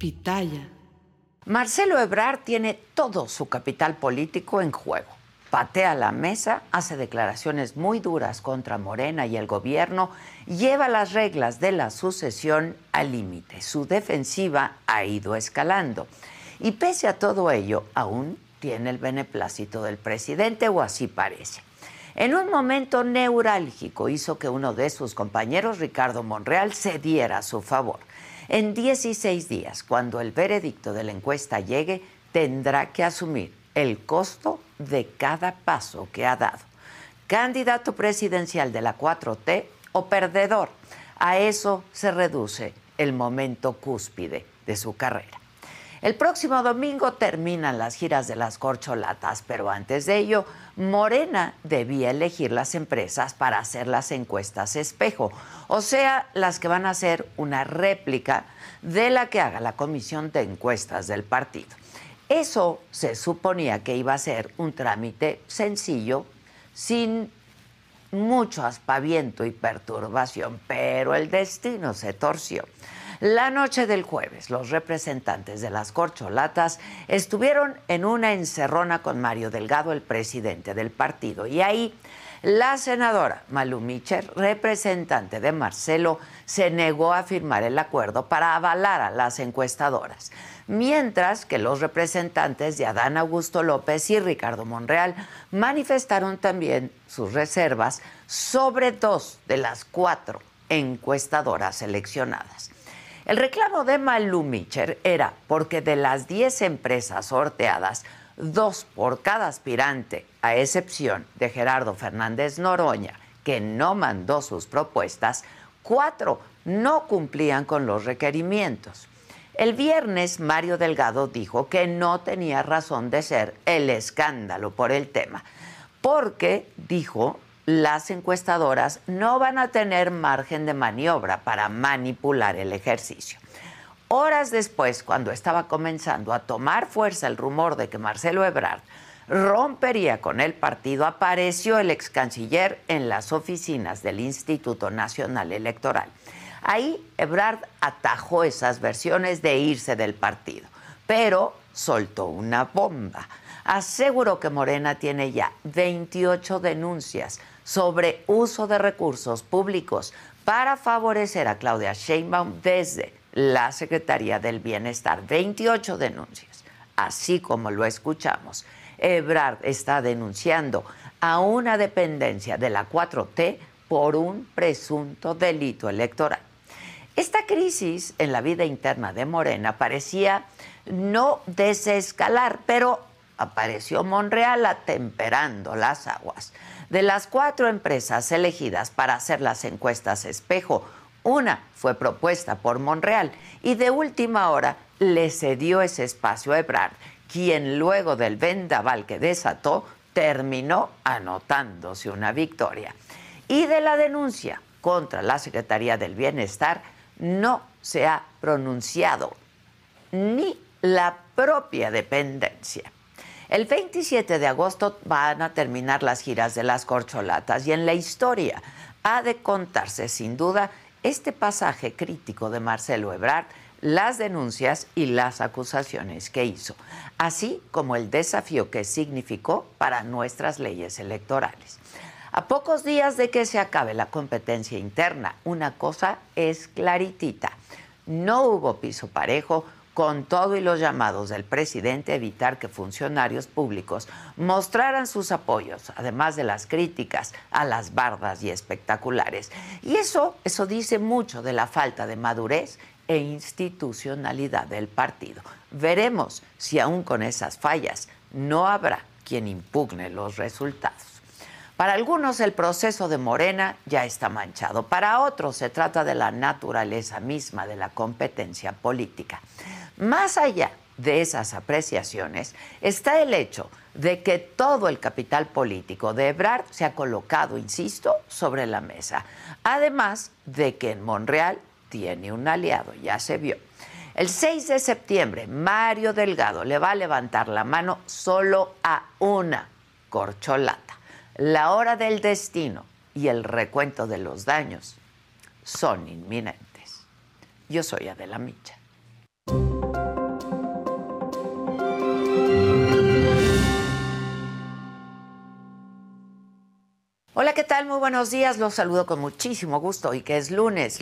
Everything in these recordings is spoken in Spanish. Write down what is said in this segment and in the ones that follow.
pitaya. Marcelo Ebrard tiene todo su capital político en juego. Patea la mesa, hace declaraciones muy duras contra Morena y el gobierno, lleva las reglas de la sucesión al límite. Su defensiva ha ido escalando. Y pese a todo ello, aún tiene el beneplácito del presidente, o así parece. En un momento neurálgico hizo que uno de sus compañeros, Ricardo Monreal, cediera a su favor. En 16 días, cuando el veredicto de la encuesta llegue, tendrá que asumir el costo de cada paso que ha dado. Candidato presidencial de la 4T o perdedor. A eso se reduce el momento cúspide de su carrera. El próximo domingo terminan las giras de las corcholatas, pero antes de ello, Morena debía elegir las empresas para hacer las encuestas espejo, o sea, las que van a ser una réplica de la que haga la comisión de encuestas del partido. Eso se suponía que iba a ser un trámite sencillo, sin mucho aspaviento y perturbación, pero el destino se torció. La noche del jueves, los representantes de las corcholatas estuvieron en una encerrona con Mario Delgado, el presidente del partido, y ahí la senadora Malú Micher, representante de Marcelo, se negó a firmar el acuerdo para avalar a las encuestadoras, mientras que los representantes de Adán Augusto López y Ricardo Monreal manifestaron también sus reservas sobre 2 de las 4 encuestadoras seleccionadas. El reclamo de Malú Micher era porque de las 10 empresas sorteadas, 2 por cada aspirante, a excepción de Gerardo Fernández Noroña, que no mandó sus propuestas, 4 no cumplían con los requerimientos. El viernes, Mario Delgado dijo que no tenía razón de ser el escándalo por el tema, porque, dijo, las encuestadoras no van a tener margen de maniobra para manipular el ejercicio. Horas después, cuando estaba comenzando a tomar fuerza el rumor de que Marcelo Ebrard rompería con el partido, apareció el ex canciller en las oficinas del Instituto Nacional Electoral. Ahí Ebrard atajó esas versiones de irse del partido, pero soltó una bomba. Aseguró que Morena tiene ya 28 denuncias sobre uso de recursos públicos para favorecer a Claudia Sheinbaum desde la Secretaría del Bienestar. 28 denuncias, así como lo escuchamos. Ebrard está denunciando a una dependencia de la 4T por un presunto delito electoral. Esta crisis en la vida interna de Morena parecía no desescalar, pero apareció Monreal atemperando las aguas. De las 4 empresas elegidas para hacer las encuestas espejo, una fue propuesta por Monreal y de última hora le cedió ese espacio a Ebrard, quien luego del vendaval que desató terminó anotándose una victoria. Y de la denuncia contra la Secretaría del Bienestar no se ha pronunciado ni la propia dependencia. El 27 de agosto van a terminar las giras de las corcholatas y en la historia ha de contarse sin duda este pasaje crítico de Marcelo Ebrard, las denuncias y las acusaciones que hizo, así como el desafío que significó para nuestras leyes electorales. A pocos días de que se acabe la competencia interna, una cosa es claritita: no hubo piso parejo, con todo y los llamados del presidente a evitar que funcionarios públicos mostraran sus apoyos, además de las críticas a las bardas y espectaculares. Y eso dice mucho de la falta de madurez e institucionalidad del partido. Veremos si aún con esas fallas no habrá quien impugne los resultados. Para algunos el proceso de Morena ya está manchado, para otros se trata de la naturaleza misma de la competencia política. Más allá de esas apreciaciones está el hecho de que todo el capital político de Ebrard se ha colocado, insisto, sobre la mesa. Además de que en Monreal tiene un aliado, ya se vio. El 6 de septiembre, Mario Delgado le va a levantar la mano solo a una corcholata. La hora del destino y el recuento de los daños son inminentes. Yo soy Adela Micha. buenos días, los saludo con muchísimo gusto y que es lunes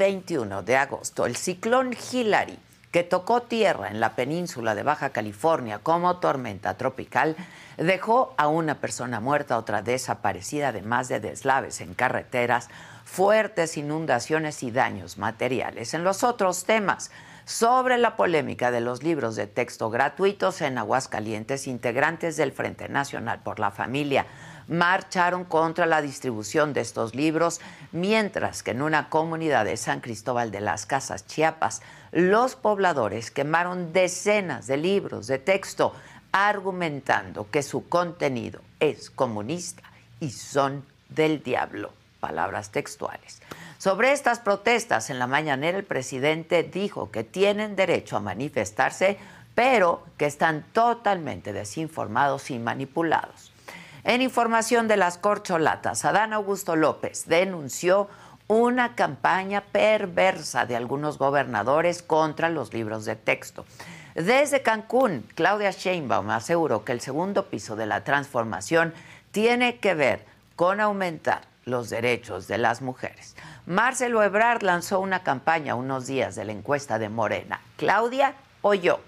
21 de agosto. El ciclón Hillary, que tocó tierra en la península de Baja California como tormenta tropical, dejó a una persona muerta, otra desaparecida, además de deslaves en carreteras, fuertes inundaciones y daños materiales. En los otros temas, sobre la polémica de los libros de texto gratuitos en Aguascalientes, integrantes del Frente Nacional por la Familia marcharon contra la distribución de estos libros, mientras que en una comunidad de San Cristóbal de las Casas, Chiapas, los pobladores quemaron decenas de libros de texto, argumentando que su contenido es comunista y son del diablo. Palabras textuales. Sobre estas protestas, en la mañanera el presidente dijo que tienen derecho a manifestarse, pero que están totalmente desinformados y manipulados. En información de las corcholatas, Adán Augusto López denunció una campaña perversa de algunos gobernadores contra los libros de texto. Desde Cancún, Claudia Sheinbaum aseguró que el segundo piso de la transformación tiene que ver con aumentar los derechos de las mujeres. Marcelo Ebrard lanzó una campaña unos días de la encuesta de Morena. Claudia o yo.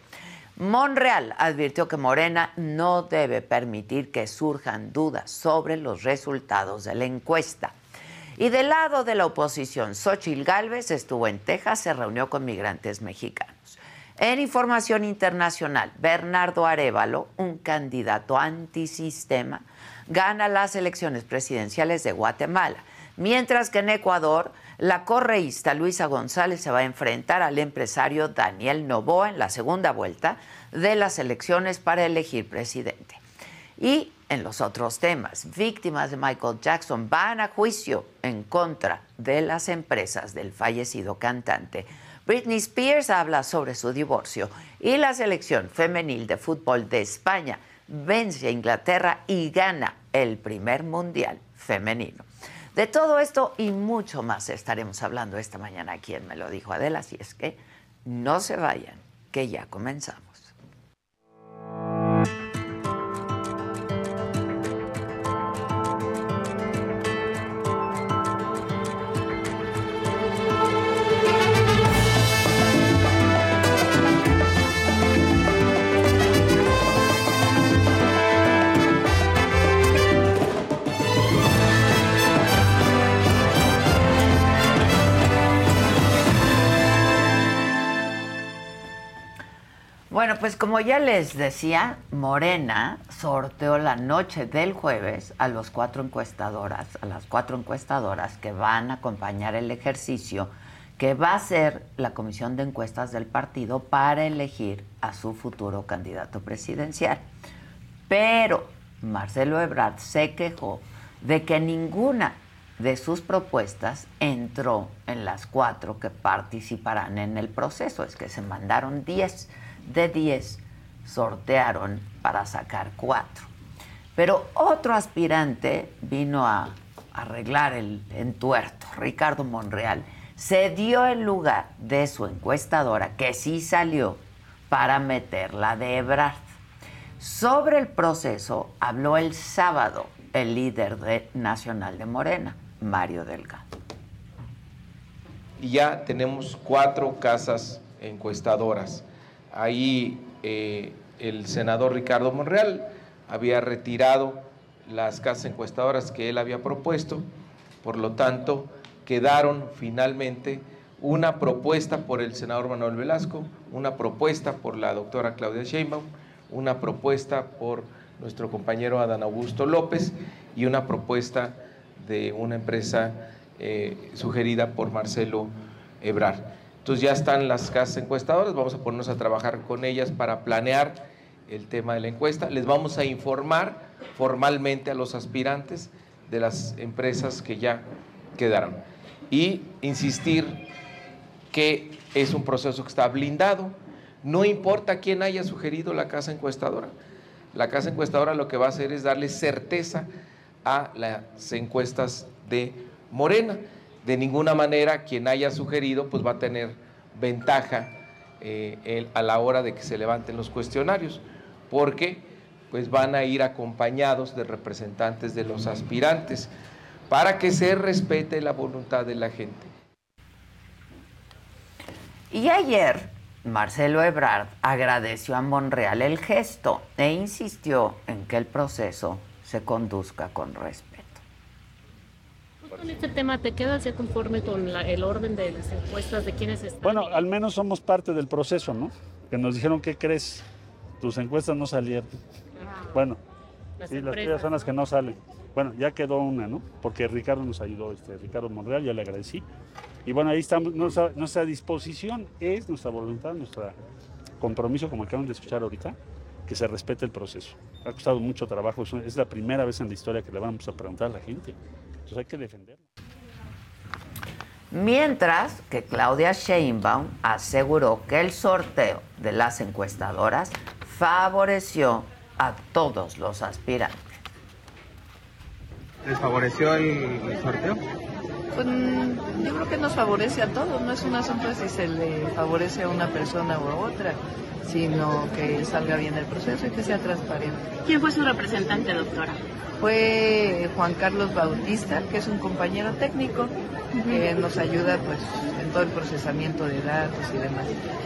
Monreal advirtió que Morena no debe permitir que surjan dudas sobre los resultados de la encuesta. Y del lado de la oposición, Xóchitl Gálvez estuvo en Texas, se reunió con migrantes mexicanos. En información internacional, Bernardo Arévalo, un candidato antisistema, gana las elecciones presidenciales de Guatemala, mientras que en Ecuador, la correísta Luisa González se va a enfrentar al empresario Daniel Noboa en la segunda vuelta de las elecciones para elegir presidente. Y en los otros temas, víctimas de Michael Jackson van a juicio en contra de las empresas del fallecido cantante. Britney Spears habla sobre su divorcio y la selección femenil de fútbol de España vence a Inglaterra y gana el primer mundial femenino. De todo esto y mucho más estaremos hablando esta mañana aquí en Me lo dijo Adela, así es que no se vayan, que ya comenzamos. Bueno, pues como ya les decía, Morena sorteó la noche del jueves a las cuatro encuestadoras que van a acompañar el ejercicio que va a hacer la comisión de encuestas del partido para elegir a su futuro candidato presidencial. Pero Marcelo Ebrard se quejó de que ninguna de sus propuestas entró en las 4 que participarán en el proceso. Es que se mandaron 10. De 10 sortearon para sacar 4. Pero otro aspirante vino a arreglar el entuerto. Ricardo Monreal se dio el lugar de su encuestadora, que sí salió, para meterla de Ebrard. Sobre el proceso habló el sábado el líder nacional de Morena, Mario Delgado. Y ya tenemos 4 casas encuestadoras. Ahí el senador Ricardo Monreal había retirado las casas encuestadoras que él había propuesto, por lo tanto quedaron finalmente una propuesta por el senador Manuel Velasco, una propuesta por la doctora Claudia Sheinbaum, una propuesta por nuestro compañero Adán Augusto López y una propuesta de una empresa sugerida por Marcelo Ebrard. Entonces ya están las casas encuestadoras, vamos a ponernos a trabajar con ellas para planear el tema de la encuesta. Les vamos a informar formalmente a los aspirantes de las empresas que ya quedaron. Y insistir que es un proceso que está blindado, no importa quién haya sugerido la casa encuestadora. La casa encuestadora lo que va a hacer es darle certeza a las encuestas de Morena. De ninguna manera quien haya sugerido pues va a tener ventaja a la hora de que se levanten los cuestionarios, porque pues van a ir acompañados de representantes de los aspirantes. para que se respete la voluntad de la gente. Y ayer, Marcelo Ebrard agradeció a Monreal el gesto e insistió en que el proceso se conduzca con respeto. Con este tema, ¿te quedas ya conforme con el orden de las encuestas de quiénes están? Bueno, al menos somos parte del proceso, ¿no? Que nos dijeron, ¿qué crees? Tus encuestas no salieron. Bueno, sí, las tuyas son las que no salen. Bueno, ya quedó una, ¿no? Porque Ricardo nos ayudó, Ricardo Monreal, ya le agradecí. Y bueno, ahí estamos, nuestra disposición es nuestra voluntad, nuestro compromiso, como acaban de escuchar ahorita, que se respete el proceso. Ha costado mucho trabajo, es la primera vez en la historia que le vamos a preguntar a la gente. Entonces hay que defenderlo. Mientras que Claudia Sheinbaum aseguró que el sorteo de las encuestadoras favoreció a todos los aspirantes. ¿Les favoreció el sorteo? Pues yo creo que nos favorece a todos, no es un asunto de si se le favorece a una persona u a otra, sino que salga bien el proceso y que sea transparente. ¿Quién fue su representante, doctora? Fue Juan Carlos Bautista, que es un compañero técnico que nos ayuda pues en todo el procesamiento de datos y demás.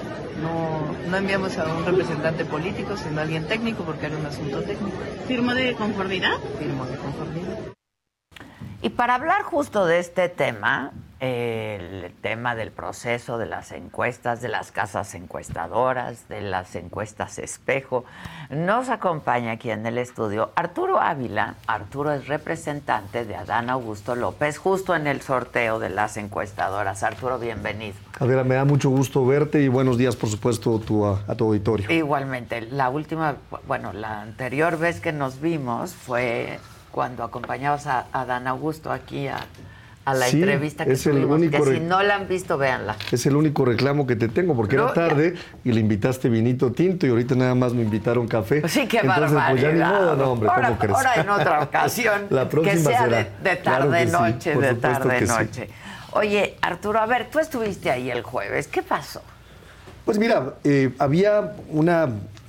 No enviamos a un representante político, sino a alguien técnico, porque era un asunto técnico. ¿Firmó de conformidad? Firmó de conformidad. Y para hablar justo de este tema, el tema del proceso de las encuestas, de las casas encuestadoras, de las encuestas espejo, nos acompaña aquí en el estudio Arturo Ávila. Arturo es representante de Adán Augusto López, justo en el sorteo de las encuestadoras. Arturo, bienvenido. Adela, me da mucho gusto verte y buenos días, por supuesto, a tu auditorio. Igualmente, la anterior vez que nos vimos fue cuando acompañabas a Adán Augusto aquí a la entrevista que tuvimos, si no la han visto, véanla. Es el único reclamo que te tengo, porque era tarde y le invitaste vinito tinto y ahorita nada más me invitaron café. Sí, qué barbaridad. Pues ya ni modo, no, hombre, ¿cómo crees? Ahora en otra ocasión, la próxima que sea será. de tarde-noche, claro de tarde-noche. Sí. Oye, Arturo, a ver, tú estuviste ahí el jueves, ¿qué pasó? Pues mira, había una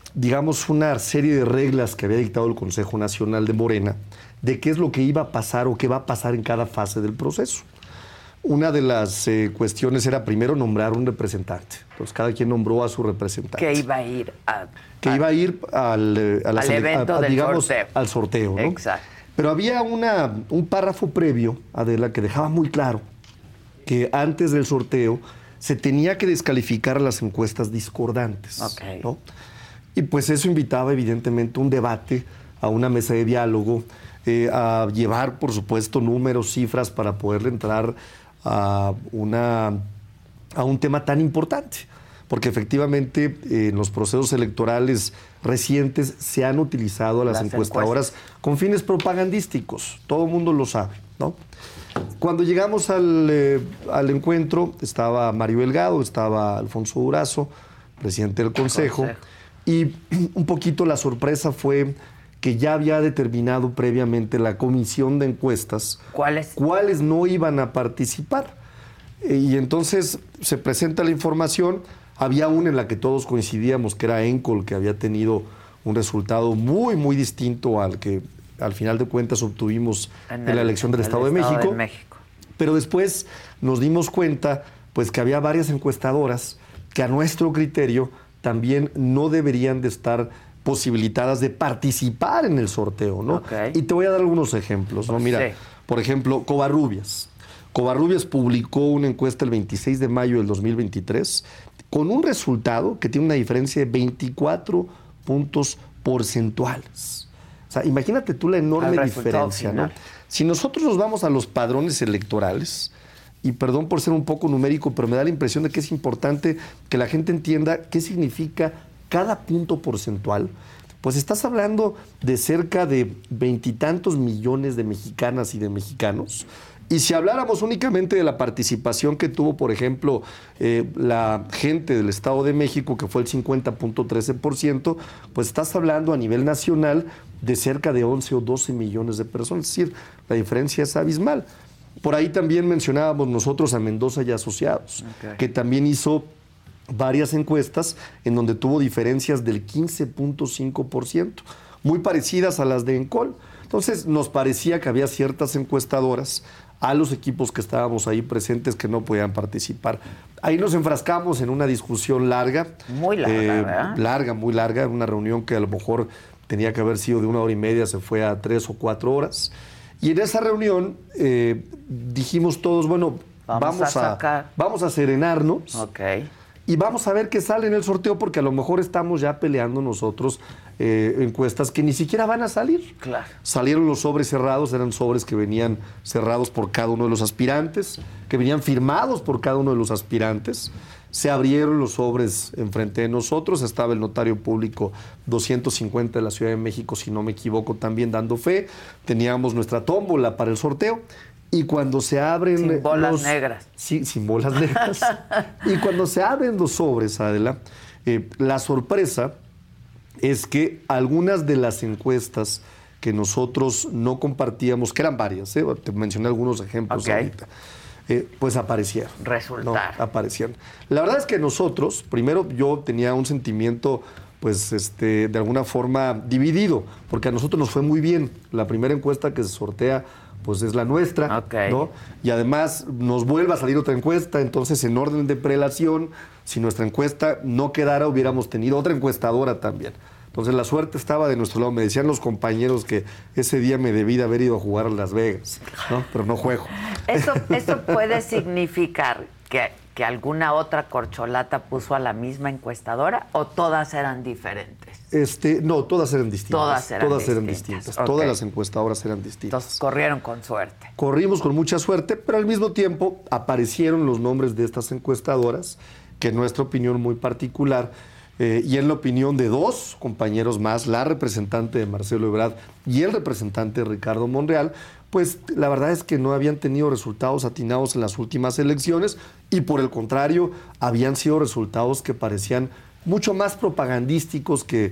serie de reglas que había dictado el Consejo Nacional de Morena de qué es lo que iba a pasar o qué va a pasar en cada fase del proceso. Una de las cuestiones era primero nombrar un representante. Entonces cada quien nombró a su representante. Que iba a ir al evento del sorteo. Al sorteo, ¿no? Exacto. Pero había un párrafo previo, Adela, que dejaba muy claro que antes del sorteo se tenía que descalificar las encuestas discordantes. Okay. ¿No? Y pues eso invitaba evidentemente un debate, a una mesa de diálogo, a llevar, por supuesto, números, cifras para poderle entrar a un tema tan importante. Porque efectivamente en los procesos electorales recientes se han utilizado a las encuestadoras con fines propagandísticos. Todo el mundo lo sabe, ¿no? Cuando llegamos al encuentro, estaba Mario Delgado, estaba Alfonso Durazo, presidente del Consejo, y un poquito la sorpresa fue que ya había determinado previamente la comisión de encuestas cuáles no iban a participar. Y entonces se presenta la información, había una en la que todos coincidíamos, que era ENCOL, que había tenido un resultado muy, muy distinto al que al final de cuentas obtuvimos en la elección del Estado de México. Pero después nos dimos cuenta pues que había varias encuestadoras que a nuestro criterio también no deberían de estar posibilitadas de participar en el sorteo, ¿no? Okay. Y te voy a dar algunos ejemplos, ¿no? Mira, por ejemplo, Covarrubias. Covarrubias publicó una encuesta el 26 de mayo del 2023 con un resultado que tiene una diferencia de 24 puntos porcentuales. O sea, imagínate tú la enorme diferencia, ¿no? Si nosotros nos vamos a los padrones electorales, y perdón por ser un poco numérico, pero me da la impresión de que es importante que la gente entienda qué significa cada punto porcentual, pues estás hablando de cerca de 20 y tantos millones de mexicanas y de mexicanos. Y si habláramos únicamente de la participación que tuvo, por ejemplo, la gente del Estado de México, que fue el 50.13%, pues estás hablando a nivel nacional de cerca de 11 o 12 millones de personas. Es decir, la diferencia es abismal. Por ahí también mencionábamos nosotros a Mendoza y Asociados, que también hizo varias encuestas en donde tuvo diferencias del 15.5%. muy parecidas a las de Encol. Entonces nos parecía que había ciertas encuestadoras a los equipos que estábamos ahí presentes que no podían participar. Ahí nos enfrascamos en una discusión larga. Muy larga, ¿verdad? Muy larga, una reunión que a lo mejor tenía que haber sido de 1 hora y media, se fue a 3 o 4 horas. Y en esa reunión dijimos todos, bueno, vamos a serenarnos. Okay. Y vamos a ver qué sale en el sorteo, porque a lo mejor estamos ya peleando nosotros encuestas que ni siquiera van a salir. Claro. Salieron los sobres cerrados, eran sobres que venían cerrados por cada uno de los aspirantes, que venían firmados por cada uno de los aspirantes. Se abrieron los sobres enfrente de nosotros, estaba el notario público 250 de la Ciudad de México, si no me equivoco, también dando fe. Teníamos nuestra tómbola para el sorteo. Y cuando se abren... Sin bolas negras. Sí, sin bolas negras. Y cuando se abren los sobres, Adela, la sorpresa es que algunas de las encuestas que nosotros no compartíamos, que eran varias, te mencioné algunos ejemplos ahorita, pues aparecieron. Resultaron. ¿No? Aparecieron. La verdad es que nosotros, primero yo tenía un sentimiento, pues de alguna forma dividido, porque a nosotros nos fue muy bien. La primera encuesta que se sortea pues es la nuestra, ¿no? Y además nos vuelve a salir otra encuesta, entonces en orden de prelación, si nuestra encuesta no quedara, hubiéramos tenido otra encuestadora también. Entonces la suerte estaba de nuestro lado. Me decían los compañeros que ese día me debí de haber ido a jugar a Las Vegas, ¿no? Pero no juego. ¿Eso puede significar que alguna otra corcholata puso a la misma encuestadora o todas eran diferentes? No, todas eran distintas. Todas eran distintas. Okay. Todas las encuestadoras eran distintas. Entonces corrieron con suerte. Corrimos con mucha suerte, pero al mismo tiempo aparecieron los nombres de estas encuestadoras, que en nuestra opinión muy particular, y en la opinión de 2 compañeros más, la representante de Marcelo Ebrard y el representante de Ricardo Monreal, pues la verdad es que no habían tenido resultados atinados en las últimas elecciones y por el contrario habían sido resultados que parecían mucho más propagandísticos que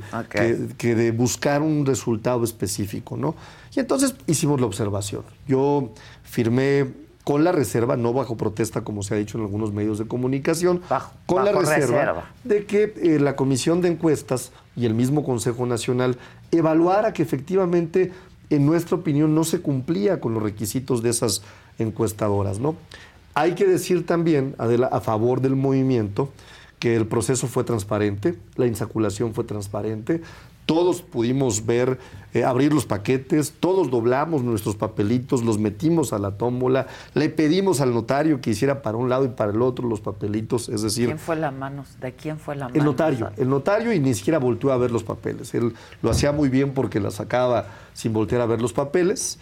de buscar un resultado específico, ¿no? Y entonces hicimos la observación. Yo firmé con la reserva, no bajo protesta como se ha dicho en algunos medios de comunicación, con la reserva de que la Comisión de Encuestas y el mismo Consejo Nacional evaluara que efectivamente, en nuestra opinión, no se cumplía con los requisitos de esas encuestadoras, ¿no? Hay que decir también, Adela, a favor del movimiento, que el proceso fue transparente, la insaculación fue transparente, todos pudimos ver, abrir los paquetes, todos doblamos nuestros papelitos, los metimos a la tómbola, le pedimos al notario que hiciera para un lado y para el otro los papelitos, es decir... ¿Quién fue la mano? ¿De quién fue la mano? El notario y ni siquiera volteó a ver los papeles. Él lo hacía muy bien porque la sacaba sin voltear a ver los papeles.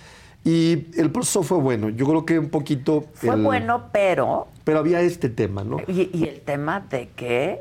Y el proceso fue bueno. Yo creo que un poquito... Fue bueno, pero... Pero había este tema, ¿no? Y el tema de que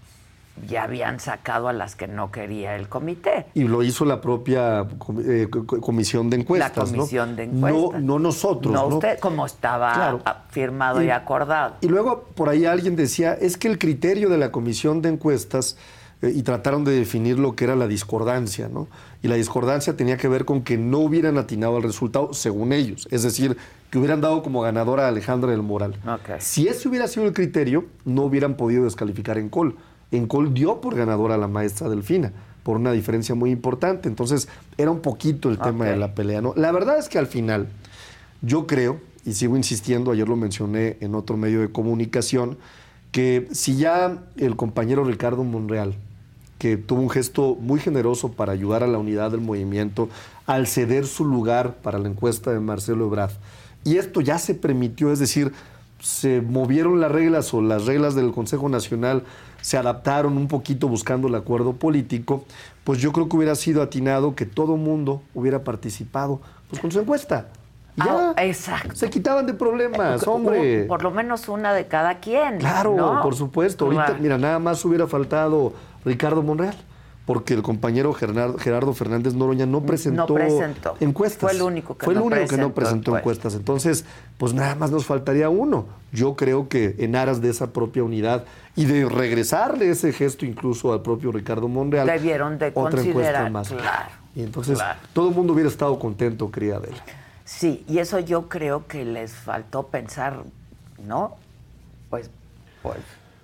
ya habían sacado a las que no quería el comité. Y lo hizo la propia comisión de encuestas, ¿no? La comisión de encuestas. No nosotros. No usted, como estaba firmado y acordado. Y luego por ahí alguien decía, es que el criterio de la comisión de encuestas, y trataron de definir lo que era la discordancia, ¿no? Y la discordancia tenía que ver con que no hubieran atinado al resultado, según ellos. Es decir, que hubieran dado como ganadora a Alejandra del Moral. Si ese hubiera sido el criterio, no hubieran podido descalificar a Encol. Encol dio por ganadora a la maestra Delfina, por una diferencia muy importante. Entonces, era un poquito el tema de la pelea, ¿no? La verdad es que al final, yo creo, y sigo insistiendo, ayer lo mencioné en otro medio de comunicación, que si ya el compañero Ricardo Monreal, que tuvo un gesto muy generoso para ayudar a la unidad del movimiento, al ceder su lugar para la encuesta de Marcelo Ebrard, y esto ya se permitió, es decir, se movieron las reglas o las reglas del Consejo Nacional se adaptaron un poquito buscando el acuerdo político, pues yo creo que hubiera sido atinado que todo mundo hubiera participado pues con su encuesta. Ya, exacto. Se quitaban de problemas, hombre. Por lo menos una de cada quien. Claro, ¿no? por supuesto. Ahorita, mira, nada más hubiera faltado Ricardo Monreal, porque el compañero Gerardo Fernández Noroña no presentó encuestas. Fue el único que no presentó encuestas. Entonces, pues nada más nos faltaría uno. Yo creo que en aras de esa propia unidad y de regresarle ese gesto incluso al propio Ricardo Monreal, debieron de otra encuesta considerar, más. claro. Y entonces todo el mundo hubiera estado contento, querida Adela. Sí, y eso yo creo que les faltó pensar, ¿no? Pues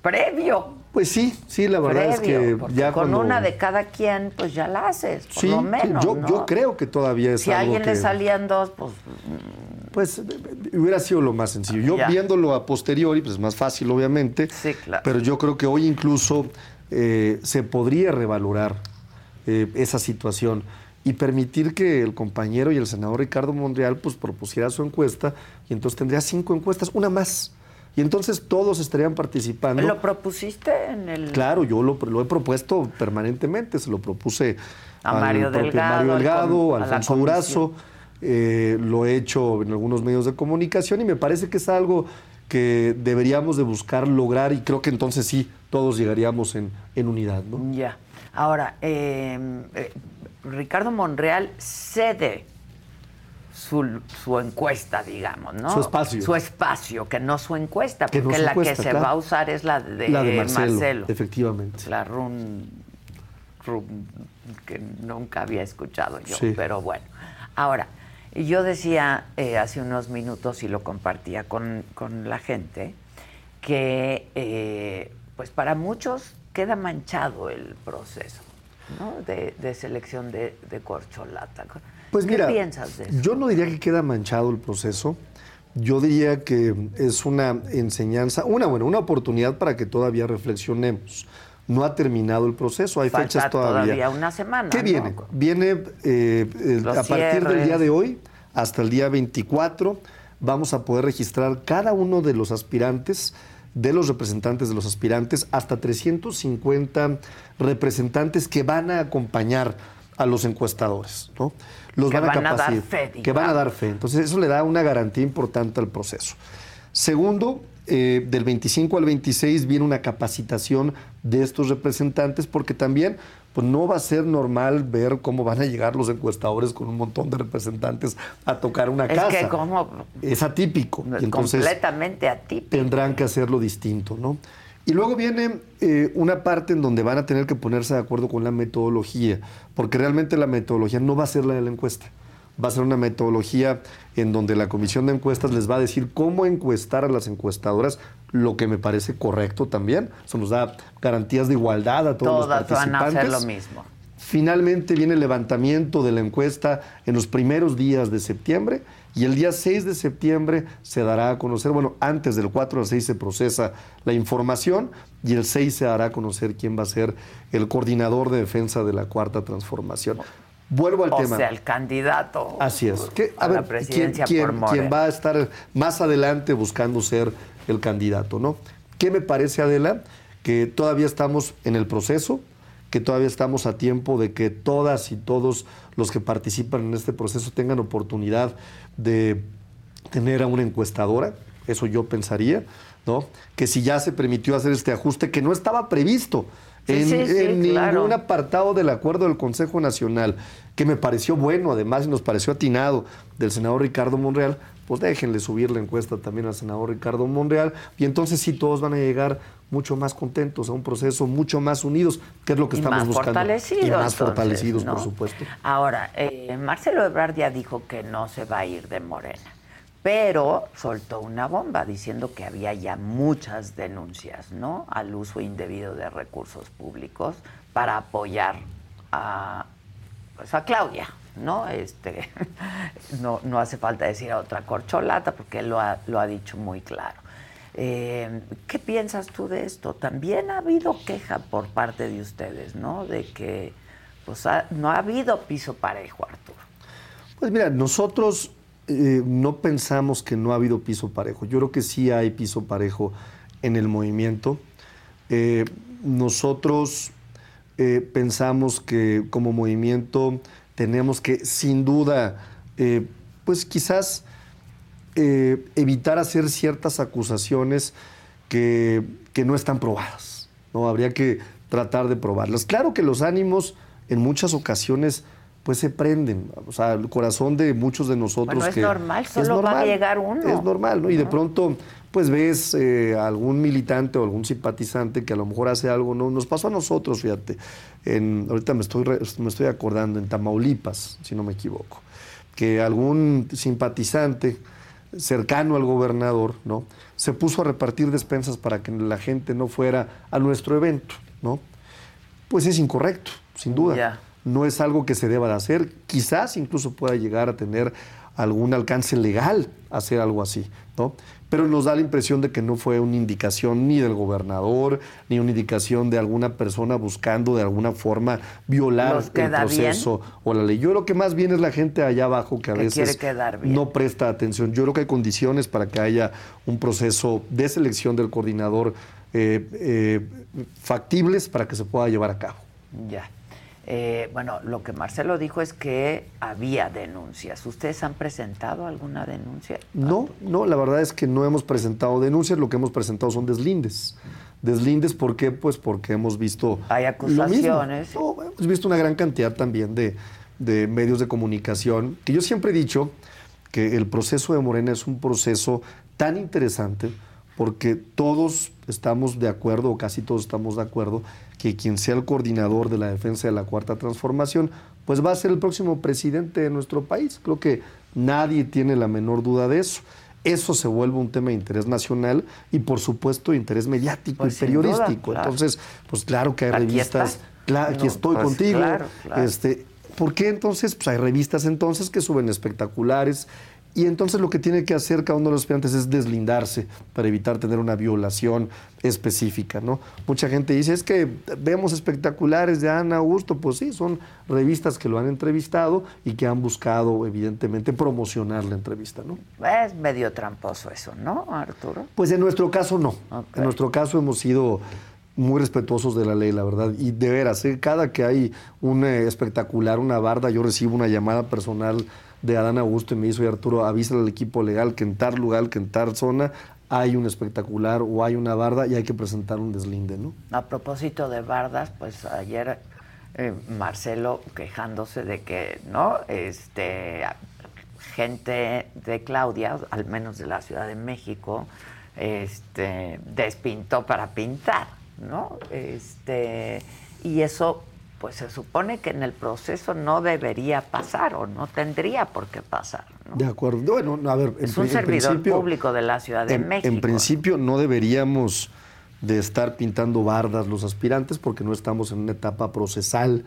previo. Pues sí, la verdad es que ya con cuando... una de cada quien, pues ya la haces, por lo menos, sí, ¿no? yo creo que todavía es si algo a alguien que... le salían dos, pues... Pues hubiera sido lo más sencillo. Yo viéndolo a posteriori, pues es más fácil, obviamente. Sí, claro. Pero yo creo que hoy incluso se podría revalorar esa situación y permitir que el compañero y el senador Ricardo Monreal pues propusiera su encuesta y entonces tendría 5 encuestas, una más. Y entonces todos estarían participando. ¿Lo propusiste en el...? Claro, yo lo he propuesto permanentemente. Se lo propuse a al Mario propio Delgado, Mario Delgado, a Alfonso Durazo. Lo he hecho en algunos medios de comunicación y me parece que es algo que deberíamos de buscar lograr y creo que entonces sí, todos llegaríamos en unidad, ¿no? Ya. Ahora, Ricardo Monreal cede su encuesta, digamos, ¿no? Su espacio. Su espacio, que no su encuesta, Que porque no su la encuesta, que se claro. va a usar es la de Marcelo. Efectivamente. La run que nunca había escuchado yo, Sí. pero bueno. Ahora, yo decía hace unos minutos y lo compartía con la gente, que pues para muchos queda manchado el proceso, ¿no? de selección de corcholata. Pues ¿Qué mira, piensas de eso? yo no diría que queda manchado el proceso. Yo diría que es una enseñanza, una oportunidad para que todavía reflexionemos. No ha terminado el proceso, hay Falta fechas todavía. una semana. ¿Qué viene? ¿No? Viene a partir del día de hoy hasta el día 24 vamos a poder registrar cada uno de los aspirantes, de los representantes de los aspirantes, hasta 350 representantes que van a acompañar a los encuestadores, ¿no? Los que van a dar capacitar, fe, que van a dar fe. Entonces eso le da una garantía importante al proceso. Segundo, del 25 al 26 viene una capacitación de estos representantes porque también pues, no va a ser normal ver cómo van a llegar los encuestadores con un montón de representantes a tocar una casa. Es que como... Es atípico. Y entonces completamente atípico. Tendrán que hacerlo distinto, ¿no? Y luego viene una parte en donde van a tener que ponerse de acuerdo con la metodología, porque realmente la metodología no va a ser la de la encuesta. Va a ser una metodología en donde la comisión de encuestas les va a decir cómo encuestar a las encuestadoras, lo que me parece correcto también. Eso nos da garantías de igualdad a todos los participantes. Todas van a hacer lo mismo. Finalmente viene el levantamiento de la encuesta en los primeros días de septiembre y el día 6 de septiembre se dará a conocer, bueno, antes del 4 al 6 se procesa la información y el 6 se dará a conocer quién va a ser el coordinador de defensa de la Cuarta Transformación. Vuelvo al tema. O sea, el candidato Así es. a la presidencia por Morena. ¿Quién va a estar más adelante buscando ser el candidato, ¿no? ¿Qué me parece, Adela? Que todavía estamos en el proceso, que todavía estamos a tiempo de que todas y todos los que participan en este proceso tengan oportunidad de tener a una encuestadora, eso yo pensaría, ¿no? Que si ya se permitió hacer este ajuste, que no estaba previsto en ningún apartado del acuerdo del Consejo Nacional, que me pareció bueno, además, y nos pareció atinado del senador Ricardo Monreal, pues déjenle subir la encuesta también al senador Ricardo Monreal, y entonces sí todos van a llegar mucho más contentos a un proceso, mucho más unidos, que es lo que estamos buscando. Fortalecidos, y más fortalecidos, ¿no? por supuesto. Ahora, Marcelo Ebrard ya dijo que no se va a ir de Morena, pero soltó una bomba diciendo que había ya muchas denuncias, ¿no?, al uso indebido de recursos públicos para apoyar a Claudia, ¿no? No hace falta decir a otra corcholata porque él lo ha dicho muy claro. ¿Qué piensas tú de esto? También ha habido queja por parte de ustedes, ¿no?, de que pues, no ha habido piso parejo, Arturo. Pues mira, nosotros no pensamos que no ha habido piso parejo. Yo creo que sí hay piso parejo en el movimiento. Nosotros pensamos que como movimiento tenemos que, sin duda, pues quizás evitar hacer ciertas acusaciones que no están probadas, ¿no? Habría que tratar de probarlas. Claro que los ánimos en muchas ocasiones pues se prenden, o sea, el corazón de muchos de nosotros. Bueno, es normal, solo va a llegar uno. Es normal, ¿no? Y de pronto, pues ves a algún militante o algún simpatizante que a lo mejor hace algo, ¿no? Nos pasó a nosotros, fíjate, ahorita me estoy acordando, en Tamaulipas, si no me equivoco, que algún simpatizante cercano al gobernador, ¿no? Se puso a repartir despensas para que la gente no fuera a nuestro evento, ¿no? Pues es incorrecto, sin duda. Ya. No es algo que se deba de hacer. Quizás incluso pueda llegar a tener algún alcance legal hacer algo así, ¿no? Pero nos da la impresión de que no fue una indicación ni del gobernador, ni una indicación de alguna persona buscando de alguna forma violar el proceso o la ley. Yo creo que más bien es la gente allá abajo que a veces no presta atención. Yo creo que hay condiciones para que haya un proceso de selección del coordinador factibles para que se pueda llevar a cabo. Ya. Bueno, lo que Marcelo dijo es que había denuncias. ¿Ustedes han presentado alguna denuncia? No, la verdad es que no hemos presentado denuncias, lo que hemos presentado son deslindes. Deslindes, ¿por qué? Pues porque hemos visto... Hay acusaciones. No, hemos visto una gran cantidad también de medios de comunicación, que yo siempre he dicho que el proceso de Morena es un proceso tan interesante porque todos estamos de acuerdo, o casi todos estamos de acuerdo, que quien sea el coordinador de la defensa de la Cuarta Transformación, pues va a ser el próximo presidente de nuestro país. Creo que nadie tiene la menor duda de eso. Eso se vuelve un tema de interés nacional y, por supuesto, de interés mediático y periodístico. Duda, claro. Entonces, pues claro que hay revistas. Aquí estoy contigo. Claro. ¿Por qué entonces? Pues hay revistas entonces que suben espectaculares. Y entonces lo que tiene que hacer cada uno de los aspirantes es deslindarse para evitar tener una violación específica, ¿no? Mucha gente dice, es que vemos espectaculares de Adán Augusto. Pues sí, son revistas que lo han entrevistado y que han buscado, evidentemente, promocionar la entrevista, ¿no? Es medio tramposo eso, ¿no, Arturo? Pues en nuestro caso no. Okay. En nuestro caso hemos sido muy respetuosos de la ley, la verdad. Y de veras, cada que hay un espectacular, una barda, yo recibo una llamada personal de Adán Augusto y me dice, oye, Arturo, avísale al equipo legal que en tal lugar, que en tal zona hay un espectacular o hay una barda y hay que presentar un deslinde, ¿no? A propósito de bardas, pues ayer Marcelo quejándose de que, ¿no? Gente de Claudia, al menos de la Ciudad de México, despintó para pintar, ¿no? Y eso, pues se supone que en el proceso no debería pasar o no tendría por qué pasar, ¿no? De acuerdo. Bueno, a ver, es un servidor público de la Ciudad de México. En principio no deberíamos de estar pintando bardas los aspirantes porque no estamos en una etapa procesal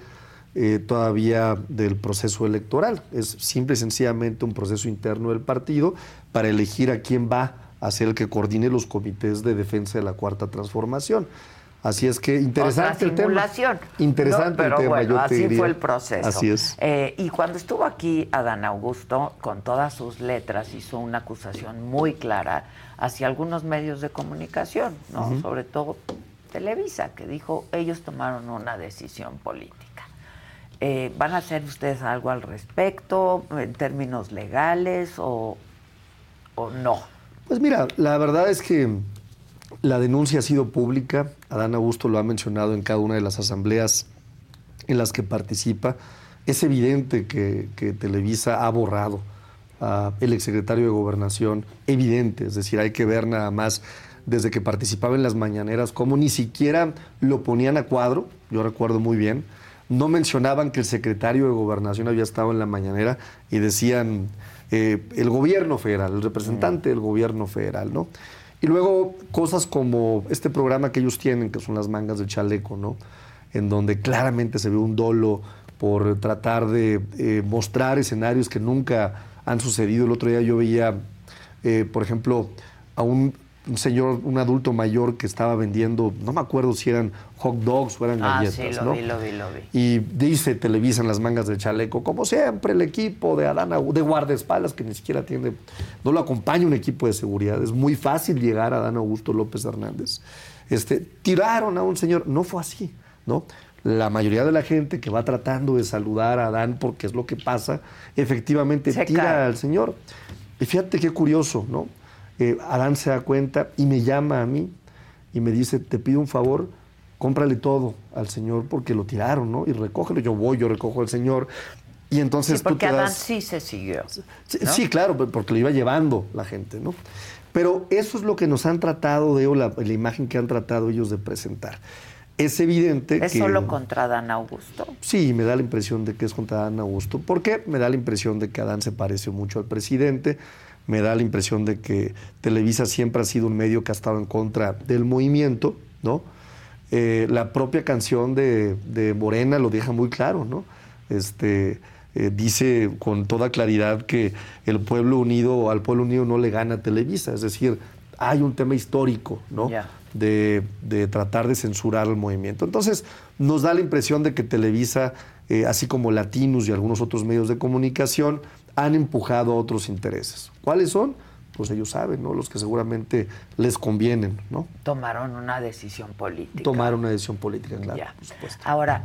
todavía del proceso electoral. Es simple y sencillamente un proceso interno del partido para elegir a quién va a ser el que coordine los comités de defensa de la Cuarta Transformación. Así es que interesante el tema. Interesante el tema, bueno, yo te diría. Así fue el proceso. Así es. Y cuando estuvo aquí Adán Augusto, con todas sus letras, hizo una acusación muy clara hacia algunos medios de comunicación, ¿no? Sobre todo Televisa, que dijo, ellos tomaron una decisión política. ¿Van a hacer ustedes algo al respecto, en términos legales, o no? Pues mira, la verdad es que la denuncia ha sido pública. Adán Augusto lo ha mencionado en cada una de las asambleas en las que participa. Es evidente que Televisa ha borrado al exsecretario de Gobernación. Evidente, es decir, hay que ver nada más desde que participaba en las mañaneras cómo ni siquiera lo ponían a cuadro. Yo recuerdo muy bien. No mencionaban que el secretario de Gobernación había estado en la mañanera y decían el gobierno federal, el representante del gobierno federal, ¿no? Y luego cosas como este programa que ellos tienen, que son las mangas del chaleco, ¿no? En donde claramente se ve un dolo por tratar de mostrar escenarios que nunca han sucedido. El otro día yo veía, por ejemplo, a un señor, un adulto mayor que estaba vendiendo, no me acuerdo si eran hot dogs o eran galletas, sí, ¿no? lo vi. Y dice Televisa en las mangas del chaleco, como siempre, el equipo de Adán Augusto, de guardaespaldas, que ni siquiera tiene, no lo acompaña un equipo de seguridad. Es muy fácil llegar a Adán Augusto López Hernández. Tiraron a un señor. No fue así, ¿no? La mayoría de la gente que va tratando de saludar a Adán, porque es lo que pasa, efectivamente tira al señor. Y fíjate qué curioso, ¿no? Adán se da cuenta y me llama a mí y me dice, te pido un favor, cómprale todo al señor porque lo tiraron, ¿no? Y recógelo. Yo recojo al señor. Y entonces porque Adán sí se siguió, ¿no? Sí, claro, porque lo iba llevando la gente, ¿no? Pero eso es lo que nos han tratado la imagen que han tratado ellos de presentar. Es evidente que... ¿Es solo contra Adán Augusto? Sí, me da la impresión de que es contra Adán Augusto. ¿Por qué? Me da la impresión de que Adán se parece mucho al presidente. me da la impresión de que Televisa siempre ha sido un medio que ha estado en contra del movimiento, ¿no? La propia canción de Morena lo deja muy claro, ¿no? Dice con toda claridad que al pueblo unido no le gana a Televisa, es decir, hay un tema histórico, ¿no? Yeah. De tratar de censurar el movimiento. Entonces, nos da la impresión de que Televisa, así como Latinus y algunos otros medios de comunicación, han empujado a otros intereses. ¿Cuáles son? Pues ellos saben, ¿no? Los que seguramente les convienen, ¿no? Tomaron una decisión política. Tomaron una decisión política, claro, Ya. por supuesto. Ahora,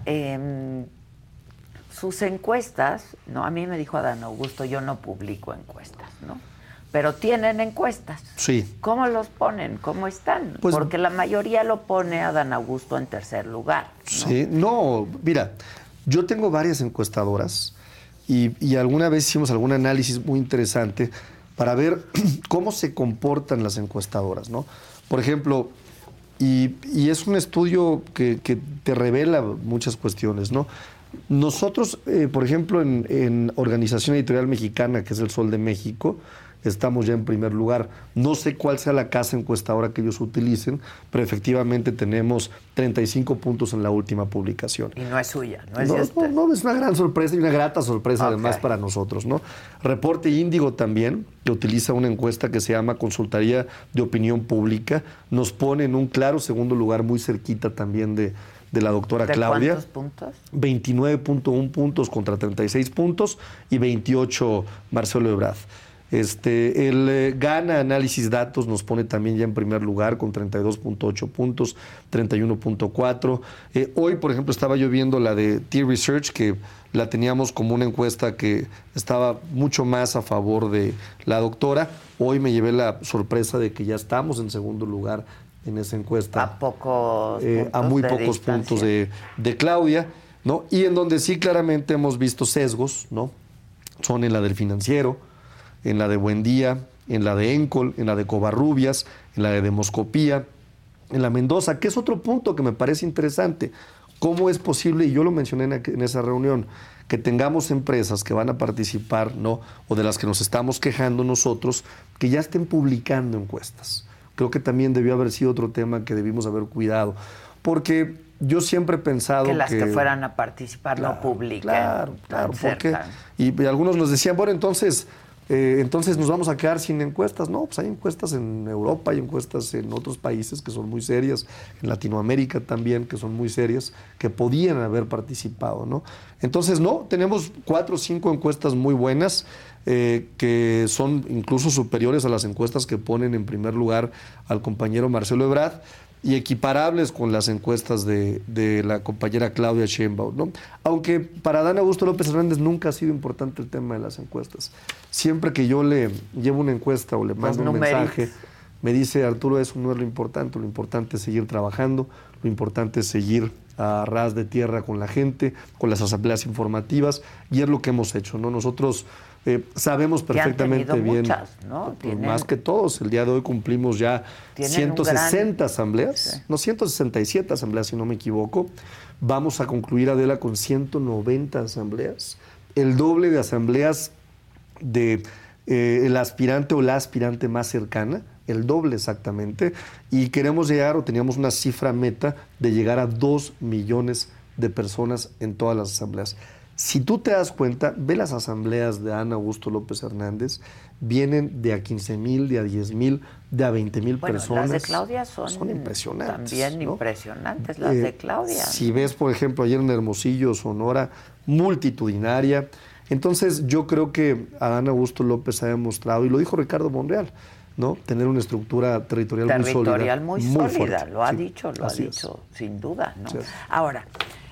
sus encuestas, ¿no? A mí me dijo Adán Augusto, yo no publico encuestas, ¿no? Pero tienen encuestas. Sí. ¿Cómo los ponen? ¿Cómo están? Pues, porque la mayoría lo pone a Adán Augusto en tercer lugar, ¿no? Sí, no, mira, yo tengo varias encuestadoras y alguna vez hicimos algún análisis muy interesante para ver cómo se comportan las encuestadoras, ¿no? Por ejemplo, y es un estudio que te revela muchas cuestiones, ¿no? Nosotros, por ejemplo, en Organización Editorial Mexicana, que es El Sol de México, estamos ya en primer lugar. No sé cuál sea la casa encuestadora que ellos utilicen, pero efectivamente tenemos 35 puntos en la última publicación. Y no es suya, no es de usted. No, es una gran sorpresa y una grata sorpresa Okay. además para nosotros, ¿no? Reporte Índigo también, que utiliza una encuesta que se llama Consultoría de Opinión Pública, nos pone en un claro segundo lugar muy cerquita también de la doctora Claudia. ¿Cuántos puntos? 29.1 puntos contra 36 puntos y 28 Marcelo Ebrard. El Gana Análisis Datos nos pone también ya en primer lugar con 32.8 puntos, 31.4. Hoy, por ejemplo, estaba yo viendo la de T-Research, que la teníamos como una encuesta que estaba mucho más a favor de la doctora. Hoy me llevé la sorpresa de que ya estamos en segundo lugar en esa encuesta. A pocos puntos a muy de pocos distancia. puntos de Claudia, ¿no? Y en donde sí claramente hemos visto sesgos, ¿no? Son en la del Financiero, en la de Buendía, en la de Encol, en la de Covarrubias, en la de Demoscopía, en la Mendoza, que es otro punto que me parece interesante. ¿Cómo es posible, y yo lo mencioné en esa reunión, que tengamos empresas que van a participar, ¿no? O de las que nos estamos quejando nosotros, que ya estén publicando encuestas? Creo que también debió haber sido otro tema que debimos haber cuidado, porque yo siempre he pensado que las que fueran a participar no publiquen. Claro, tan porque cerca. y algunos nos decían, bueno, entonces nos vamos a quedar sin encuestas. No, pues hay encuestas en Europa, hay encuestas en otros países que son muy serias, en Latinoamérica también, que son muy serias, que podían haber participado, ¿no? Entonces, no, tenemos 4 o 5 encuestas muy buenas, que son incluso superiores a las encuestas que ponen en primer lugar al compañero Marcelo Ebrard, y equiparables con las encuestas de la compañera Claudia Sheinbaum, ¿no? Aunque para Adán Augusto López Hernández nunca ha sido importante el tema de las encuestas. Siempre que yo le llevo una encuesta o le mando un mensaje, me dice, Arturo, eso no es lo importante es seguir trabajando, lo importante es seguir a ras de tierra con la gente, con las asambleas informativas, y es lo que hemos hecho, ¿no? Nosotros sabemos perfectamente bien, muchas, ¿no? Más que todos. El día de hoy cumplimos ya 160 asambleas, sí. No, 167 asambleas, si no me equivoco. Vamos a concluir, Adela, con 190 asambleas, el doble de asambleas de el aspirante o la aspirante más cercana, el doble exactamente, y queremos llegar, o teníamos una cifra meta de llegar a 2 millones de personas en todas las asambleas. Si tú te das cuenta, ve las asambleas de Adán Augusto López Hernández, vienen de a 15,000, de a 10,000, de a 20,000 personas. Las de Claudia son impresionantes. También, ¿no? Impresionantes las de Claudia. Si ves, por ejemplo, ayer en Hermosillo, Sonora, multitudinaria. Entonces, yo creo que Adán Augusto López ha demostrado, y lo dijo Ricardo Monreal, ¿no? Tener una estructura territorial muy sólida. Muy sólida, fuerte. lo ha Sí, dicho, sin duda, ¿no? Sí. Ahora,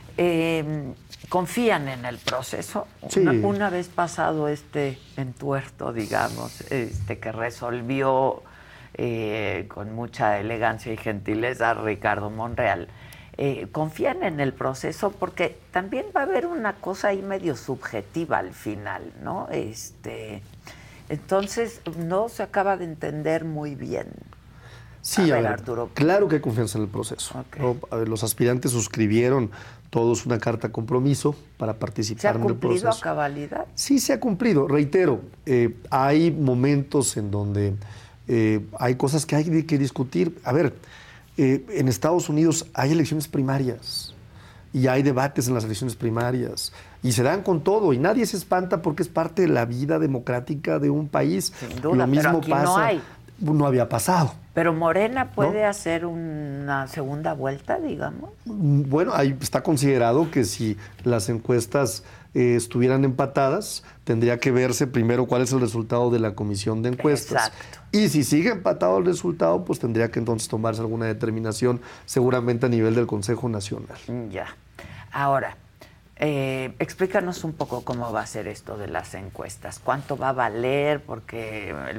¿confían en el proceso? Sí. Una vez pasado este entuerto, digamos, que resolvió con mucha elegancia y gentileza Ricardo Monreal, ¿confían en el proceso? Porque también va a haber una cosa ahí medio subjetiva al final, ¿no? Entonces, no se acaba de entender muy bien. Sí, a ver, Arturo. Claro que hay confianza en el proceso. Okay. ¿No? A ver, los aspirantes suscribieron todos una carta compromiso para participar en el proceso. ¿Se ha cumplido a cabalidad? Sí, se ha cumplido. Reitero, hay momentos en donde hay cosas que hay que discutir. A ver, en Estados Unidos hay elecciones primarias y hay debates en las elecciones primarias y se dan con todo y nadie se espanta porque es parte de la vida democrática de un país. Sin duda, lo mismo pero aquí pasa. No hay. No había pasado. Pero Morena puede hacer una segunda vuelta, digamos. Bueno, ahí está considerado que si las encuestas estuvieran empatadas, tendría que verse primero cuál es el resultado de la comisión de encuestas. Exacto. Y si sigue empatado el resultado, pues tendría que entonces tomarse alguna determinación, seguramente a nivel del Consejo Nacional. Ya. Ahora, explícanos un poco cómo va a ser esto de las encuestas. ¿Cuánto va a valer? Porque el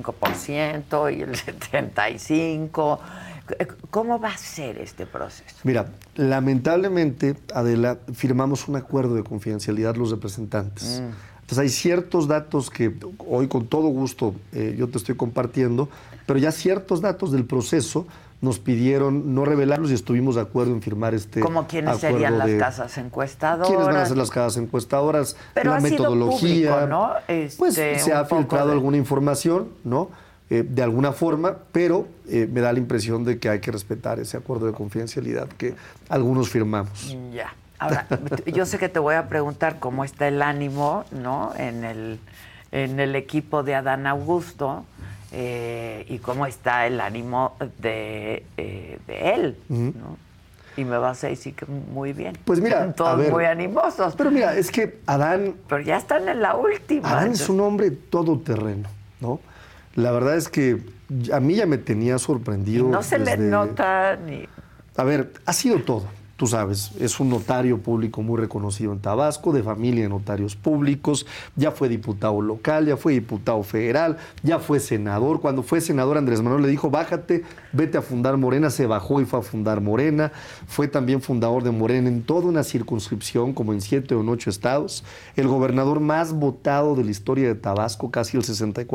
25% y el 75%. ¿Cómo va a ser este proceso? Mira, lamentablemente, Adela, firmamos un acuerdo de confidencialidad los representantes. Entonces hay ciertos datos que hoy con todo gusto yo te estoy compartiendo, pero ya ciertos datos del proceso nos pidieron no revelarlos y estuvimos de acuerdo en firmar este ¿Cómo quiénes serían las casas encuestadoras? ¿Quiénes van a ser las casas encuestadoras? Pero la metodología. Público, ¿no? Pues se ha filtrado alguna información, ¿no? De alguna forma, pero me da la impresión de que hay que respetar ese acuerdo de confidencialidad que algunos firmamos. Ya. Ahora, yo sé que te voy a preguntar cómo está el ánimo, ¿no? En el equipo de Adán Augusto. Y cómo está el ánimo de él, ¿no? Y me vas a decir que muy bien. Pues mira, todos muy animosos. Pero mira, es que Adán... Pero ya están en la última. Adán es un hombre todoterreno, ¿no? La verdad es que a mí ya me tenía sorprendido. Y no se le nota ni... A ver, ha sido todo. Tú sabes, es un notario público muy reconocido en Tabasco, de familia de notarios públicos, ya fue diputado local, ya fue diputado federal, ya fue senador. Cuando fue senador, Andrés Manuel le dijo, bájate, vete a fundar Morena, se bajó y fue a fundar Morena. Fue también fundador de Morena en toda una circunscripción, como en 7 o en 8 estados. El gobernador más votado de la historia de Tabasco, casi el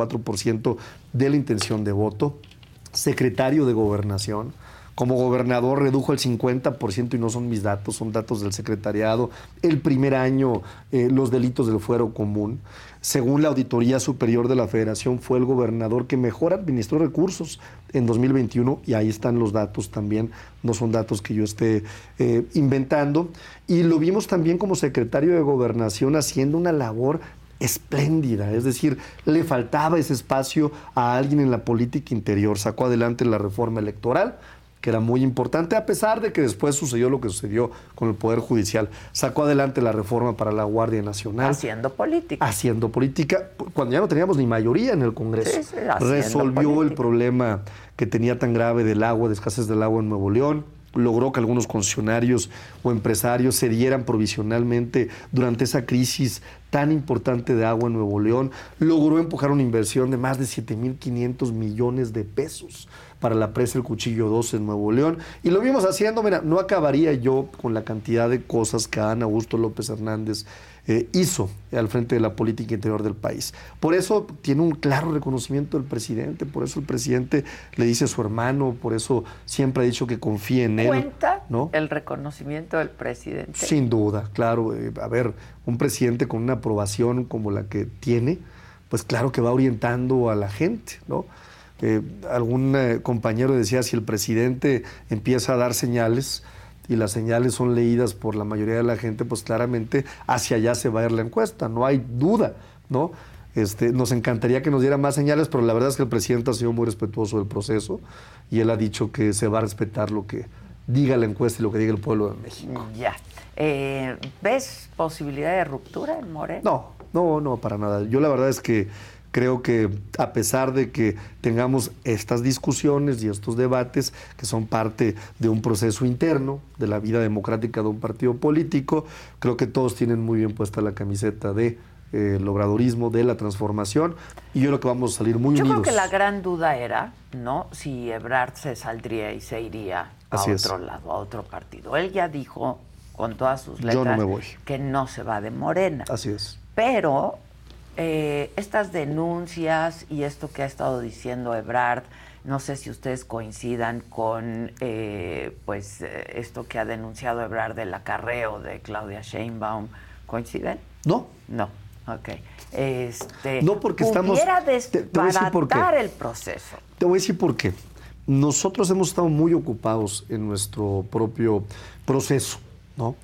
64% de la intención de voto. Secretario de Gobernación. Como gobernador redujo el 50%, y no son mis datos, son datos del secretariado. El primer año, los delitos del fuero común. Según la Auditoría Superior de la Federación, fue el gobernador que mejor administró recursos en 2021, y ahí están los datos también, no son datos que yo esté inventando. Y lo vimos también como secretario de Gobernación haciendo una labor espléndida, es decir, le faltaba ese espacio a alguien en la política interior. Sacó adelante la reforma electoral, que era muy importante, a pesar de que después sucedió lo que sucedió con el Poder Judicial. Sacó adelante la reforma para la Guardia Nacional. Haciendo política. Haciendo política, cuando ya no teníamos ni mayoría en el Congreso. Sí, resolvió política. El problema que tenía tan grave del agua, de escasez del agua en Nuevo León. Logró que algunos concesionarios o empresarios cedieran provisionalmente durante esa crisis tan importante de agua en Nuevo León. Logró empujar una inversión de más de 7,500 millones de pesos para la presa El Cuchillo 2 en Nuevo León. Y lo vimos haciendo, mira, no acabaría yo con la cantidad de cosas que Adán Augusto López Hernández hizo al frente de la política interior del país. Por eso tiene un claro reconocimiento del presidente, por eso el presidente le dice a su hermano, por eso siempre ha dicho que confía en él. ¿Cuenta, ¿no?, el reconocimiento del presidente? Sin duda, claro. A ver, un presidente con una aprobación como la que tiene, pues claro que va orientando a la gente, ¿no? Algún compañero decía, si el presidente empieza a dar señales y las señales son leídas por la mayoría de la gente, pues claramente hacia allá se va a ir la encuesta, no hay duda, ¿no? Nos encantaría que nos diera más señales, pero la verdad es que el presidente ha sido muy respetuoso del proceso y él ha dicho que se va a respetar lo que diga la encuesta y lo que diga el pueblo de México. Ya. ¿Ves posibilidad de ruptura en Morena? No, para nada. Yo la verdad es que creo que a pesar de que tengamos estas discusiones y estos debates que son parte de un proceso interno de la vida democrática de un partido político, creo que todos tienen muy bien puesta la camiseta de el obradorismo, de la transformación, y yo creo que vamos a salir muy unidos. Yo creo que la gran duda era, ¿no?, si Ebrard se saldría y se iría a otro lado, a otro partido. Él ya dijo con todas sus letras yo no me voy, que no se va de Morena. Así es. Pero estas denuncias y esto que ha estado diciendo Ebrard, No sé si ustedes coincidan con esto que ha denunciado Ebrard del acarreo de Claudia Sheinbaum. ¿Coinciden? No. No, ok. No, porque pudiera desbaratar el proceso. Te voy a decir por qué. Nosotros hemos estado muy ocupados en nuestro propio proceso, ¿no?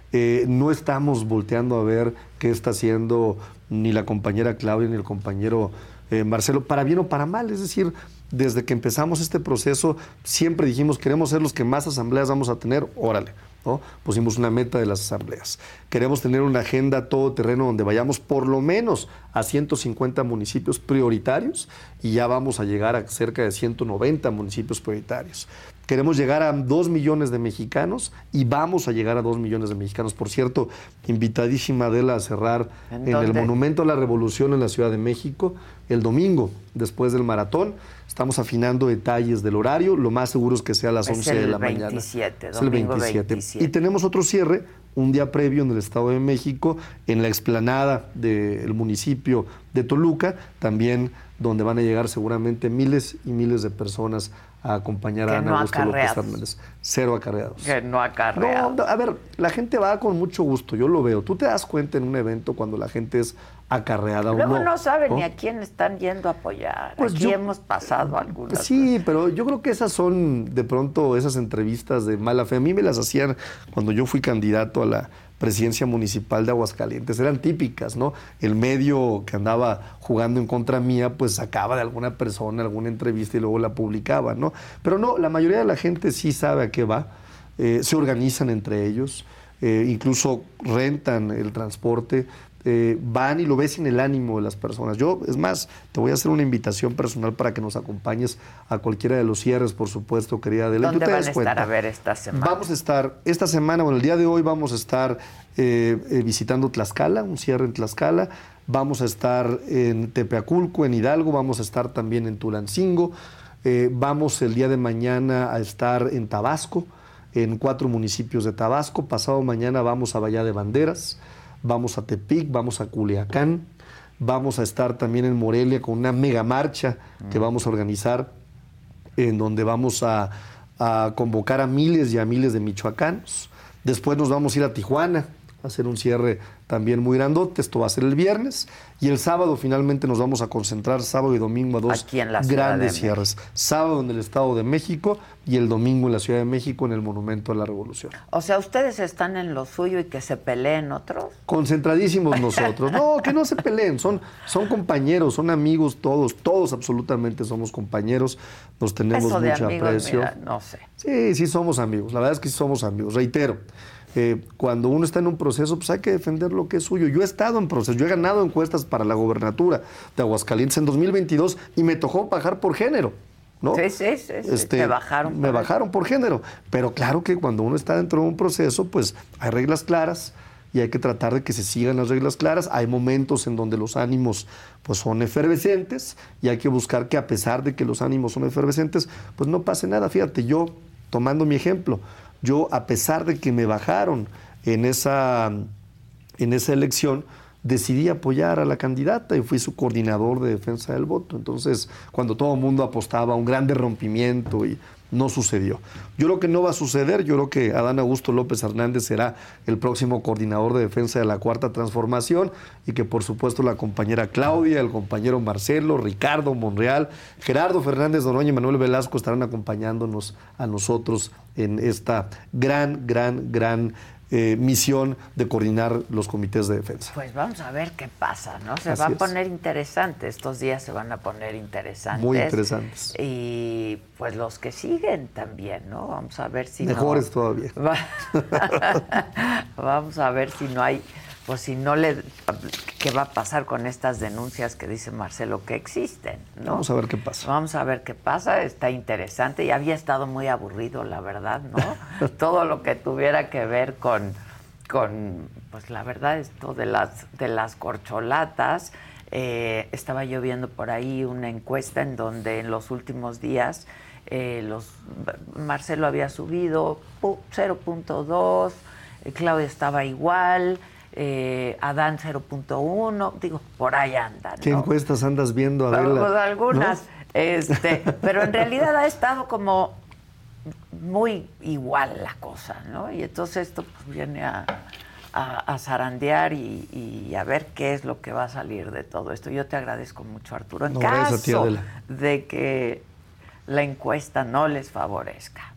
No estamos volteando a ver qué está haciendo ni la compañera Claudia ni el compañero Marcelo, para bien o para mal. Es decir, desde que empezamos este proceso siempre dijimos queremos ser los que más asambleas vamos a tener, órale, ¿no? Pusimos una meta de las asambleas. Queremos tener una agenda todoterreno donde vayamos por lo menos a 150 municipios prioritarios y ya vamos a llegar a cerca de 190 municipios prioritarios. Queremos llegar a 2 millones de mexicanos y vamos a llegar a 2 millones de mexicanos. Por cierto, invitadísima Adela a cerrar en el Monumento a la Revolución en la Ciudad de México el domingo, después del maratón. Estamos afinando detalles del horario. Lo más seguro es que sea a las 11 de la mañana. Es el 27. Y tenemos otro cierre un día previo en el Estado de México, en la explanada del municipio de Toluca, también donde van a llegar seguramente miles y miles de personas a acompañar a Ana Augusto López Hernández. 0 acarreados. Que no acarreados. No, a ver, la gente va con mucho gusto, yo lo veo. Tú te das cuenta en un evento cuando la gente es acarreada Luego o no. no saben ni a quién están yendo a apoyar. Pues aquí hemos pasado algunas. Sí, pero yo creo que esas son de pronto esas entrevistas de mala fe. A mí me las hacían cuando yo fui candidato a la presidencia municipal de Aguascalientes, eran típicas, ¿no? El medio que andaba jugando en contra mía, pues sacaba de alguna persona alguna entrevista y luego la publicaba, ¿no? Pero no, la mayoría de la gente sí sabe a qué va, se organizan entre ellos, incluso rentan el transporte, van y lo ves en el ánimo de las personas. Yo, es más, te voy a hacer una invitación personal para que nos acompañes a cualquiera de los cierres, por supuesto, querida Adela. ¿Dónde van a estar a ver esta semana? Vamos a estar, esta semana, bueno, el día de hoy vamos a estar visitando Tlaxcala, un cierre en Tlaxcala. Vamos a estar en Tepeaculco, en Hidalgo, vamos a estar también en Tulancingo. Vamos el día de mañana a estar en Tabasco, en 4 municipios de Tabasco. Pasado mañana vamos a Bahía de Banderas. Vamos a Tepic, vamos a Culiacán, vamos a estar también en Morelia con una mega marcha que vamos a organizar, en donde vamos a convocar a miles y a miles de michoacanos. Después nos vamos a ir a Tijuana a hacer un cierre también muy grandote. Esto va a ser el viernes. Y el sábado finalmente nos vamos a concentrar, sábado y domingo, a 2 grandes cierres. Sábado en el Estado de México y el domingo en la Ciudad de México en el Monumento a la Revolución. O sea, ¿ustedes están en lo suyo y que se peleen otros? Concentradísimos nosotros. No, que no se peleen. Son compañeros, son amigos todos absolutamente somos compañeros. Nos tenemos eso de mucha amigos, aprecio. mira, no sé. Sí somos amigos. La verdad es que sí somos amigos. Reitero. Cuando uno está en un proceso, pues hay que defender lo que es suyo. Yo he estado en proceso, yo he ganado encuestas para la gobernatura de Aguascalientes en 2022 y me tocó bajar por género, ¿no? Sí. Te bajaron. Me bajaron por género. Pero claro que cuando uno está dentro de un proceso, pues hay reglas claras y hay que tratar de que se sigan las reglas claras. Hay momentos en donde los ánimos pues son efervescentes y hay que buscar que a pesar de que los ánimos son efervescentes, pues no pase nada. Fíjate, yo, tomando mi ejemplo, yo, a pesar de que me bajaron en esa elección, decidí apoyar a la candidata y fui su coordinador de defensa del voto. Entonces, cuando todo el mundo apostaba a un gran rompimiento y no sucedió. Yo creo que no va a suceder. Yo creo que Adán Augusto López Hernández será el próximo coordinador de defensa de la Cuarta Transformación y que, por supuesto, la compañera Claudia, el compañero Marcelo, Ricardo Monreal, Gerardo Fernández Noroña y Manuel Velasco estarán acompañándonos a nosotros en esta gran misión de coordinar los comités de defensa. Pues vamos a ver qué pasa, ¿no? Se va a poner interesante. Estos días se van a poner interesantes. Muy interesantes. Y pues los que siguen también, ¿no? Vamos a ver si mejores todavía. Vamos a ver si no hay, pues si no qué va a pasar con estas denuncias que dice Marcelo que existen, ¿no? Vamos a ver qué pasa. Vamos a ver qué pasa. Está interesante y había estado muy aburrido, la verdad, ¿no? Todo lo que tuviera que ver con pues la verdad, esto de las corcholatas. Estaba yo viendo por ahí una encuesta en donde en los últimos días Marcelo había subido 0.2, Claudia estaba igual, Adán 0.1, digo, por ahí andan, ¿no? ¿Qué encuestas andas viendo? A ver, algunas, Pero en realidad ha estado como muy igual la cosa, ¿no? Y entonces esto pues, viene a zarandear y a ver qué es lo que va a salir de todo esto. Yo te agradezco mucho, Arturo. En caso de que la encuesta no les favorezca,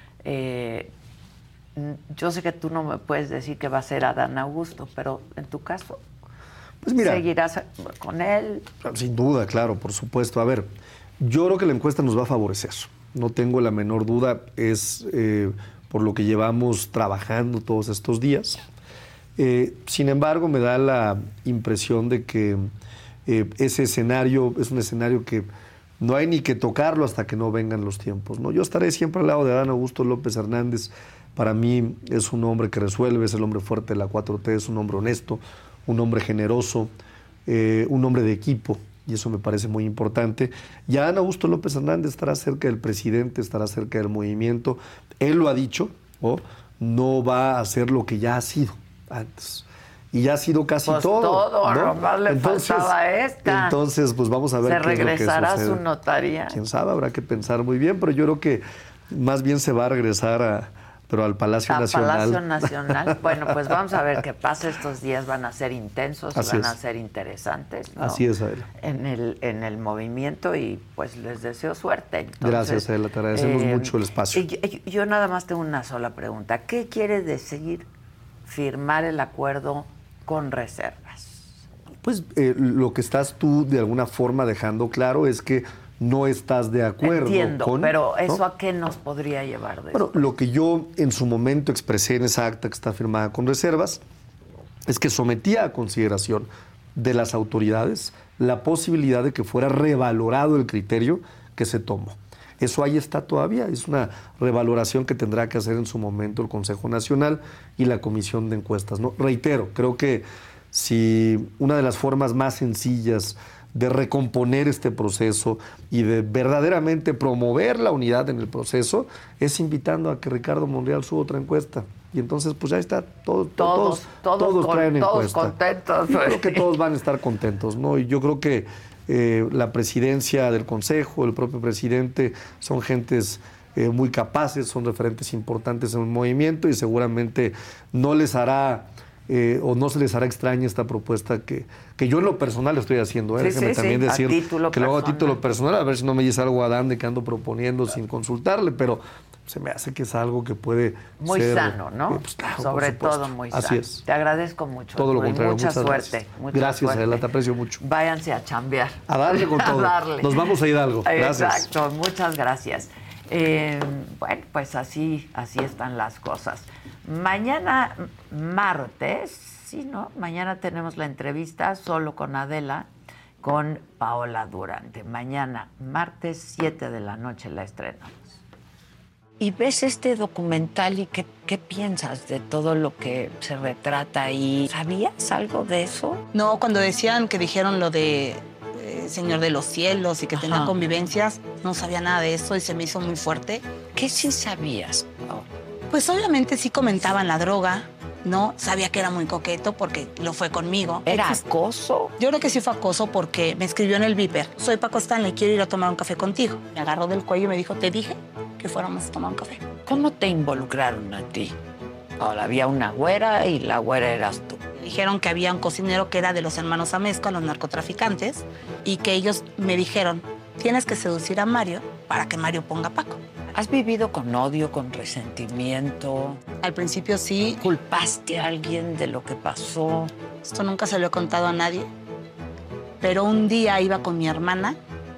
yo sé que tú no me puedes decir que va a ser Adán Augusto, pero en tu caso, pues mira, ¿seguirás con él? Sin duda, claro, por supuesto. A ver, yo creo que la encuesta nos va a favorecer. No tengo la menor duda. Es por lo que llevamos trabajando todos estos días. Sin embargo, me da la impresión de que ese escenario es un escenario que no hay ni que tocarlo hasta que no vengan los tiempos, ¿no? Yo estaré siempre al lado de Adán Augusto López Hernández. Para mí es un hombre que resuelve, es el hombre fuerte de la 4T, es un hombre honesto, un hombre generoso, un hombre de equipo, y eso me parece muy importante. Y Adán Augusto López Hernández estará cerca del presidente, estará cerca del movimiento. Él lo ha dicho, ¿no? No va a hacer lo que ya ha sido antes. Y ya ha sido casi pues todo, ¿no? Nomás le faltaba esta. Entonces, pues vamos a ver qué es lo que sucede. ¿Se regresará a su notaría? Quién sabe, habrá que pensar muy bien, pero yo creo que más bien se va a regresar al Palacio Nacional. Palacio Nacional. Bueno, pues vamos a ver qué pasa. Estos días van a ser intensos, a ser interesantes, ¿no? Así es, Adela. En el movimiento, y pues les deseo suerte. Entonces, gracias, Adela, te agradecemos mucho el espacio. Yo nada más tengo una sola pregunta. ¿Qué quiere decir firmar el acuerdo con reservas? Pues lo que estás tú de alguna forma dejando claro es que no estás de acuerdo. Entiendo, pero ¿eso, ¿no?, a qué nos podría llevar después? Bueno, lo que yo en su momento expresé en esa acta que está firmada con reservas es que sometía a consideración de las autoridades la posibilidad de que fuera revalorado el criterio que se tomó. Eso ahí está todavía, es una revaloración que tendrá que hacer en su momento el Consejo Nacional y la Comisión de Encuestas, ¿no? Reitero, creo que si una de las formas más sencillas de recomponer este proceso y de verdaderamente promover la unidad en el proceso es invitando a que Ricardo Monreal suba otra encuesta. Y entonces, pues ya está, todos traen encuesta. Todos contentos. Yo creo que todos van a estar contentos, ¿no? Y yo creo que la presidencia del Consejo, el propio presidente, son gentes muy capaces, son referentes importantes en el movimiento y seguramente no les hará o no se les hará extraña esta propuesta que yo en lo personal estoy haciendo. Déjeme también decir que lo hago a título personal, a ver si no me dice algo Adán de que ando proponiendo sin consultarle, pero se me hace que es algo que puede muy ser sano, ¿no? Pues claro, sobre todo muy sano. Así es. Te agradezco mucho. Todo lo contrario. Mucha suerte. Gracias, Adela, te aprecio mucho. Váyanse a chambear. A darle con todo. Nos vamos a ir a algo. Gracias. Exacto, muchas gracias. Bueno, pues así están las cosas. Mañana martes, sí, ¿no? Mañana tenemos la entrevista solo con Adela, con Paola Durante. Mañana, martes, 7 de la noche, la estrenamos. ¿Y ves este documental y qué piensas de todo lo que se retrata ahí? ¿Sabías algo de eso? No, cuando dijeron lo de Señor de los Cielos y que tenía convivencias, no sabía nada de eso y se me hizo muy fuerte. ¿Qué sí sabías? Pues obviamente sí comentaban la droga, ¿no? Sabía que era muy coqueto porque lo fue conmigo. ¿Era acoso? Yo creo que sí fue acoso porque me escribió en el Viper: soy Paco Stanley, quiero ir a tomar un café contigo. Me agarró del cuello y me dijo: te dije que fuéramos a tomar un café. ¿Cómo te involucraron a ti? Ahora, había una güera y la güera eras tú. Dijeron que había un cocinero que era de los hermanos Amezcua, los narcotraficantes, y que ellos me dijeron: tienes que seducir a Mario para que Mario ponga a Paco. ¿Has vivido con odio, con resentimiento? Al principio sí. ¿Culpaste a alguien de lo que pasó? Esto nunca se lo he contado a nadie, pero un día iba con mi hermana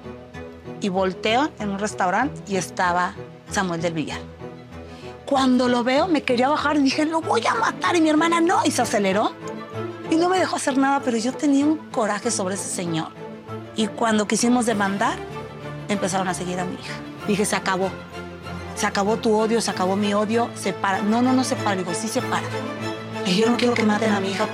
y volteo en un restaurante y estaba Samuel del Villar. Cuando lo veo, me quería bajar y dije: lo voy a matar, y mi hermana no, y se aceleró y no me dejó hacer nada, pero yo tenía un coraje sobre ese señor. Y cuando quisimos demandar, empezaron a seguir a mi hija. Dije: se acabó tu odio, se acabó mi odio, se para. No se para. Digo: sí se para. Y yo no quiero que maten a mi hija.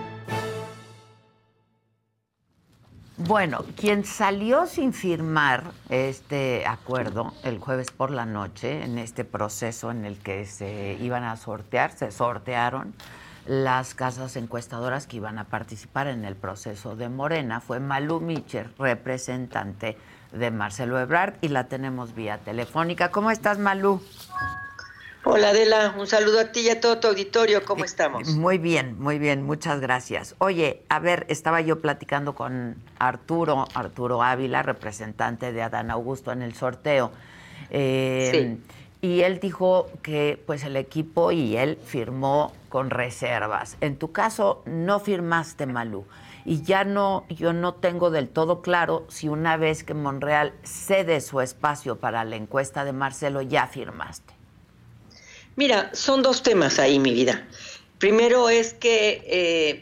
Bueno, quien salió sin firmar este acuerdo el jueves por la noche, en este proceso en el que se iban a sortear, se sortearon las casas encuestadoras que iban a participar en el proceso de Morena, fue Malú Micher, representante de Marcelo Ebrard y la tenemos vía telefónica. ¿Cómo estás, Malú? Hola, Adela, un saludo a ti y a todo tu auditorio. ¿Cómo estamos? Muy bien, muchas gracias. Oye, a ver, estaba yo platicando con Arturo Ávila, representante de Adán Augusto en el sorteo. Sí. Y él dijo que pues el equipo y él firmó con reservas. En tu caso no firmaste, Malú. Y yo no tengo del todo claro si una vez que Monreal cede su espacio para la encuesta de Marcelo ya firmaste. Mira, son dos temas ahí, mi vida. Primero es que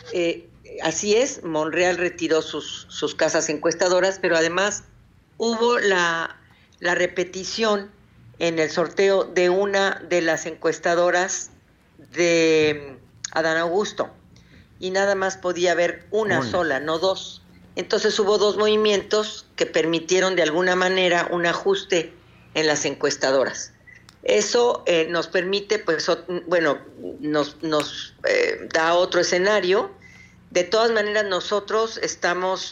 así es, Monreal retiró sus casas encuestadoras, pero además hubo la repetición en el sorteo de una de las encuestadoras de Adán Augusto, y nada más podía haber una sola, no dos. Entonces hubo dos movimientos que permitieron de alguna manera un ajuste en las encuestadoras. Eso nos permite, pues, bueno, nos da otro escenario. De todas maneras, nosotros estamos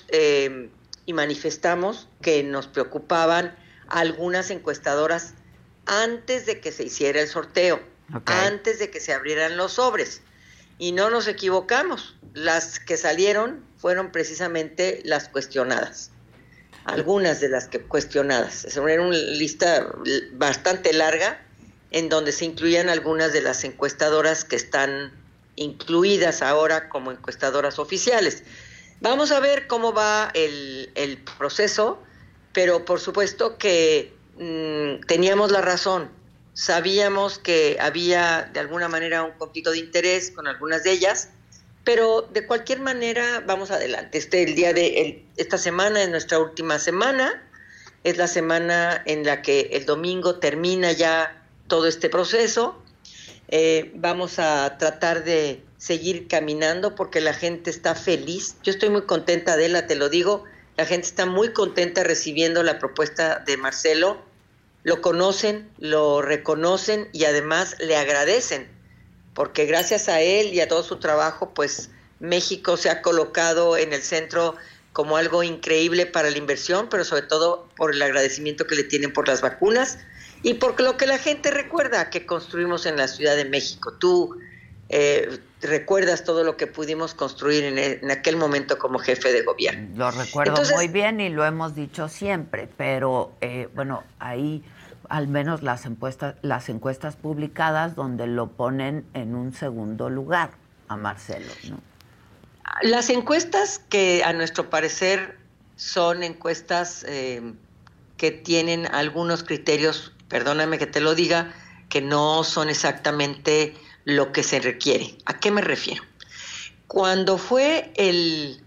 y manifestamos que nos preocupaban algunas encuestadoras antes de que se hiciera el sorteo, antes de que se abrieran los sobres. Y no nos equivocamos. Las que salieron fueron precisamente las cuestionadas. Algunas de las que cuestionadas. Era una lista bastante larga en donde se incluían algunas de las encuestadoras que están incluidas ahora como encuestadoras oficiales. Vamos a ver cómo va el proceso, pero por supuesto que teníamos la razón. Sabíamos que había de alguna manera un conflicto de interés con algunas de ellas, pero de cualquier manera vamos adelante. Esta semana es nuestra última semana, es la semana en la que el domingo termina ya todo este proceso. Vamos a tratar de seguir caminando porque la gente está feliz. Yo estoy muy contenta, Adela, te lo digo. La gente está muy contenta recibiendo la propuesta de Marcelo. Lo conocen, lo reconocen y además le agradecen, porque gracias a él y a todo su trabajo, pues México se ha colocado en el centro como algo increíble para la inversión, pero sobre todo por el agradecimiento que le tienen por las vacunas y por lo que la gente recuerda que construimos en la Ciudad de México. Tú recuerdas todo lo que pudimos construir en aquel momento como jefe de gobierno. Lo recuerdo muy bien y lo hemos dicho siempre, pero bueno, ahí al menos las encuestas publicadas donde lo ponen en un segundo lugar a Marcelo, ¿no? Las encuestas que a nuestro parecer son encuestas que tienen algunos criterios, perdóname que te lo diga, que no son exactamente lo que se requiere. ¿A qué me refiero? Cuando fue el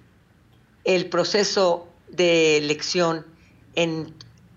proceso de elección en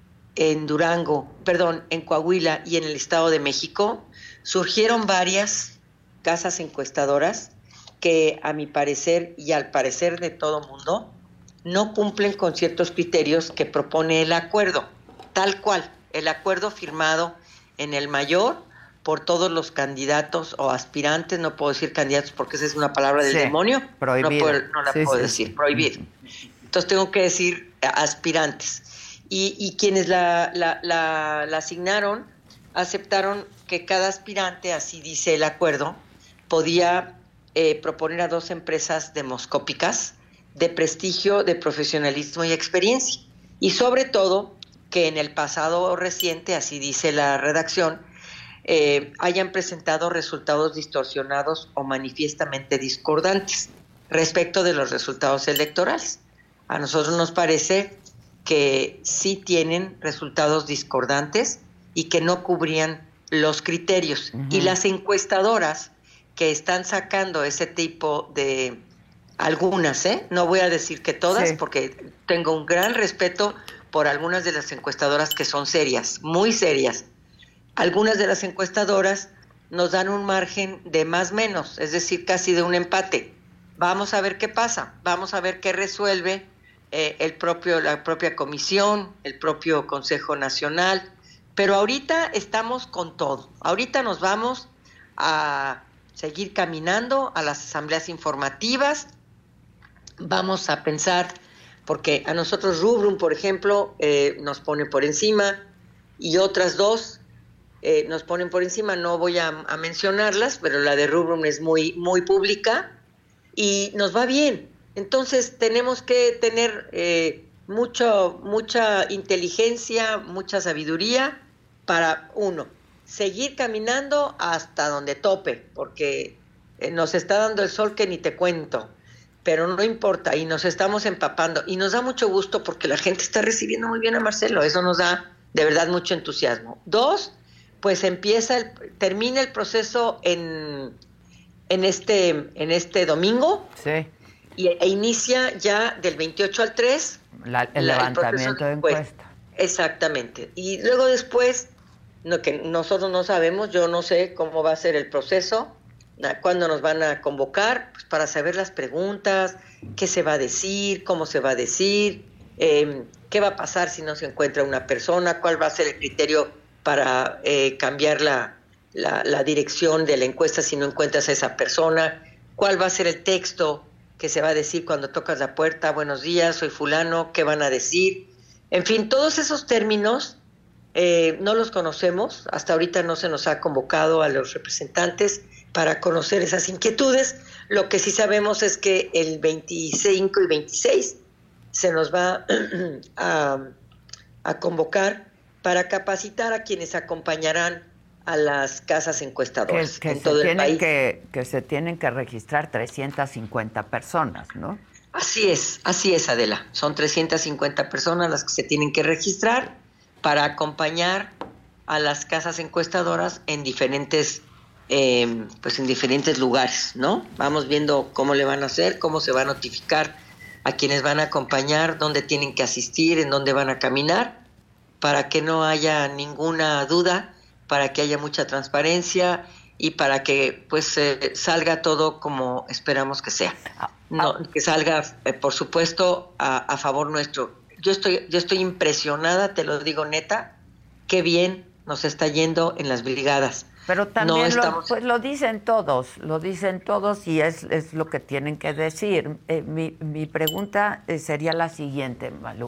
Coahuila y en el Estado de México, surgieron varias casas encuestadoras que a mi parecer y al parecer de todo mundo no cumplen con ciertos criterios que propone el acuerdo, tal cual, el acuerdo firmado en el Mayor por todos los candidatos o aspirantes, no puedo decir candidatos porque esa es una palabra del demonio, prohibido. No la puedo decir, prohibido. Entonces tengo que decir aspirantes. Y quienes la asignaron aceptaron que cada aspirante, así dice el acuerdo, podía proponer a 2 empresas demoscópicas de prestigio, de profesionalismo y experiencia. Y sobre todo, que en el pasado reciente, así dice la redacción, hayan presentado resultados distorsionados o manifiestamente discordantes respecto de los resultados electorales. A nosotros nos parece que sí tienen resultados discordantes y que no cubrían los criterios. Uh-huh. Y las encuestadoras que están sacando ese tipo de algunas, no voy a decir que todas, porque tengo un gran respeto por algunas de las encuestadoras que son serias, muy serias. Algunas de las encuestadoras nos dan un margen de más menos, es decir, casi de un empate. Vamos a ver qué pasa, vamos a ver qué resuelve la propia comisión, el propio Consejo Nacional, pero ahorita estamos con todo. Ahorita nos vamos a seguir caminando a las asambleas informativas, vamos a pensar porque a nosotros Rubrum, por ejemplo, nos pone por encima, y otras dos nos ponen por encima. No voy a mencionarlas, pero la de Rubrum es muy, muy pública y nos va bien. Entonces tenemos que tener mucha inteligencia, mucha sabiduría para, uno, seguir caminando hasta donde tope, porque nos está dando el sol que ni te cuento, pero no importa, y nos estamos empapando, y nos da mucho gusto porque la gente está recibiendo muy bien a Marcelo. Eso nos da de verdad mucho entusiasmo. Dos, pues termina el proceso en este domingo. Sí. E inicia ya del 28 al 3 el levantamiento de encuesta. Exactamente. Y luego después, que nosotros no sabemos, yo no sé cómo va a ser el proceso, cuándo nos van a convocar, pues para saber las preguntas, qué se va a decir, cómo se va a decir, qué va a pasar si no se encuentra una persona, cuál va a ser el criterio para cambiar la dirección de la encuesta si no encuentras a esa persona, cuál va a ser el texto que se va a decir cuando tocas la puerta, buenos días, soy fulano, ¿qué van a decir? En fin, todos esos términos no los conocemos, hasta ahorita no se nos ha convocado a los representantes para conocer esas inquietudes. Lo que sí sabemos es que el 25 y 26 se nos va a convocar para capacitar a quienes acompañarán a las casas encuestadoras en todo el país. Que se tienen que registrar 350 personas, ¿no? Así es, Adela. Son 350 personas las que se tienen que registrar para acompañar a las casas encuestadoras en diferentes lugares, ¿no? Vamos viendo cómo le van a hacer, cómo se va a notificar a quienes van a acompañar, dónde tienen que asistir, en dónde van a caminar, para que no haya ninguna duda, para que haya mucha transparencia y para que pues salga todo como esperamos que sea. Que salga, por supuesto, a favor nuestro. Yo estoy impresionada, te lo digo neta, qué bien nos está yendo en las brigadas. Pero también lo dicen todos y es lo que tienen que decir. Mi pregunta sería la siguiente, Malú.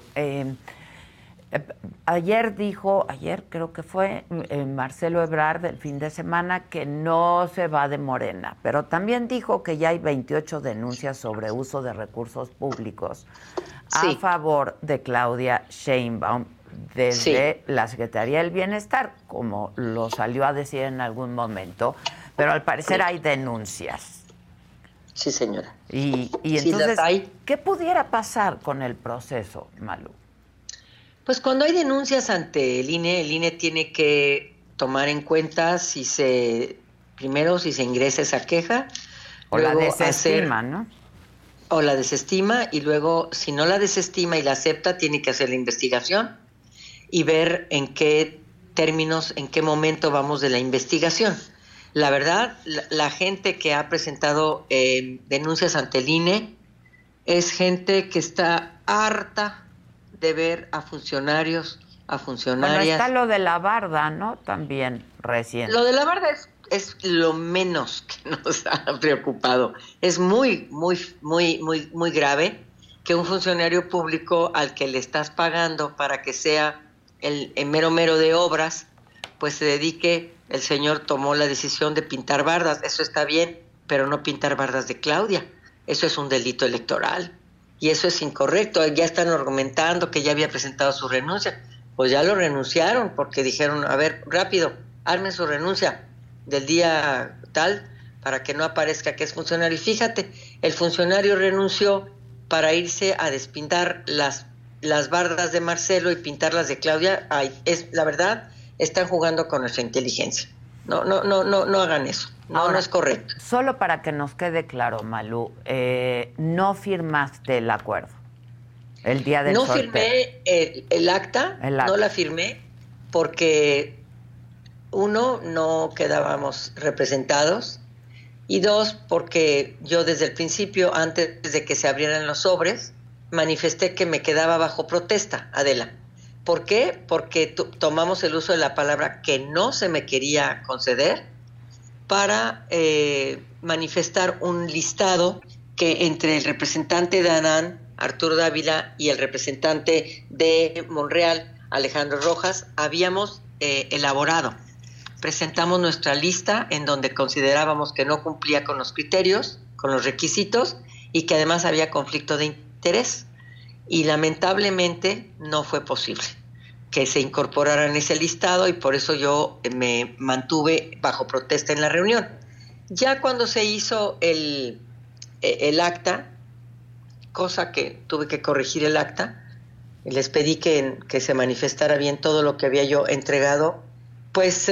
Ayer creo que fue Marcelo Ebrard del fin de semana que no se va de Morena, pero también dijo que ya hay 28 denuncias sobre uso de recursos públicos a favor de Claudia Sheinbaum desde la Secretaría del Bienestar, como lo salió a decir en algún momento, pero al parecer hay denuncias. Sí, señora. Y entonces, ¿qué pudiera pasar con el proceso, Malú? Pues cuando hay denuncias ante el INE tiene que tomar en cuenta primero si se ingresa esa queja, o la desestima, ¿no? O la desestima, y luego si no la desestima y la acepta, tiene que hacer la investigación y ver en qué términos, en qué momento vamos de la investigación. La verdad, la gente que ha presentado denuncias ante el INE es gente que está harta de ver a funcionarios, a funcionarias. Bueno, está lo de la barda, ¿no? También recién. Lo de la barda es lo menos que nos ha preocupado. Es muy, muy, muy, muy, muy grave que un funcionario público al que le estás pagando para que sea el mero de obras, pues se dedique. El señor tomó la decisión de pintar bardas. Eso está bien, pero no pintar bardas de Claudia. Eso es un delito electoral. Y eso es incorrecto. Ya están argumentando que ya había presentado su renuncia. Pues ya lo renunciaron porque dijeron, a ver, rápido, armen su renuncia del día tal para que no aparezca que es funcionario. Y fíjate, el funcionario renunció para irse a despintar las bardas de Marcelo y pintarlas de Claudia. La verdad, están jugando con nuestra inteligencia. No hagan eso. No es correcto. Solo para que nos quede claro, Malú, no firmaste el acuerdo el día del sorteo. No firmé el acta, no la firmé porque, uno, no quedábamos representados, y dos, porque yo desde el principio, antes de que se abrieran los sobres, manifesté que me quedaba bajo protesta, Adela. ¿Por qué? Porque tomamos el uso de la palabra que no se me quería conceder para manifestar un listado que entre el representante de Adán Arturo Dávila, y el representante de Monreal, Alejandro Rojas, habíamos elaborado. Presentamos nuestra lista en donde considerábamos que no cumplía con los criterios, con los requisitos, y que además había conflicto de interés. Y lamentablemente no fue posible que se incorporara en ese listado, y por eso yo me mantuve bajo protesta en la reunión. Ya cuando se hizo el acta, cosa que tuve que corregir el acta, les pedí que se manifestara bien todo lo que había yo entregado, pues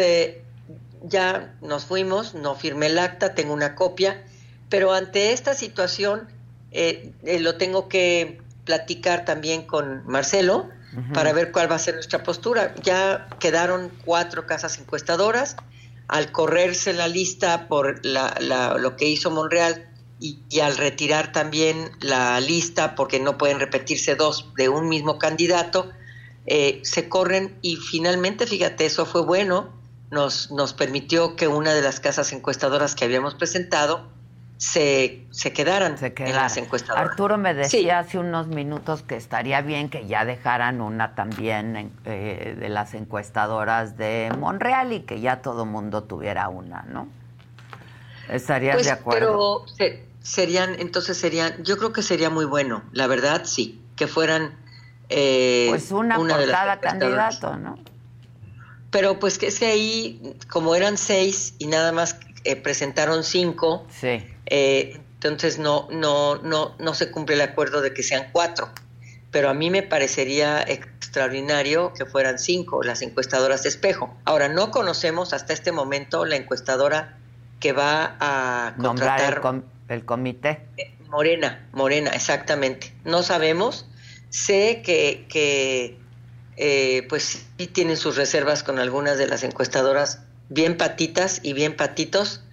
ya nos fuimos, no firmé el acta, tengo una copia, pero ante esta situación lo tengo que platicar también con Marcelo para ver cuál va a ser nuestra postura. Ya quedaron 4 casas encuestadoras. Al correrse la lista por lo que hizo Monreal y al retirar también la lista, porque no pueden repetirse 2 de un mismo candidato, se corren, y finalmente, fíjate, eso fue bueno, nos permitió que una de las casas encuestadoras que habíamos presentado se quedaran en las encuestadoras. Arturo me decía hace unos minutos que estaría bien que ya dejaran una también de las encuestadoras de Monreal, y que ya todo mundo tuviera una, ¿no? ¿Estarías de acuerdo? Pero serían, yo creo que sería muy bueno, la verdad, sí, que fueran pues una por cada candidato, ¿no? Pero pues que es que ahí, como eran 6 y nada más presentaron 5, sí. Entonces no se cumple el acuerdo de que sean 4, pero a mí me parecería extraordinario que fueran 5 las encuestadoras de espejo. Ahora, no conocemos hasta este momento la encuestadora que va a contratar el comité. Morena, exactamente. No sabemos. Sé que pues sí tienen sus reservas con algunas de las encuestadoras bien patitas y bien patitos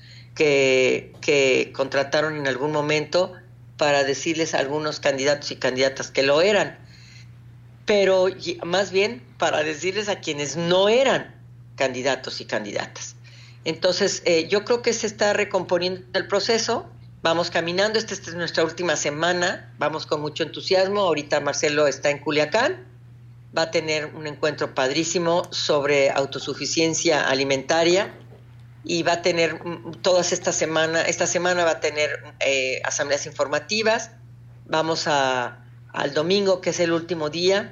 que contrataron en algún momento para decirles a algunos candidatos y candidatas que lo eran, pero más bien para decirles a quienes no eran candidatos y candidatas. Entonces, yo creo que se está recomponiendo el proceso, vamos caminando, esta es nuestra última semana, vamos con mucho entusiasmo. Ahorita Marcelo está en Culiacán, va a tener un encuentro padrísimo sobre autosuficiencia alimentaria, y va a tener esta semana va a tener asambleas informativas. Vamos al domingo, que es el último día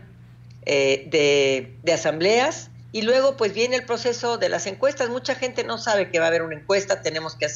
de asambleas, y luego pues viene el proceso de las encuestas. Mucha gente no sabe que va a haber una encuesta, tenemos que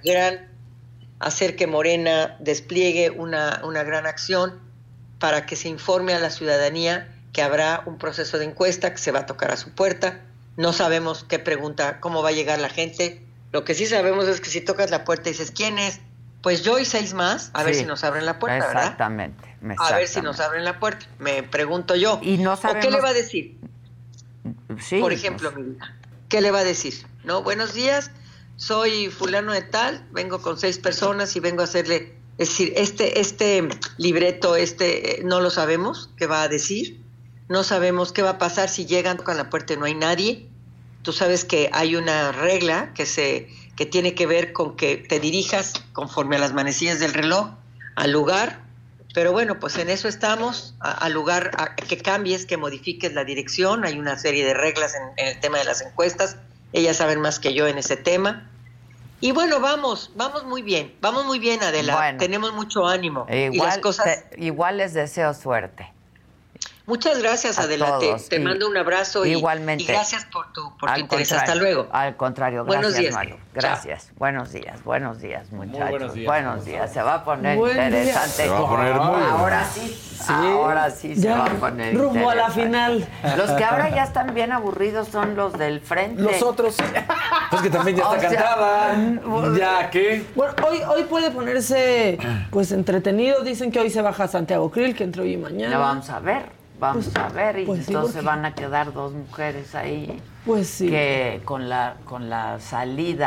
hacer que Morena despliegue una gran acción para que se informe a la ciudadanía que habrá un proceso de encuesta, que se va a tocar a su puerta. No sabemos qué pregunta, cómo va a llegar la gente. Lo que sí sabemos es que si tocas la puerta y dices, ¿quién es? Pues yo y 6 más, a ver si nos abren la puerta, exactamente, ¿verdad? A ver si nos abren la puerta, me pregunto yo. Y no sabemos... ¿O qué le va a decir? Sí, por ejemplo, mi vida, ¿qué le va a decir? No, buenos días, soy fulano de tal, vengo con 6 personas y vengo a hacerle... Es decir, este libreto, no lo sabemos qué va a decir. No sabemos qué va a pasar si llegan, tocan la puerta y no hay nadie. Tú sabes que hay una regla que tiene que ver con que te dirijas conforme a las manecillas del reloj al lugar, pero bueno, pues en eso estamos, al lugar, a que cambies, que modifiques la dirección. Hay una serie de reglas en el tema de las encuestas, ellas saben más que yo en ese tema. Y bueno, vamos muy bien, Adela, bueno, tenemos mucho ánimo. Y las cosas... igual les deseo suerte. Muchas gracias, Adela. Te mando un abrazo igualmente. Y gracias por tu interés. Hasta luego. Al contrario, gracias, buenos días. Malu. Gracias. Chao. Buenos días, muchachos. Buenos días. Se va a poner interesante. Se va a poner muy Ahora sí se va a poner rumbo a la final. Los que ahora ya están bien aburridos son los del frente. Los otros. Pues que también ya está cantada. ¿Ya qué? Bueno, hoy puede ponerse pues entretenido. Dicen que hoy se baja Santiago Krill, que entre hoy y mañana. Ya vamos a ver. Y entonces van a quedar 2 mujeres ahí. Pues sí. Que con la salida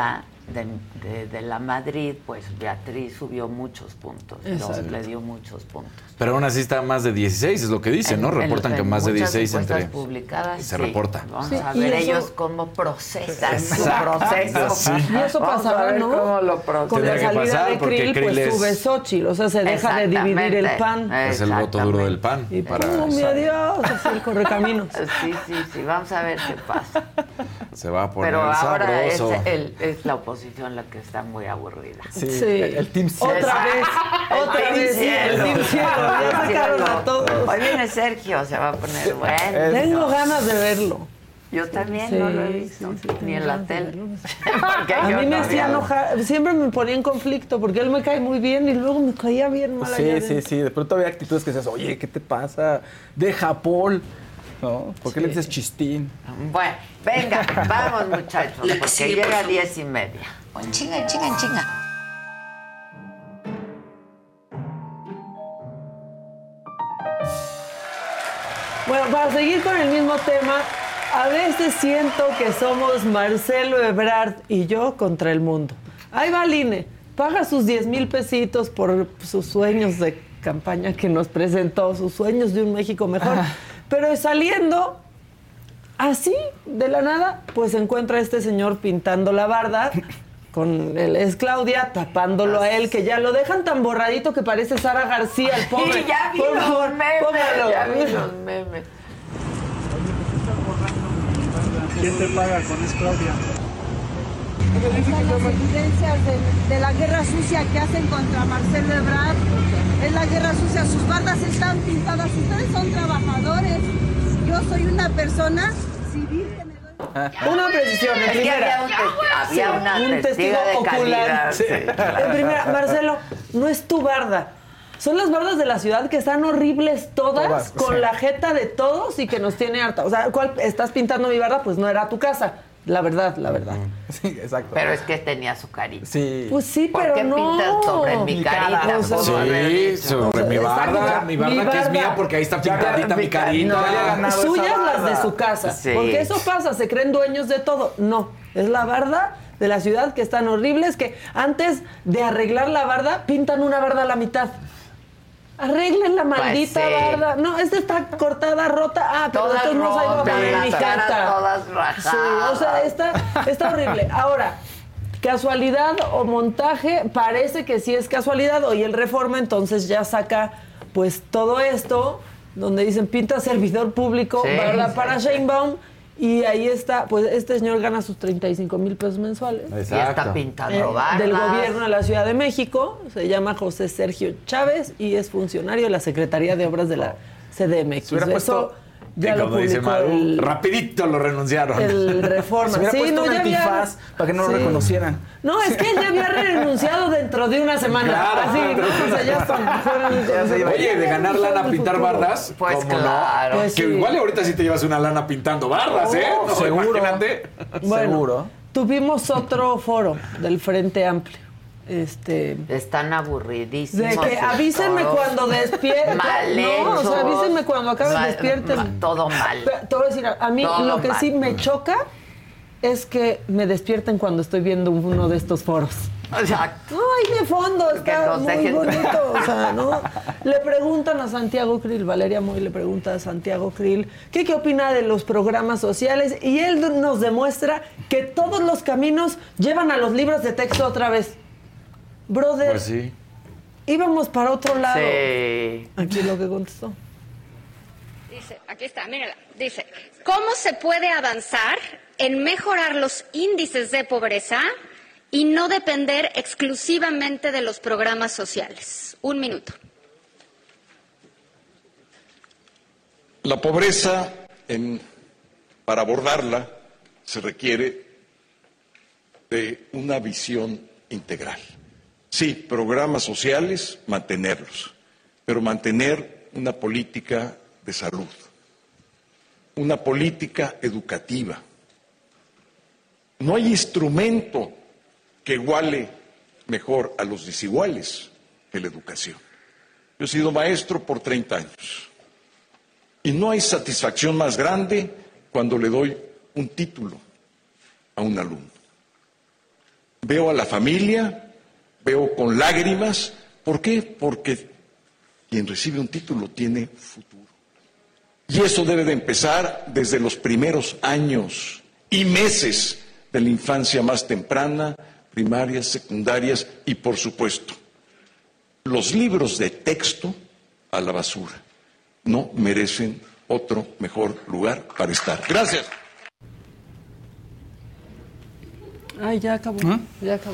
de la Madrid, pues Beatriz subió muchos puntos, ¿no? Le dio muchos puntos. Pero aún así está más de 16, es lo que dicen, ¿no? Reportan que más de 16 entre... publicadas, se reporta. Vamos a ver ellos cómo procesan su proceso. Sí. Y eso pasaba, ¿no? Cómo lo procesan. Con la salida de Krill, pues sube Xochitl, o sea, se deja de dividir el PAN. Es el voto duro del PAN. Y ¡pum! Adiós, así el correcaminos. Sí, vamos a ver qué pasa. Se va a poner Pero ahora sabroso. es la oposición la que está muy aburrida. Sí. El Team Cielo. Otra vez, el Team Cielo. Ya sacaron a todos. Hoy viene Sergio, se va a poner bueno. Tengo ganas de verlo. Yo también no lo he visto, ni en la tele. A mí me hacía enojar, siempre me ponía en conflicto, porque él me cae muy bien y luego me caía bien mal. Sí, de pronto había actitudes que decías, oye, ¿qué te pasa? Deja Paul, ¿no? ¿Por qué le dices chistín? Bueno, venga, vamos muchachos, porque llega a 10:30. Chinga. Bueno, para seguir con el mismo tema, a veces siento que somos Marcelo Ebrard y yo contra el mundo. Ahí va el INE, paga sus 10,000 pesitos por sus sueños de campaña que nos presentó, sus sueños de un México mejor. Pero saliendo así, de la nada, pues encuentra a este señor pintando la barda con el es Claudia tapándolo a él, que ya lo dejan tan borradito que parece Sara García, el pobre. Sí, ya vi Por los favor, memes, póngalo. ya vi los memes. ¿Quién te paga con es Claudia? Las evidencias de la guerra sucia que hacen contra Marcelo Ebrard. Es la guerra sucia, sus bardas están pintadas. Ustedes son trabajadores. Yo soy una persona civil que me doy... Una precisión, en primera. Había una testigo de ocular. calidad. Sí. En primera, Marcelo, no es tu barda. Son las bardas de la ciudad que están horribles todas con la jeta de todos y que nos tiene harta. O sea, ¿cuál estás pintando mi barda? Pues no era tu casa. La verdad. Sí, exacto. Pero es que tenía su carita. Sí. Pues sí, pero ¿Por qué pintas sobre mi carita? O sea, Sí, sobre mi barda, mi barda que es mía porque ahí está pintadita mi carita. Suyas las de su casa. Sí. Porque eso pasa, se creen dueños de todo. No, es la barda de la ciudad que están horribles, que antes de arreglar la barda, pintan una barda a la mitad. Arreglen la maldita barda. No, esta está cortada, rota. Ah, pero todas entonces no salgo a poner mi carta. Todas rajadas. Sí, o sea, está horrible. Ahora, casualidad o montaje, parece que sí es casualidad. Hoy el Reforma entonces ya saca pues todo esto, donde dicen pinta servidor público, ¿verdad? Para Sheinbaum. Y ahí está, pues este señor gana sus 35,000 pesos mensuales. Exacto. Y está pintando bardas. Del gobierno de la Ciudad de México, se llama José Sergio Chávez y es funcionario de la Secretaría de Obras de la CDMX. Eso ya lo publicó rapidito lo renunciaron. El Reforma. Sí, no, ya había... para que no lo reconocieran. No, es que él ya había renunciado dentro de una semana. Claro. Así, ¿no? O sea, ya están. Oye, de ganar lana a pintar bardas, pues ¿cómo claro. no? Pues que sí. igual ahorita sí te llevas una lana pintando bardas, ¿eh? No, seguro. Imagínate. Bueno, seguro. Tuvimos otro foro del Frente Amplio. Están aburridísimos. De que avísenme cuando despierten. Mal hechos. No, o sea, avísenme cuando acaben despierten. Todo mal. Te voy a decir, a mí todo lo que mal. sí me choca es que me despierten cuando estoy viendo uno de estos foros. Exacto. No, ahí de fondo está nos muy dejen bonito. O sea, ¿no? Le preguntan a Santiago Krill, Valeria Moy le pregunta a Santiago Krill qué opina de los programas sociales y él nos demuestra que todos los caminos llevan a los libros de texto otra vez. Brother, Pues sí. íbamos para otro lado. Sí. Aquí lo que contestó. Dice, aquí está, mírala. Dice, ¿cómo se puede avanzar en mejorar los índices de pobreza y no depender exclusivamente de los programas sociales? 1 minuto. La pobreza, para abordarla, se requiere de una visión integral. Sí, programas sociales, mantenerlos, pero mantener una política de salud, una política educativa. No hay instrumento que iguale mejor a los desiguales que la educación. Yo he sido maestro por 30 años y no hay satisfacción más grande cuando le doy un título a un alumno. Veo a la familia, veo con lágrimas. ¿Por qué? Porque quien recibe un título tiene futuro. Y eso debe de empezar desde los primeros años y meses de la infancia más temprana, primarias, secundarias y, por supuesto, los libros de texto a la basura. No merecen otro mejor lugar para estar. Gracias. Ay, ya acabó. Ya acabó.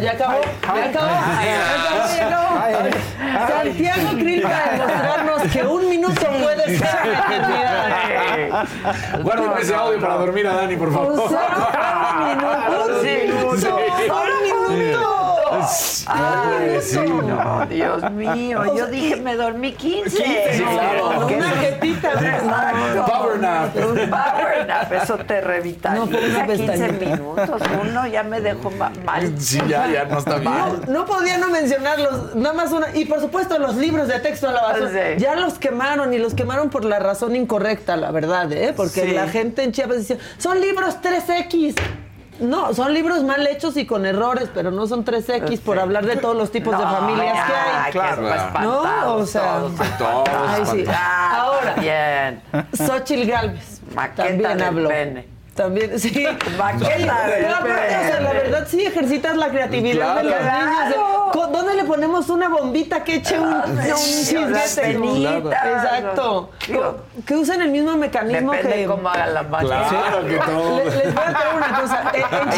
Santiago Krill para demostrarnos que un minuto puede ser una eternidad. Guárdame ese audio para dormir a Dani, por favor. Un minuto. Ay, sí, no, Dios mío, yo dije me dormí 15. Sí, claro. Una jetita. Power nap. Un power nap, eso te revitaliza. No, fue una 15 pestaña. minutos, uno ya me dejó mal. Sí, ya no está bien. No podía no mencionarlos, nada más una. Y por supuesto los libros de texto a la basura. Sí. Ya los quemaron y los quemaron por la razón incorrecta, la verdad, ¿eh? Porque Sí. la gente en Chiapas decía, son libros 3X. No, son libros mal hechos y con errores, pero no son 3X por hablar de todos los tipos de familias que hay. Claro, ¿no? O sea, ay, sí. Ahora, bien. Xóchitl Gálvez Maqueta también del habló. pene. También, sí. Maqueta del No, pero, o sea, la verdad sí ejercitas la creatividad de los niños. ¿Dónde le ponemos una bombita que eche un chisguete? Exacto. Que usen el mismo mecanismo Depende que... cómo haga la máquina. Claro que todo. Les voy a traer una cosa.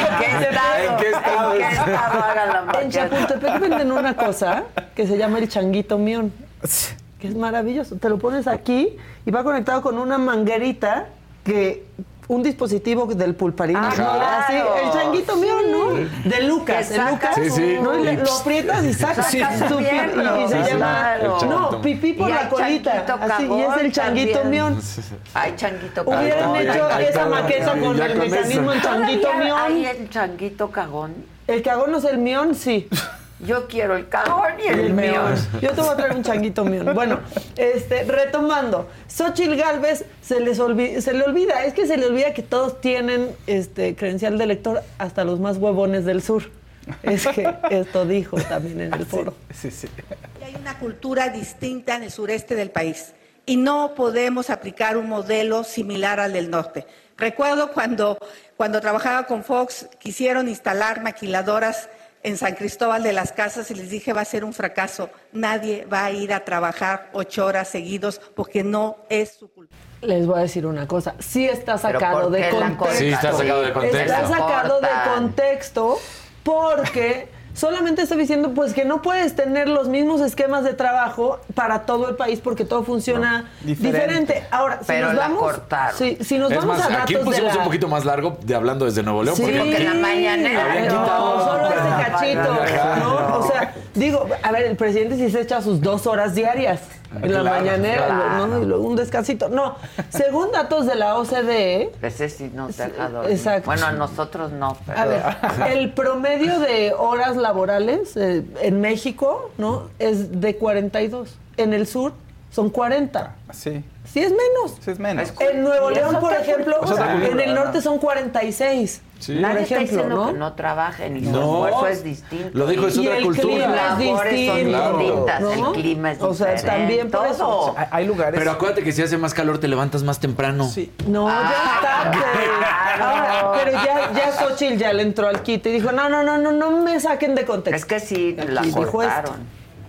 ¿En qué estado haga la máquina? En Chapultepec venden una cosa que se llama el changuito mión, que es maravilloso. Te lo pones aquí y va conectado con una manguerita que... Un dispositivo del pulparino. Claro. Así, el changuito mión, ¿no? De Lucas. Que El Lucas. Sí. ¿no? Y lo aprietas y sacas su miembro. y se llama... Claro. No, pipí por Y la hay colita. changuito Así, y es cagón el changuito también. mión. Hay changuito cagón. Hubieran hecho ahí esa está, maqueta sí, con ya el con mecanismo eso. en changuito mión. ¿Hay el changuito cagón? El cagón no es el mión, sí. Yo quiero el cagón y el mión. Yo te voy a traer un changuito mión. Bueno, retomando. Xóchitl Gálvez se le olvida, es que se le olvida que todos tienen credencial de elector, hasta los más huevones del sur. Es que esto dijo también en el foro. Sí. Hay una cultura distinta en el sureste del país y no podemos aplicar un modelo similar al del norte. Recuerdo cuando trabajaba con Fox, quisieron instalar maquiladoras en San Cristóbal de las Casas y les dije va a ser un fracaso. Nadie va a ir a trabajar 8 horas seguidos porque no es su culpa. Les voy a decir una cosa, sí está sacado de contexto. Sí, está sacado de contexto. Está sacado de contexto porque solamente estoy diciendo pues que no puedes tener los mismos esquemas de trabajo para todo el país porque todo funciona diferente. Ahora, si pero nos la vamos, cortaron. si nos vamos a datos aquí pusimos un poquito más largo de hablando desde Nuevo León. Sí, porque en la mañanera. habían quitado. No, solo ese cachito, ¿no? O sea, digo, a ver, el presidente sí se echa sus 2 horas diarias en la mañanera, claro. ¿no? Y luego un descansito. No, según datos de la OCDE... Ese sí nos deja dormir. Exacto. Bueno, a nosotros no. Pero... A ver, el promedio de horas laborales en México, ¿no? Es de 42. En el sur son 40. Sí. Sí es menos. Sí es menos. En Nuevo León, por ejemplo, O sea, en el norte son 46. Sí. Nadie por está ejemplo, diciendo ¿no? que no trabajen y su No. esfuerzo es distinto. Lo dijo, es Y otra el cultura. clima Las es labores son distinto, distintas, ¿no? el clima es O sea, diferente. también por eso. todo. Hay lugares. Pero acuérdate que si hace más calor te levantas más temprano. Sí. No, ya está. Ahora, pero ya Xóchitl ya le entró al quite y dijo, no me saquen de contexto. Es que sí, la dijo esto. cortaron.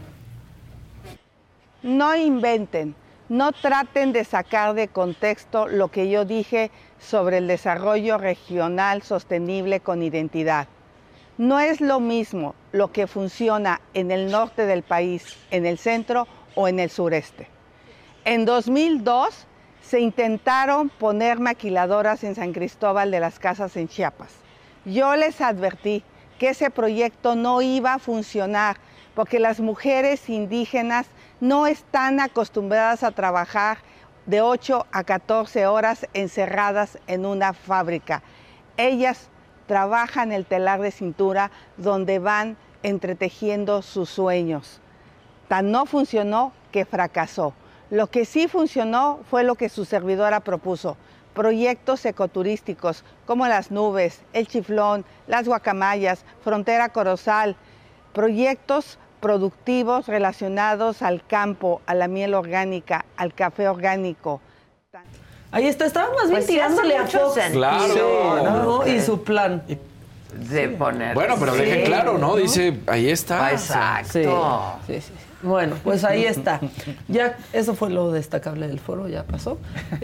No inventen, no traten de sacar de contexto lo que yo dije sobre el desarrollo regional sostenible con identidad. No es lo mismo lo que funciona en el norte del país, en el centro o en el sureste. En 2002 se intentaron poner maquiladoras en San Cristóbal de las Casas en Chiapas. Yo les advertí que ese proyecto no iba a funcionar porque las mujeres indígenas no están acostumbradas a trabajar de 8 a 14 horas encerradas en una fábrica. Ellas trabajan el telar de cintura donde van entretejiendo sus sueños. Tan no funcionó que fracasó. Lo que sí funcionó fue lo que su servidora propuso, proyectos ecoturísticos como Las Nubes, El Chiflón, Las Guacamayas, Frontera Corozal, proyectos productivos relacionados al campo, a la miel orgánica, al café orgánico. Ahí está, estaba más bien Pues sí, tirándole hace a mucho Fox. sentido. Claro. ¿no? Y su plan. De poner. Bueno, pero dejen claro, ¿no? Dice, ahí está. Exacto. Sí. Bueno, pues ahí está. Ya, eso fue lo destacable del foro, ya pasó.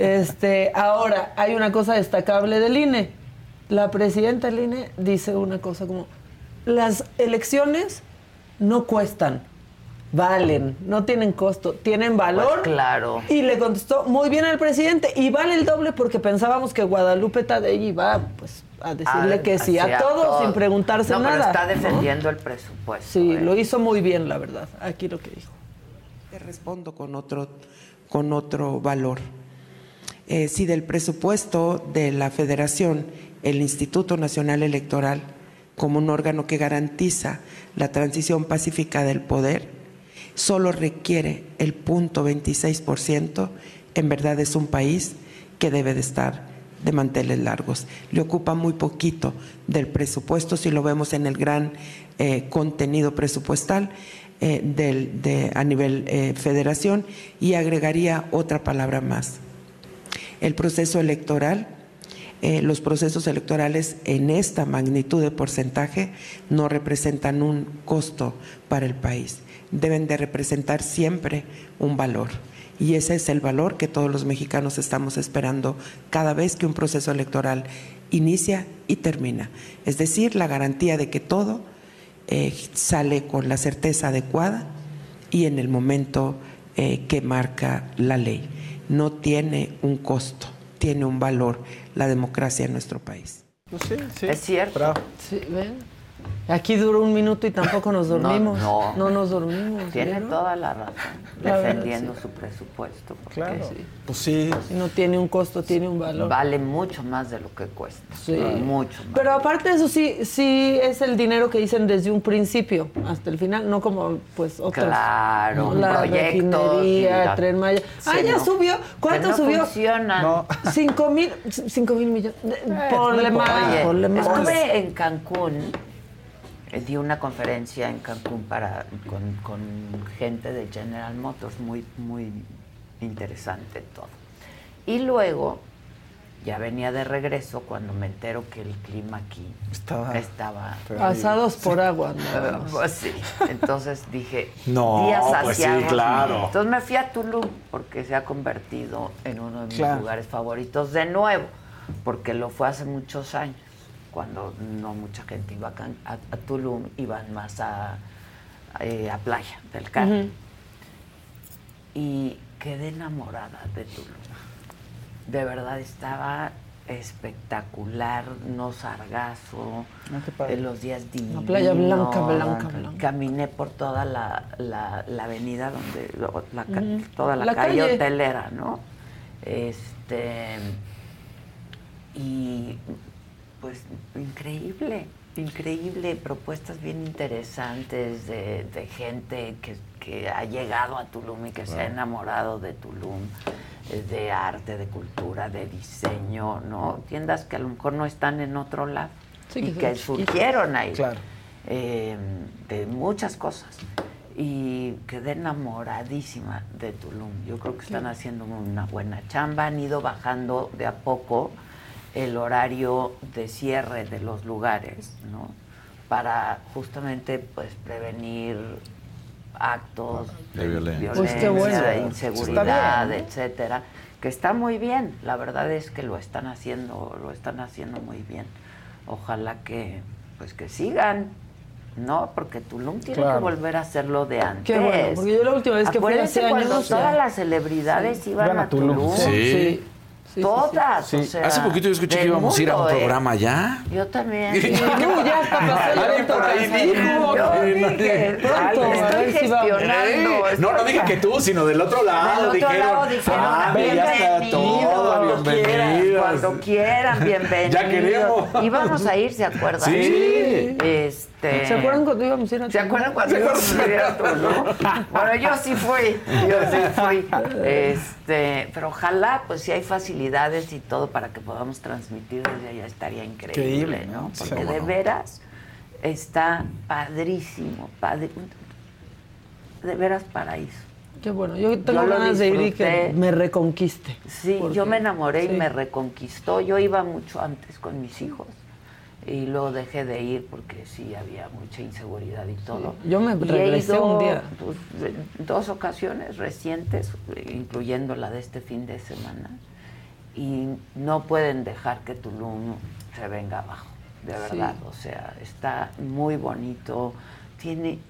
Ahora, hay una cosa destacable del INE. La presidenta del INE dice una cosa como, las elecciones no cuestan, valen, no tienen costo, tienen valor. Pues claro. Y le contestó muy bien al presidente, y vale el doble porque pensábamos que Guadalupe Tadei iba pues a decirle que sí a todo sin preguntarse nada. Pero está defendiendo el presupuesto. Sí, lo hizo muy bien, la verdad. Aquí lo que dijo. Te respondo con otro valor. Si del presupuesto de la Federación, el Instituto Nacional Electoral, como un órgano que garantiza la transición pacífica del poder, solo requiere el 0.26%, en verdad es un país que debe de estar de manteles largos. Le ocupa muy poquito del presupuesto, si lo vemos en el gran contenido presupuestal a nivel federación, y agregaría otra palabra más. El proceso electoral, los procesos electorales en esta magnitud de porcentaje no representan un costo para el país, deben de representar siempre un valor. Y ese es el valor que todos los mexicanos estamos esperando cada vez que un proceso electoral inicia y termina. Es decir, la garantía de que todo sale con la certeza adecuada y en el momento que marca la ley. No tiene un costo, tiene un valor la democracia en nuestro país. Pues sí. Es cierto. Bravo. Sí, ¿ven? Aquí duró un minuto y tampoco nos dormimos. No nos dormimos. Tiene ¿vieron? toda la razón. La Defendiendo verdad, su presupuesto. Porque Claro. sí. Pues sí. Si no tiene un costo, tiene un valor. Vale mucho más de lo que cuesta. Sí. Mucho más. Pero aparte de eso, sí es el dinero que dicen desde un principio hasta el final, no como pues otras. Claro, la proyectos refinería, y la- Tren Maya. Sí, ya no. subió. ¿Cuánto Que no subió? funcionan. No. 5,000 millones. Ponle más, Oye, ponle más. estuve en Cancún, di una conferencia en Cancún con gente de General Motors, muy interesante todo. Y luego ya venía de regreso cuando me entero que el clima aquí estaba Pasados por agua. ¿no? Pues sí. Entonces dije, No, días pues sí, asiados. claro. Entonces me fui a Tulum porque se ha convertido en uno de mis Claro. lugares favoritos de nuevo, porque lo fue hace muchos años, cuando no mucha gente iba a Tulum, iban más a Playa del Carmen. Y quedé enamorada de Tulum. De verdad estaba espectacular, no sargazo, los días divinos. La playa blanca. Caminé por toda la avenida donde toda la La calle calle hotelera, ¿no? Y pues increíble, propuestas bien interesantes de gente que ha llegado a Tulum y que se ha enamorado de Tulum, de arte, de cultura, de diseño, ¿no? Tiendas que a lo mejor no están en otro lado y que surgieron ahí, Claro. de muchas cosas. Y quedé enamoradísima de Tulum. Yo creo que están haciendo una buena chamba, han ido bajando de a poco el horario de cierre de los lugares, ¿no? Para justamente pues prevenir actos de violencia, Pues qué bueno. de inseguridad, Está bien, ¿no? etcétera, que está muy bien. La verdad es que lo están haciendo muy bien. Ojalá que sigan, ¿no? Porque Tulum tiene que volver a hacerlo de antes. Qué bueno, porque yo la última vez que fui Acuérdense hace cuando años, todas ya. las celebridades iban a Tulum. Sí. Todas, Sí. o sea, Hace poquito yo escuché que del íbamos a ir a un mundo, programa allá. Yo también. Ya hasta pasó el Alguien por ahí dijo. Yo dije, Pronto, a estoy ver si vamos. gestionando. No dije que tú, sino del otro lado. Del otro lado dijeron, ya está todo, bienvenidos. Cuando quieran, bienvenidos. Ya queremos. Íbamos a ir, ¿se acuerdan? Sí. ¿Se acuerdan cuando íbamos a ir a ¿Se acuerdan cuando íbamos a ir a Tulum? Bueno, yo sí fui. Pero ojalá, pues si hay facilidades y todo para que podamos transmitir desde allá, estaría increíble, ¿no? Porque de veras está padrísimo, de veras paraíso. Qué bueno, yo tengo ganas de ir y que me reconquiste. Sí, yo me enamoré y me reconquistó. Yo iba mucho antes con mis hijos y luego dejé de ir porque sí había mucha inseguridad y todo. Sí, yo me regresé un día. Pues, 2 ocasiones recientes, incluyendo la de este fin de semana, y no pueden dejar que Tulum se venga abajo, de verdad. O sea, está muy bonito, tiene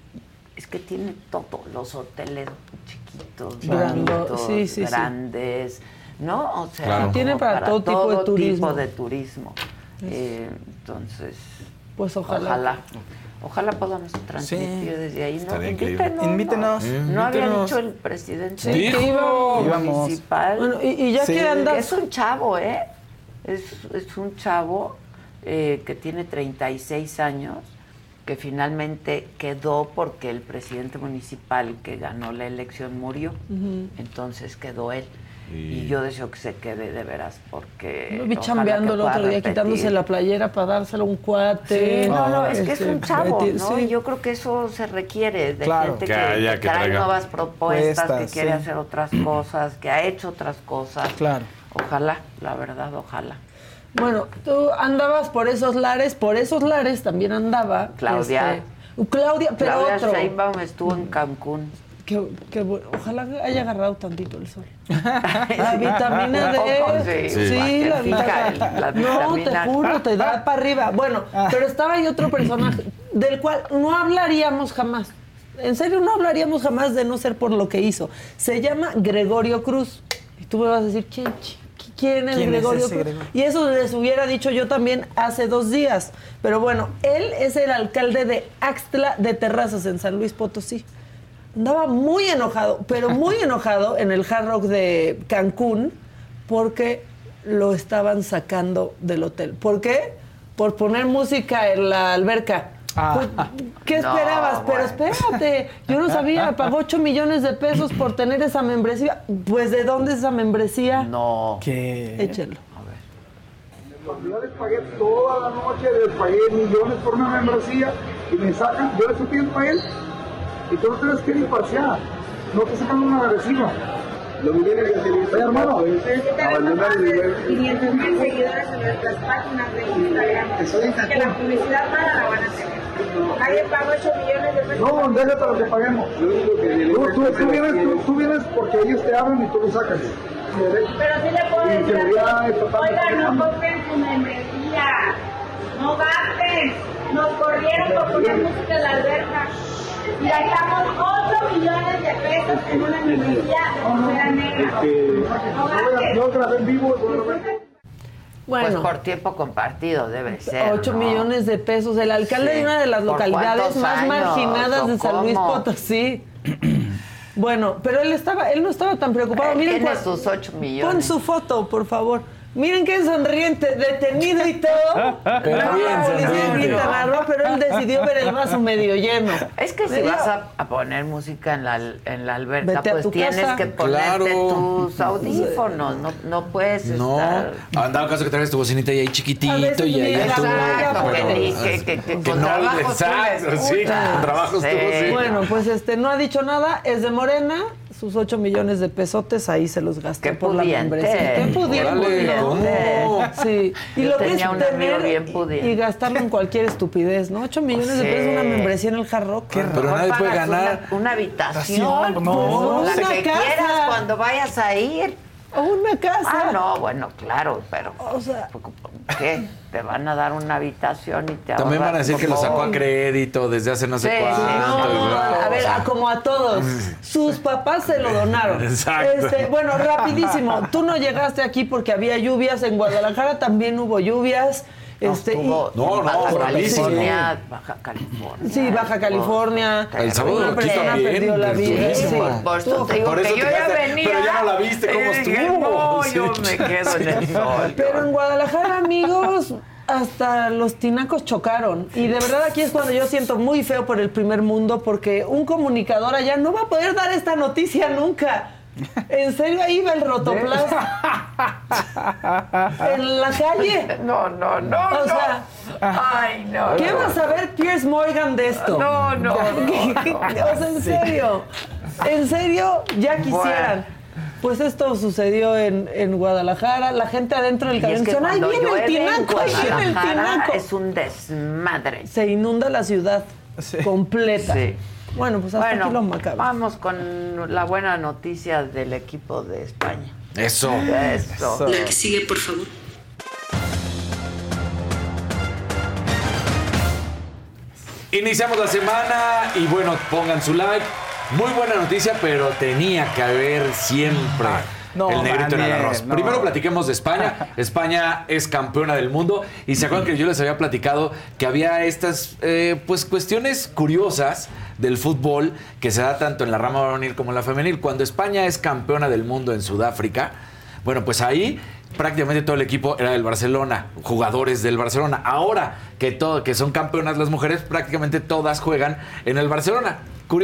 todo, los hoteles chiquitos, bonitos, grandes, ¿no? O sea, tiene para todo tipo de turismo. Entonces, pues ojalá podamos transmitir desde ahí. Estaría increíble. Invítenos. No había dicho el presidente que íbamos. Municipal. Bueno, y ya que andas... Es un chavo, es un chavo que tiene 36 años, que finalmente quedó porque el presidente municipal que ganó la elección murió. Entonces quedó él. Y yo deseo que se quede de veras, porque... Lo vi chambeando el otro día, quitándose la playera para dárselo a un cuate. Sí. No, es que es un chavo, ¿no? Y yo creo que eso se requiere de gente que trae nuevas propuestas, que quiere hacer otras cosas, que ha hecho otras cosas. Claro. Ojalá, la verdad, ojalá. Bueno, tú andabas por esos lares también andaba... Claudia, pero otro. Sheinbaum estuvo en Cancún. Qué bueno. Ojalá haya agarrado tantito el sol. La vitamina D. Sí, la vitamina D. No, te juro, te da para arriba. Bueno, pero estaba ahí otro personaje del cual no hablaríamos jamás. En serio, no hablaríamos jamás de no ser por lo que hizo. Se llama Gregorio Cruz. Y tú me vas a decir, ¿quién es Gregorio Cruz? Y eso les hubiera dicho yo también hace 2 días. Pero bueno, él es el alcalde de Axtla de Terrazas, en San Luis Potosí. Andaba muy enojado, pero muy enojado en el Hard Rock de Cancún porque lo estaban sacando del hotel. ¿Por qué? Por poner música en la alberca. ¿Qué esperabas? Pero espérate, yo no sabía, pagó 8 millones de pesos por tener esa membresía. Pues, ¿de dónde es esa membresía? No. ¿Qué? Échelo. Yo les pagué toda la noche, les pagué millones por una membresía y me sacan, yo les estoy pidiendo para él. Y tú no tienes que ir imparcial, no te sacan una agresiva. Lo que viene es que hermano, abandonar el nivel. 500,000 seguidores en nuestras páginas de Instagram. Que la publicidad mala la van a tener. Nadie pagó 8 millones de pesos. No, déjate para que paguemos. Tú vienes porque ellos te hablan y tú lo sacas. Pero sí le puedo decir, oigan, no compren su membresía, no gasten. Nos corrieron por poner música en la alberca. Y gastamos 8 millones de pesos en una membresía de negra. Yo grabé en vivo. Bueno, pues por tiempo compartido debe ser. 8 millones de pesos. El alcalde de una de las localidades más marginadas de San Luis Potosí. Bueno, pero él no estaba tan preocupado. Miren tiene sus 8 millones. Pon su foto, por favor. Miren qué sonriente, detenido y todo. Pero pero él decidió ver el vaso medio lleno. Es que si vas a poner música en la alberca, pues tienes casa. Que ponerte tus audífonos. No puedes estar... Andaba caso que traes tu bocinita y ahí chiquitito y ahí tú. Que con trabajos sí, con trabajos tú, sí. Bueno, pues no ha dicho nada, es de Morena. Sus 8 millones de pesotes ahí se los gastó por la membresía. Qué pudiente. Sí. Y yo lo que es tener y gastarlo en cualquier estupidez, ¿no? 8 millones de pesos una membresía en el Hard Rock. Pero nadie puede ganar. Una habitación. No, la que quieras cuando vayas a ir. O una casa. No, bueno, claro, pero o sea, ¿qué? Te van a dar una habitación y te también van a decir que lo sacó a crédito desde hace no sé cuánto. A ver, como a todos. Sus papás se lo donaron. Exacto. Bueno, rapidísimo. Tú no llegaste aquí porque había lluvias. En Guadalajara también hubo lluvias. Baja California. Sí, Baja California. El sábado una persona perdió la vida. Por eso te digo que yo ya venía. Pero ya no la viste cómo estuvo. No, yo me quedo en el sol. Pero en Guadalajara, amigos, hasta los tinacos chocaron. Y de verdad aquí es cuando yo siento muy feo por el primer mundo, porque un comunicador allá no va a poder dar esta noticia nunca. ¿En serio ahí va el Rotoplas? ¿En la calle? No. O sea, ay, no. ¿Qué va a saber Piers Morgan de esto? No. O sea, en serio, ya quisieran. Bueno. Pues esto sucedió en Guadalajara, la gente adentro del camión dice, ¡ay, viene el tinaco! ¡Ahí viene el tinaco! Es un desmadre. Se inunda la ciudad completa. Sí. Bueno, pues hasta aquí los macabros. Vamos con la buena noticia del equipo de España. Eso. La que sigue, por favor. Iniciamos la semana y bueno, pongan su like. Muy buena noticia, pero tenía que haber siempre el negrito en el arroz. Primero platiquemos de España. España es campeona del mundo y se acuerdan que yo les había platicado que había estas pues cuestiones curiosas del fútbol que se da tanto en la rama varonil como en la femenil. Cuando España es campeona del mundo en Sudáfrica, bueno, pues ahí prácticamente todo el equipo era del Barcelona, jugadores del Barcelona. Ahora que son campeonas las mujeres, prácticamente todas juegan en el Barcelona.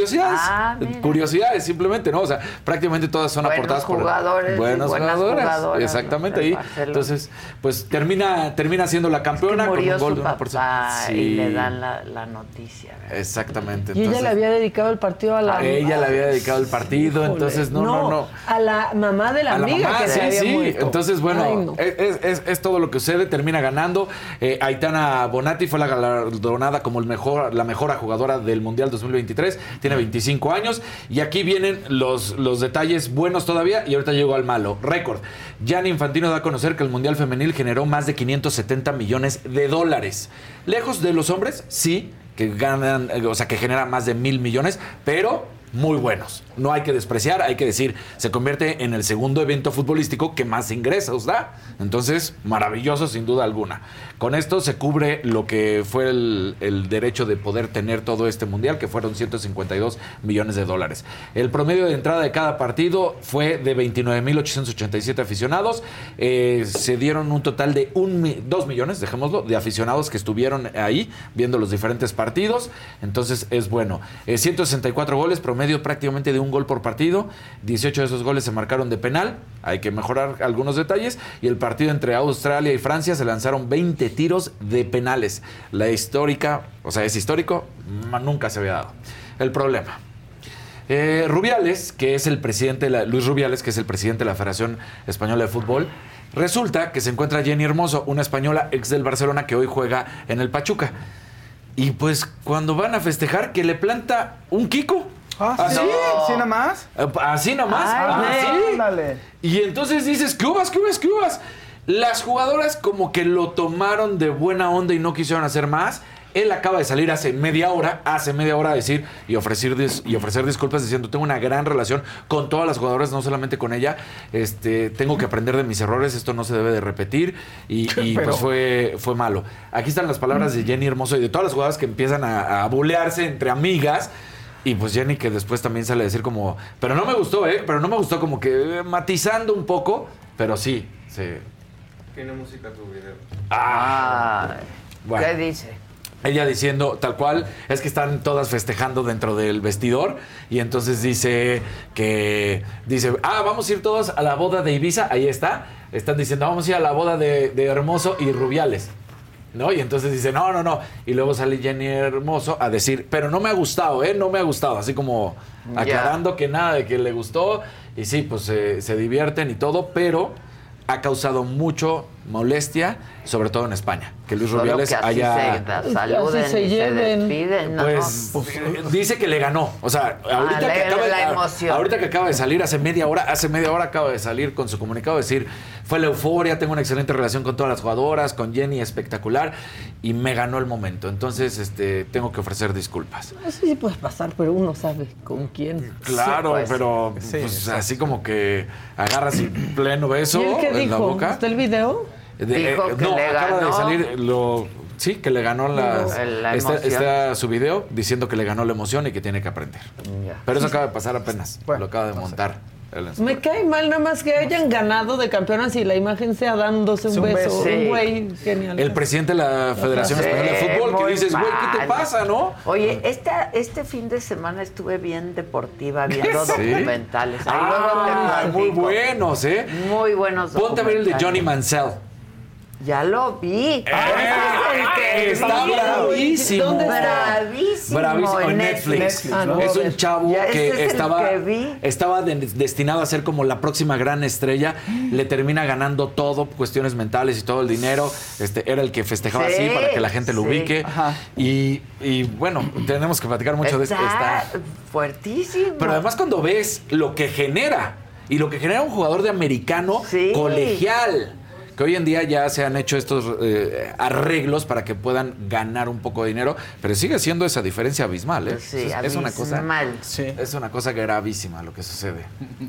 Curiosidades simplemente, ¿no? O sea, prácticamente todas son aportadas por buenas jugadoras. Exactamente ahí. Barcelona. Entonces, pues termina siendo la campeona con un gol de una persona. Y le dan la noticia. Exactamente. Y ella le había dedicado el partido a la... Ella le había dedicado el partido, entonces no. A la mamá de la amiga que se había muerto. Entonces, bueno, es todo lo que sucede, termina ganando. Aitana Bonatti fue la galardonada como la mejor jugadora del Mundial 2023. Tiene 25 años y aquí vienen los detalles buenos todavía y ahorita llego al malo. Récord. Gianni Infantino da a conocer que el Mundial Femenil generó más de 570 millones de dólares. Lejos de los hombres, sí, que ganan, o sea, que generan más de 1,000 millones, pero muy buenos. No hay que despreciar, hay que decir, se convierte en el segundo evento futbolístico que más ingresos da. Entonces, maravilloso sin duda alguna. Con esto se cubre lo que fue el derecho de poder tener todo este mundial, que fueron 152 millones de dólares. El promedio de entrada de cada partido fue de 29,887 aficionados. Se dieron un total de 2 millones, dejémoslo, de aficionados que estuvieron ahí viendo los diferentes partidos. Entonces, es bueno. 164 goles, promedio prácticamente de un gol por partido. 18 de esos goles se marcaron de penal. Hay que mejorar algunos detalles. Y el partido entre Australia y Francia se lanzaron 20 tiros de penales. La histórica, o sea, es histórico, nunca se había dado. El problema. Rubiales, que es el presidente, Luis Rubiales, que es el presidente de la Federación Española de Fútbol, resulta que se encuentra Jenny Hermoso, una española ex del Barcelona que hoy juega en el Pachuca. Y pues cuando van a festejar, que le planta un Kiko. ¿Así? ¿Así nada más? Así nada más. Ándale. Y entonces dices, ¿qué uvas? Las jugadoras como que lo tomaron de buena onda y no quisieron hacer más. Él acaba de salir hace media hora a decir y ofrecer disculpas diciendo, tengo una gran relación con todas las jugadoras, no solamente con ella. Tengo que aprender de mis errores, esto no se debe de repetir y pues fue malo. Aquí están las palabras de Jenny Hermoso y de todas las jugadoras que empiezan a bulearse entre amigas. Y pues Jenny que después también sale a decir como, pero no me gustó, como que matizando un poco, pero sí. Tiene música tu video. Bueno. ¿Qué dice? Ella diciendo tal cual, es que están todas festejando dentro del vestidor y entonces dice, vamos a ir todos a la boda de Ibiza, ahí está, están diciendo, vamos a ir a la boda de Hermoso y Rubiales. ¿No? Y entonces dice, no. Y luego sale Jenny Hermoso a decir, pero no me ha gustado, no me ha gustado. Así como aclarando que nada de que le gustó. Y sí, pues se divierten y todo, pero ha causado mucho molestia, sobre todo en España. Que Luis Rubiales haya... saluden se lleven. Despiden, pues dice que le ganó. O sea, ahorita que acaba de salir, hace media hora acaba de salir con su comunicado, decir, fue la euforia, tengo una excelente relación con todas las jugadoras, con Jenny espectacular, y me ganó el momento. Entonces, tengo que ofrecer disculpas. No sé si puede pasar, pero uno sabe con quién. Claro, sí, pues, pero pues, así como que agarras el pleno beso ¿Y él qué en dijo? la boca. ¿Está el video? Dijo que le acaba ganó. de salir sí, que le ganó está su video diciendo que le ganó la emoción y que tiene que aprender. Pero eso acaba de pasar apenas, lo acaba de montar. Me cae mal nada más que hayan ganado de campeonas y la imagen sea dándose un beso. Un güey genial. El presidente de la Federación Española de Fútbol, que dices, güey, ¿qué te pasa, no? Oye, este fin de semana estuve bien deportiva, viendo documentales. Ahí luego te platico. Muy buenos, ¿eh? Muy buenos documentales. Ponte a ver el de Johnny Mansell. Ya lo vi. Está bravísimo. ¿Dónde está? Bravísimo. En Netflix. Es un chavo que estaba destinado a ser como la próxima gran estrella. Le termina ganando todo, cuestiones mentales y todo el dinero. Era el que festejaba así para que la gente lo ubique. Y bueno, tenemos que platicar mucho de esto. Está fuertísimo. Pero además cuando ves lo que genera y lo que genera un jugador de americano colegial, que hoy en día ya se han hecho estos arreglos para que puedan ganar un poco de dinero, pero sigue siendo esa diferencia abismal, ¿eh? Sí, es una cosa, sí. Es una cosa gravísima lo que sucede.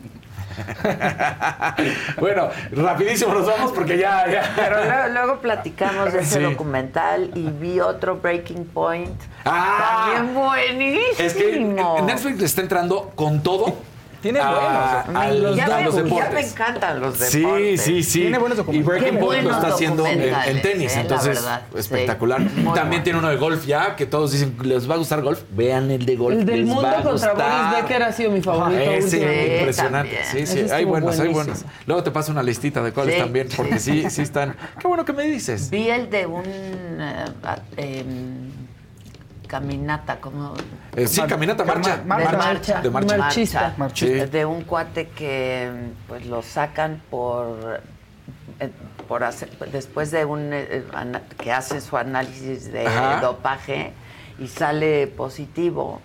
Bueno, rapidísimo nos vamos porque ya. Pero luego platicamos de ese documental y vi otro Breaking Point. También buenísimo. Es que Netflix le está entrando con todo. Tiene buenos. Ya los deportes. me encantan los deportes. Sí. Tiene buenos documentales. Y Breaking Point lo está haciendo en tenis, entonces espectacular. También tiene uno de golf ya, que todos dicen, ¿les va a gustar golf? Vean el de golf. El del mundo contra Boris Becker ha sido mi favorito. Ese impresionante. También. Sí, hay buenos. Luego te paso una listita de cuáles también, porque sí están. Qué bueno que me dices. Vi el de un caminata, como... caminata, marcha. De marchista. De un cuate que pues lo sacan por hacer, después de que hace su análisis de dopaje y sale positivo,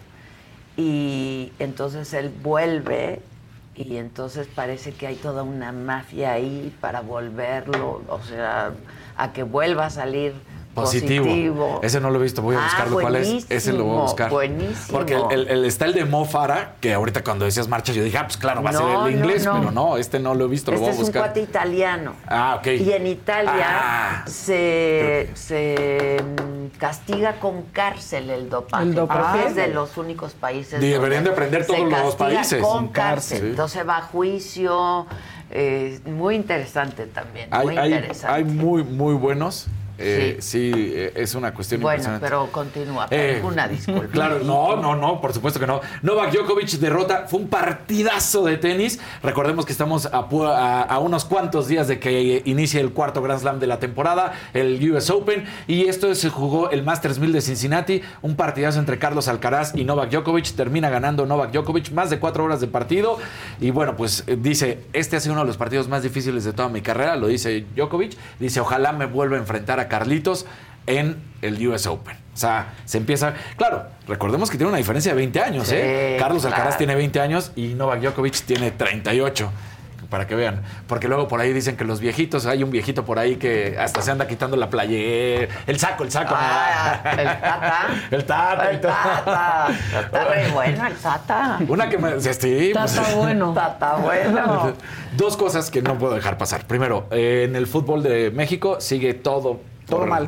y entonces él vuelve y entonces parece que hay toda una mafia ahí para volverlo, o sea, a que vuelva a salir positivo. Ese no lo he visto, voy a buscarlo. ¿Cuál es? Ese lo voy a buscar. Buenísimo. Porque está el de Mo Farah, que ahorita cuando decías marcha yo dije, pues claro, va a ser el inglés, pero no, no lo he visto, lo voy a buscar. Es un cuate italiano. Ok. Y en Italia se castiga con cárcel el dopaje. Porque es de los únicos países. Deberían de aprender todos los países. Con cárcel. Entonces va a juicio. Muy interesante también. Interesante. Hay muy, muy buenos. Es una cuestión impresionante. Bueno, pero continúa. Una disculpa. Claro, no, por supuesto que no. Novak Djokovic derrota. Fue un partidazo de tenis. Recordemos que estamos a unos cuantos días de que inicie el cuarto Grand Slam de la temporada, el US Open. Y esto se jugó el Masters 1000 de Cincinnati. Un partidazo entre Carlos Alcaraz y Novak Djokovic. Termina ganando Novak Djokovic. Más de 4 horas de partido. Y bueno, pues dice, este ha sido uno de los partidos más difíciles de toda mi carrera. Lo dice Djokovic. Dice, ojalá me vuelva a enfrentar a Carlitos en el US Open. O sea, se empieza... Claro, recordemos que tiene una diferencia de 20 años, Carlos Alcaraz tiene 20 años y Novak Djokovic tiene 38. Para que vean. Porque luego por ahí dicen que los viejitos, hay un viejito por ahí que hasta se anda quitando la playera, el saco. El Tata. El Tata. Está re bueno el Tata. Una que me... Sí, Tata bueno. Tata bueno. Dos cosas que no puedo dejar pasar. Primero, en el fútbol de México sigue todo mal.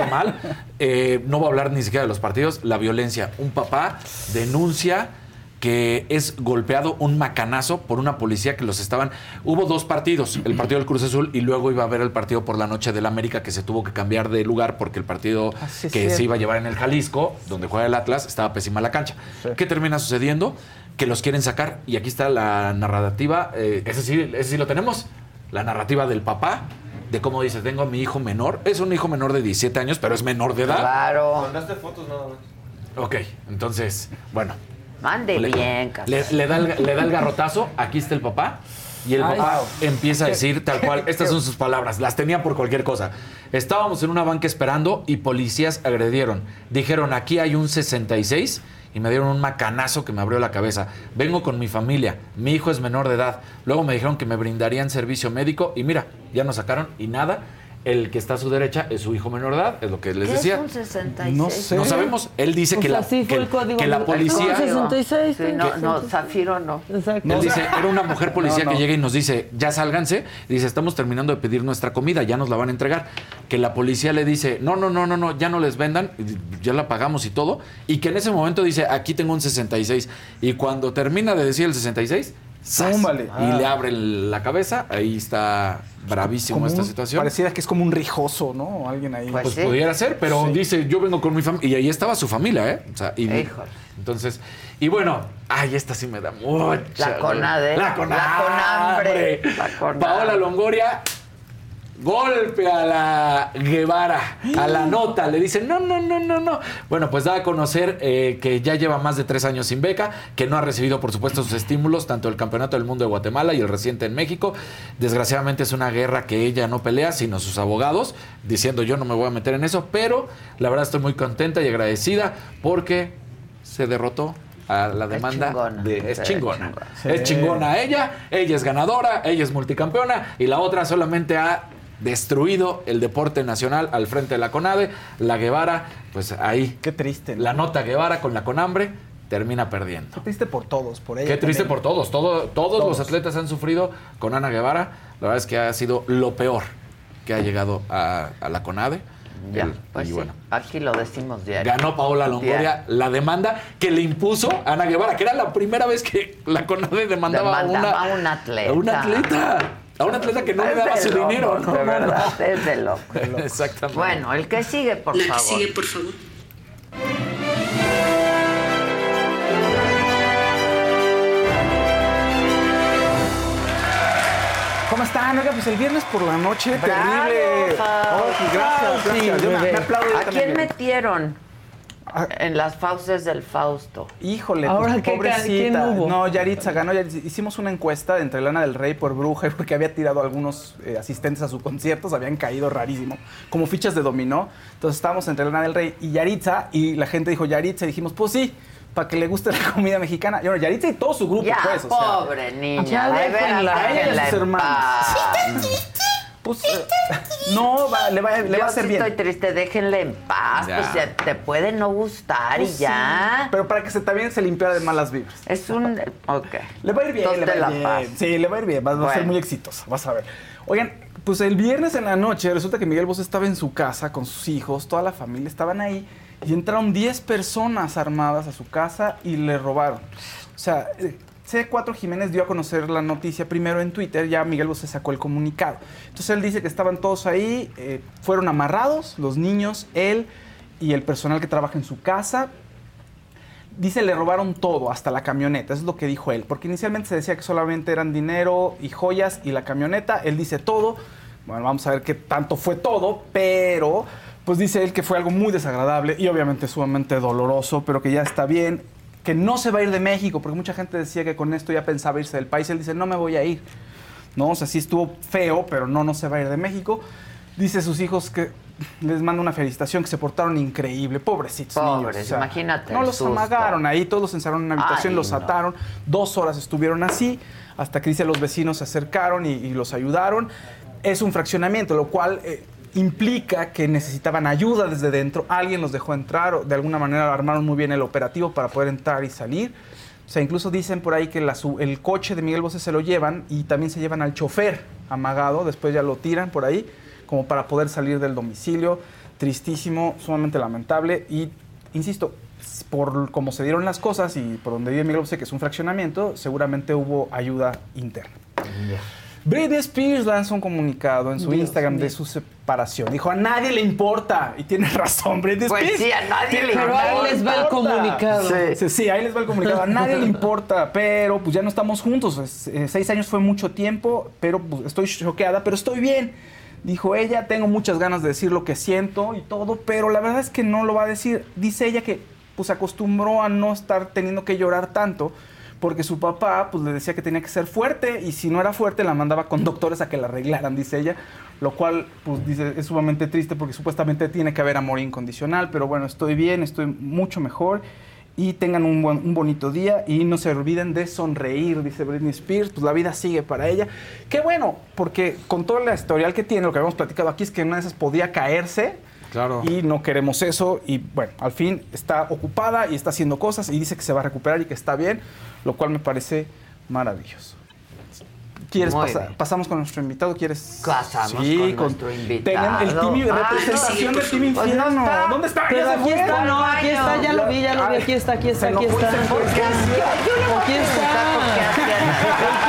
No voy a hablar ni siquiera de los partidos. La violencia. Un papá denuncia que es golpeado un macanazo por una policía que los estaban... Hubo 2 partidos, el partido del Cruz Azul y luego iba a haber el partido por la noche del América, que se tuvo que cambiar de lugar porque el partido se iba a llevar en el Jalisco, donde juega el Atlas, estaba pésima la cancha. Sí. ¿Qué termina sucediendo? Que los quieren sacar y aquí está la narrativa, ese sí lo tenemos, la narrativa del papá, de cómo dice, tengo a mi hijo menor, es un hijo menor de 17 años, pero es menor de edad. Claro. Mandaste fotos nada más. Ok, entonces, bueno... Mande bien, le da el garrotazo, aquí está el papá, y el papá empieza a decir tal cual, estas son sus palabras, las tenía por cualquier cosa. Estábamos en una banca esperando y policías agredieron. Dijeron, aquí hay un 66 y me dieron un macanazo que me abrió la cabeza. Vengo con mi familia, mi hijo es menor de edad. Luego me dijeron que me brindarían servicio médico y mira, ya nos sacaron y nada. El que está a su derecha es su hijo menor de edad, es lo que les decía. ¿Qué es un 66? No sé. No sabemos. Él dice que la policía... ¿Es un 66? Sí, no, Zafiro no. Exacto. Él dice, era una mujer policía que llega y nos dice, ya sálganse. Dice, estamos terminando de pedir nuestra comida, ya nos la van a entregar. Que la policía le dice, no, ya no les vendan, ya la pagamos y todo. Y que en ese momento dice, aquí tengo un 66. Y cuando termina de decir el 66... ¡zas! Y le abren la cabeza. Ahí está bravísimo esta situación. Pareciera que es como un rijoso, ¿no? O alguien ahí. Pues pudiera ser, pero dice, yo vengo con mi familia. Y ahí estaba su familia, ¿eh? O sea, entonces, y bueno, esta sí me da mucha. La CONADE. La CONAMBRE. Paola Longoria golpe a la Guevara, a la nota, le dicen no. Bueno, pues da a conocer que ya lleva más de 3 años sin beca, que no ha recibido, por supuesto, sus estímulos, tanto el Campeonato del Mundo de Guatemala y el reciente en México. Desgraciadamente es una guerra que ella no pelea, sino sus abogados, diciendo yo no me voy a meter en eso, pero la verdad estoy muy contenta y agradecida porque se derrotó a la demanda. Es chingona. Sí. Es chingona ella es ganadora, ella es multicampeona y la otra solamente ha destruido el deporte nacional al frente de la CONADE. La Guevara, pues ahí. Qué triste, ¿no? La nota Guevara con la CONAMBRE termina perdiendo. Qué triste por todos, por ella. Qué triste también. por todos. Todos los atletas han sufrido con Ana Guevara. La verdad es que ha sido lo peor que ha llegado a la CONADE. Ya, pues bueno. Aquí lo decimos diario. Ganó Paola Longoria la demanda que le impuso a Ana Guevara, que era la primera vez que la CONADE demandaba a un atleta. A un atleta que no le daba su dinero, ¿no? De verdad, es de loco. Exactamente. Bueno, el que sigue, por favor. La que sigue, por favor. ¿Cómo están? Oiga, pues el viernes por la noche, ¡Bravo, terrible. Faust! Gracias. Yo me aplaudo. yo ¿A también. quién metieron? En las fauces del Fausto. Híjole, Ahora, pues, pobrecita. ¿quién hubo? No, Yaritza ganó. Hicimos una encuesta entre Lana del Rey por bruja y porque había tirado algunos asistentes a sus conciertos, habían caído rarísimo, como fichas de dominó. Entonces estábamos entre Lana del Rey y Yaritza y la gente dijo Yaritza y dijimos, pues sí, para que le guste la comida mexicana. Y bueno, Yaritza y todo su grupo, Ya, pues. pobre niña. Ya de veras, a ella y a déjenla sus en hermanos. paz. Pues, no, le va a hacer sí bien. Estoy triste, déjenla en paz. Ya. Pues te puede no gustar Pues y ya. sí, pero para que también se limpiara de malas vibras. Es un... Ok. Le va a ir bien, Entonces, le va a ir de la bien. paz. Sí, le va a ir bien, va a ser Bueno. muy exitoso, vas a ver. Oigan, pues el viernes en la noche resulta que Miguel Bosé estaba en su casa con sus hijos, toda la familia estaban ahí y entraron 10 personas armadas a su casa y le robaron. O sea, C4 Jiménez dio a conocer la noticia primero en Twitter, ya Miguel Bosé sacó el comunicado. Entonces él dice que estaban todos ahí, fueron amarrados, los niños, él y el personal que trabaja en su casa. Dice, le robaron todo, hasta la camioneta, eso es lo que dijo él, porque inicialmente se decía que solamente eran dinero y joyas y la camioneta, él dice todo, bueno, vamos a ver qué tanto fue todo, pero pues dice él que fue algo muy desagradable y obviamente sumamente doloroso, pero que ya está bien, que no se va a ir de México, porque mucha gente decía que con esto ya pensaba irse del país, él dice, no me voy a ir, ¿no? O sea, sí estuvo feo, pero no se va a ir de México. Dice a sus hijos que les manda una felicitación, que se portaron increíble, pobrecitos niños. Pobres, imagínate No el los susto. amagaron ahí, todos los encerraron en una habitación, Ay, los no. ataron, 2 horas estuvieron así, hasta que dice los vecinos se acercaron y los ayudaron. Es un fraccionamiento, lo cual implica que necesitaban ayuda desde dentro, alguien los dejó entrar, o de alguna manera armaron muy bien el operativo para poder entrar y salir. O sea, incluso dicen por ahí que el coche de Miguel Bosé se lo llevan y también se llevan al chofer amagado, después ya lo tiran por ahí, como para poder salir del domicilio. Tristísimo, sumamente lamentable y, insisto, por cómo se dieron las cosas y por donde vive Miguel Bosé, que es un fraccionamiento, seguramente hubo ayuda interna. Britney Spears lanzó un comunicado en su Instagram de su separación. Dijo, a nadie le importa. Y tiene razón, Britney Pues Spears. sí, a nadie le Pero importa. ahí les va el comunicado. Sí, ahí les va el comunicado. A nadie le importa, pero pues ya no estamos juntos. 6 años fue mucho tiempo, pero pues, estoy choqueada, pero estoy bien. Dijo ella, tengo muchas ganas de decir lo que siento y todo, pero la verdad es que no lo va a decir. Dice ella que pues acostumbró a no estar teniendo que llorar tanto, porque su papá pues le decía que tenía que ser fuerte y si no era fuerte la mandaba con doctores a que la arreglaran, dice ella, lo cual pues dice es sumamente triste porque supuestamente tiene que haber amor incondicional, pero bueno, estoy bien, estoy mucho mejor y tengan un bonito día y no se olviden de sonreír, dice Britney Spears, pues la vida sigue para ella. Qué bueno, porque con todo el historial que tiene, lo que habíamos platicado aquí es que una de esas podía caerse. Claro. Y no queremos eso y bueno, al fin está ocupada y está haciendo cosas y dice que se va a recuperar y que está bien, lo cual me parece maravilloso. ¿Quieres pasar? ¿Pasamos con nuestro invitado? ¿Quieres? Pasamos con nuestro invitado. Tengan el team representación del team infierno. ¿Dónde está? Pero ¿Ya se aquí fue? está, no, aquí está, ya lo vi, aquí está. Se enojó y se fue. Aquí está.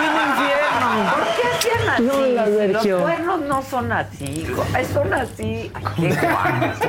Sergio. Los cuernos no son así, son así. Ay, qué guapo.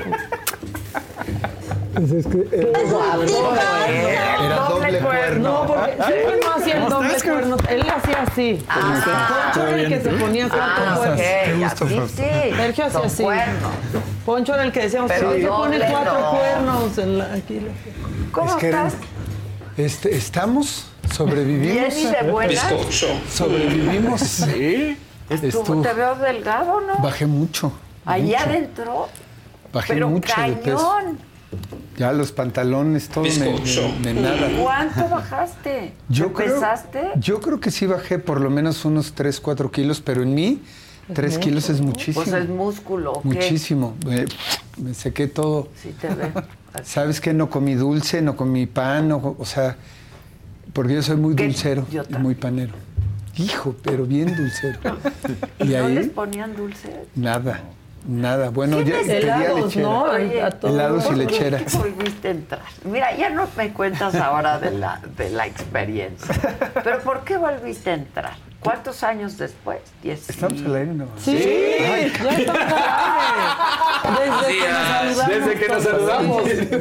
Pues es que era doble cuerno. No, porque Sergio no hacía el doble cuerno, él hacía así. Poncho era el que se ponía cuatro cuernos. Sergio hacía así. Poncho era el que decíamos, Sergio pone cuatro cuernos en la... Aquí. ¿Cómo estás? Estamos, sobrevivimos. Bien y de buena. Sobrevivimos. Sí. Te veo delgado, ¿no? Bajé mucho. Allá adentro. Bajé mucho de peso. Ya los pantalones, todo me nada. ¿Cuánto bajaste? ¿Pesaste? Yo creo que sí bajé por lo menos unos 3, 4 kilos, pero en mí 3 kilos es muchísimo. Pues es músculo, ¿o qué? Muchísimo. Me sequé todo. Sí te veo. ¿Sabes qué? No comí dulce, no comí pan, o sea, porque yo soy muy dulcero y muy panero. Hijo, pero bien dulcero. ¿Y no les ponían dulce? Nada. Bueno, ya pedía lechera. ¿No? Helados y lechera. ¿Por qué volviste a entrar? Mira, ya no me cuentas ahora de la experiencia. Pero ¿por qué volviste a entrar? ¿Cuántos años después? 10. ¿Estamos al aire, no? Sí, ya estamos al aire. Desde que nos saludamos.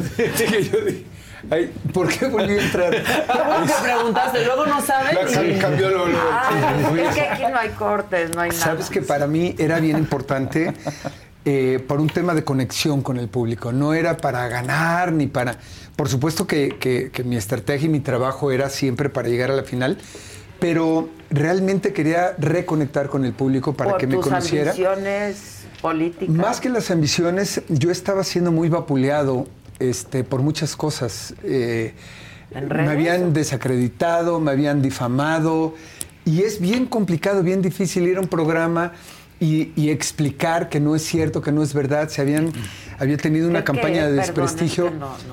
Ay, ¿por qué volví a entrar? ¿Cómo que preguntaste? Luego no sabes. Cambió lo. Es que aquí no hay cortes, no hay nada. Sabes que para mí era bien importante por un tema de conexión con el público. No era para ganar ni para. Por supuesto que mi estrategia y mi trabajo era siempre para llegar a la final, pero realmente quería reconectar con el público para que me conociera. ¿Por tus ambiciones políticas? Más que las ambiciones, yo estaba siendo muy vapuleado. Por muchas cosas. Me habían desacreditado, me habían difamado y es bien complicado, bien difícil ir a un programa y explicar que no es cierto, que no es verdad. Había tenido una campaña de desprestigio.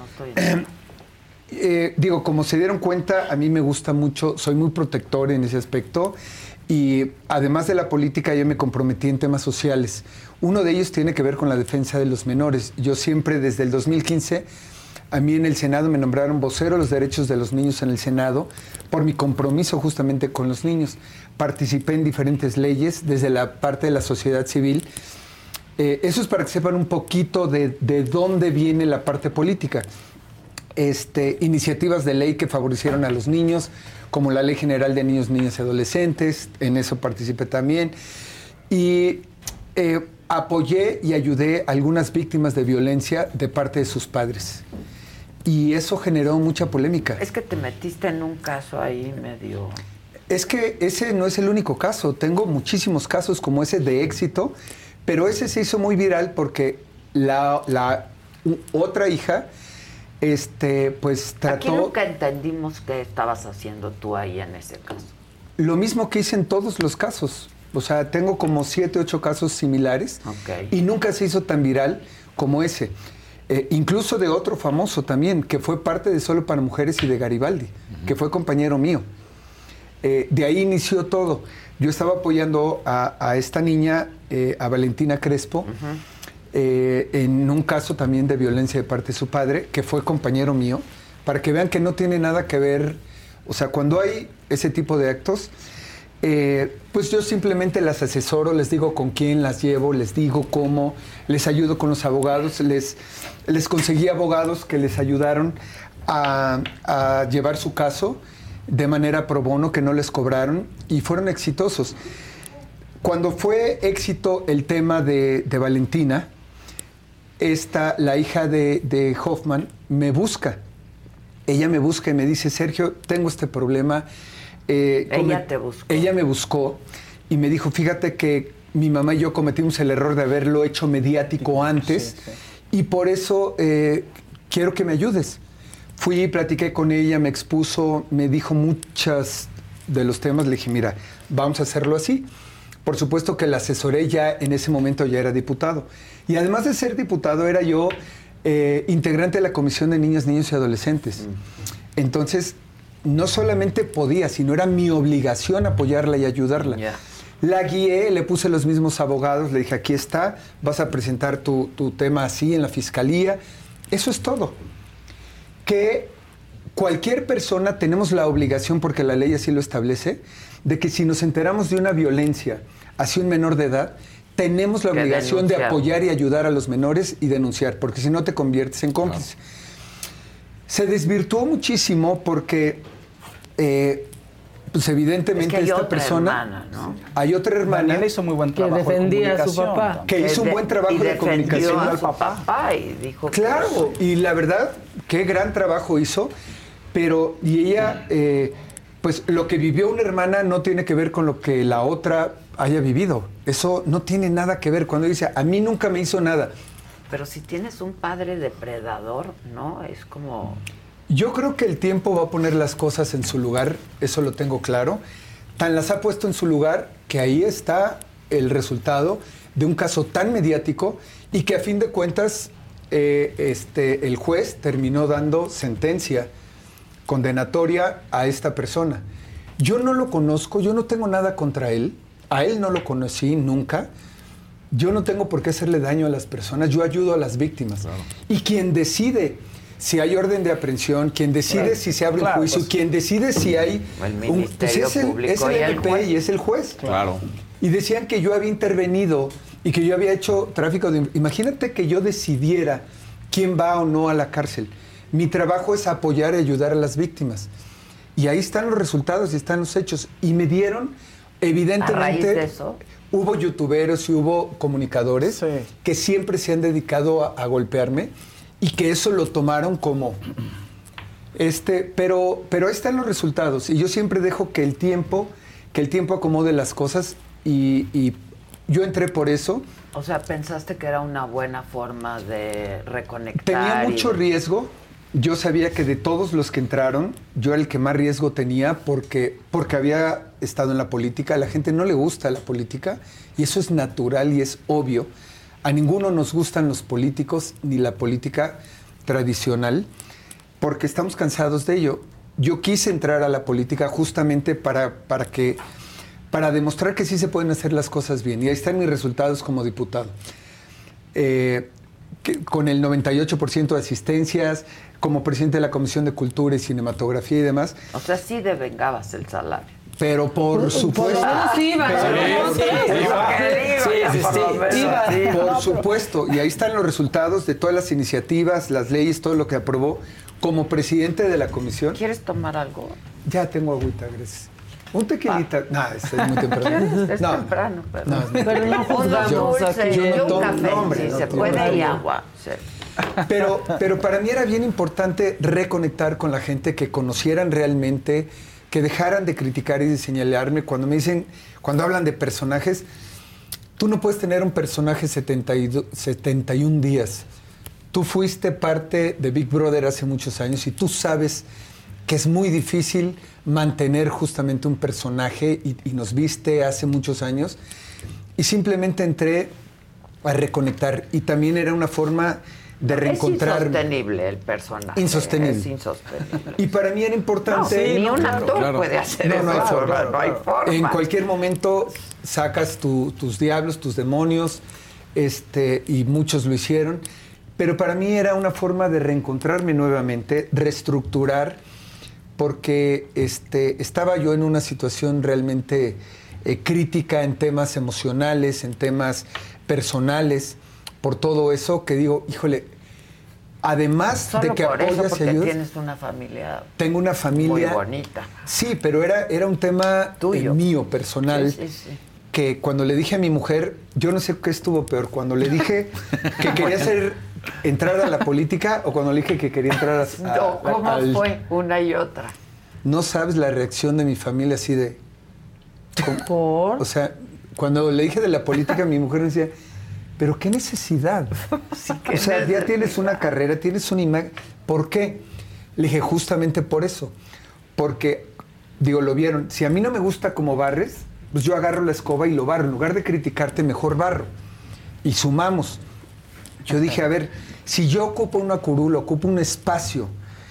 Digo, como se dieron cuenta, a mí me gusta mucho, soy muy protector en ese aspecto y además de la política yo me comprometí en temas sociales. Uno de ellos tiene que ver con la defensa de los menores. Yo siempre, desde el 2015, a mí en el Senado me nombraron vocero de los derechos de los niños en el Senado por mi compromiso justamente con los niños. Participé en diferentes leyes desde la parte de la sociedad civil. Eso es para que sepan un poquito de dónde viene la parte política. Iniciativas de ley que favorecieron a los niños, como la Ley General de Niños, Niñas y Adolescentes, en eso participé también. Y apoyé y ayudé a algunas víctimas de violencia de parte de sus padres. Y eso generó mucha polémica. Es que te metiste en un caso ahí medio... Es que ese no es el único caso. Tengo muchísimos casos como ese de éxito, pero ese se hizo muy viral porque la otra hija, pues trató... Aquí nunca entendimos qué estabas haciendo tú ahí en ese caso. Lo mismo que hice en todos los casos. O sea, tengo como 7, 8 casos similares y nunca se hizo tan viral como ese. Incluso de otro famoso también, que fue parte de Solo para Mujeres y de Garibaldi, que fue compañero mío. De ahí inició todo. Yo estaba apoyando a esta niña, a Valentina Crespo, en un caso también de violencia de parte de su padre, que fue compañero mío, para que vean que no tiene nada que ver. O sea, cuando hay ese tipo de actos, pues yo simplemente las asesoro, les digo con quién las llevo, les digo cómo, les ayudo con los abogados, les conseguí abogados que les ayudaron a llevar su caso de manera pro bono, que no les cobraron y fueron exitosos. Cuando fue éxito el tema de Valentina, la hija de Hoffman me busca. Ella me busca y me dice, Sergio, tengo este problema. Ella te buscó. Ella me buscó y me dijo, fíjate que mi mamá y yo cometimos el error de haberlo hecho mediático antes y por eso quiero que me ayudes. Fui, platiqué con ella, me expuso, me dijo muchos de los temas. Le dije, mira, vamos a hacerlo así. Por supuesto que la asesoré ya, en ese momento ya era diputado. Y además de ser diputado, era yo integrante de la Comisión de Niñas, Niños y Adolescentes. Entonces, no solamente podía, sino era mi obligación apoyarla y ayudarla. La guié, le puse los mismos abogados, le dije, aquí está, vas a presentar tu tema así en la fiscalía. Eso es todo. Que cualquier persona tenemos la obligación, porque la ley así lo establece, de que si nos enteramos de una violencia hacia un menor de edad, tenemos la obligación de apoyar y ayudar a los menores y denunciar, porque si no te conviertes en cómplice. Se desvirtuó muchísimo porque, pues evidentemente es que esta persona... Hermana, ¿no? Hay otra hermana... Daniela hizo muy buen trabajo que defendía a su papá. Que hizo un buen trabajo de comunicación al al papá. Y dijo claro, y la verdad, qué gran trabajo hizo, pero... Y ella, pues lo que vivió una hermana no tiene que ver con lo que la otra haya vivido. Eso no tiene nada que ver. Cuando dice, a mí nunca me hizo nada. Pero si tienes un padre depredador, ¿no? Es como... Yo creo que el tiempo va a poner las cosas en su lugar, eso lo tengo claro. Tan las ha puesto en su lugar que ahí está el resultado de un caso tan mediático y que a fin de cuentas el juez terminó dando sentencia condenatoria a esta persona. Yo no lo conozco, yo no tengo nada contra él, a él no lo conocí nunca. Yo no tengo por qué hacerle daño a las personas, yo ayudo a las víctimas. Claro. Y quien decide si hay orden de aprehensión, quien decide si se abre un juicio, pues, quien decide si hay el Ministerio Público es el MP y es el juez. Claro. Y decían que yo había intervenido y que yo había hecho tráfico de... Imagínate que yo decidiera quién va o no a la cárcel. Mi trabajo es apoyar y ayudar a las víctimas. Y ahí están los resultados y están los hechos. Y me dieron, evidentemente... ¿A raíz de eso? Hubo youtuberos y hubo comunicadores que siempre se han dedicado a golpearme y que eso lo tomaron como... Pero ahí están los resultados. Y yo siempre dejo que el tiempo acomode las cosas y yo entré por eso. O sea, ¿pensaste que era una buena forma de reconectar? Tenía mucho riesgo. Yo sabía que de todos los que entraron, yo era el que más riesgo tenía porque había estado en la política. A la gente no le gusta la política y eso es natural y es obvio. A ninguno nos gustan los políticos ni la política tradicional porque estamos cansados de ello. Yo quise entrar a la política justamente para demostrar que sí se pueden hacer las cosas bien. Y ahí están mis resultados como diputado. Con el 98% de asistencias, como presidente de la Comisión de Cultura y Cinematografía y demás. O sea, sí devengabas el salario. Pero por supuesto. Por supuesto. Y ahí están los resultados de todas las iniciativas, las leyes, todo lo que aprobó como presidente de la comisión. ¿Quieres tomar algo? Ya tengo agüita, gracias. Un tequilita. No, es muy temprano. Es temprano, pero no juzgamos aquí. Yo no tomo, café, hombre, si se puede, y agua. Sí. Pero para mí era bien importante reconectar con la gente, que conocieran realmente, que dejaran de criticar y de señalarme. Cuando hablan de personajes, tú no puedes tener un personaje 71 días. Tú fuiste parte de Big Brother hace muchos años y tú sabes que es muy difícil mantener justamente un personaje y nos viste hace muchos años y simplemente entré a reconectar y también era una forma de reencontrarme. Es insostenible el personaje. Insostenible. Es insostenible. Y para mí era importante... Ni un actor puede hacer eso. No hay forma. En cualquier momento sacas tus diablos, tus demonios, y muchos lo hicieron. Pero para mí era una forma de reencontrarme nuevamente, reestructurar, porque estaba yo en una situación realmente crítica en temas emocionales, en temas personales, por todo eso que digo, híjole, además solo de que por apoyas eso, porque y ayudas, tienes una familia. Tengo una familia muy bonita. Sí, pero era un tema mío, personal. Sí. Que cuando le dije a mi mujer, yo no sé qué estuvo peor, cuando le dije que quería entrar a la política o cuando le dije que quería entrar ¿Cómo fue una y otra? No sabes la reacción de mi familia así de... ¿Por? O sea, cuando le dije de la política, mi mujer me decía, pero qué necesidad. O sea, ya tienes una carrera, tienes una imagen. ¿Por qué? Le dije, justamente por eso. Porque, lo vieron. Si a mí no me gusta cómo barres, pues yo agarro la escoba y lo barro. En lugar de criticarte, mejor barro. Y sumamos. Yo dije, a ver, si yo ocupo una curul, ocupo un espacio,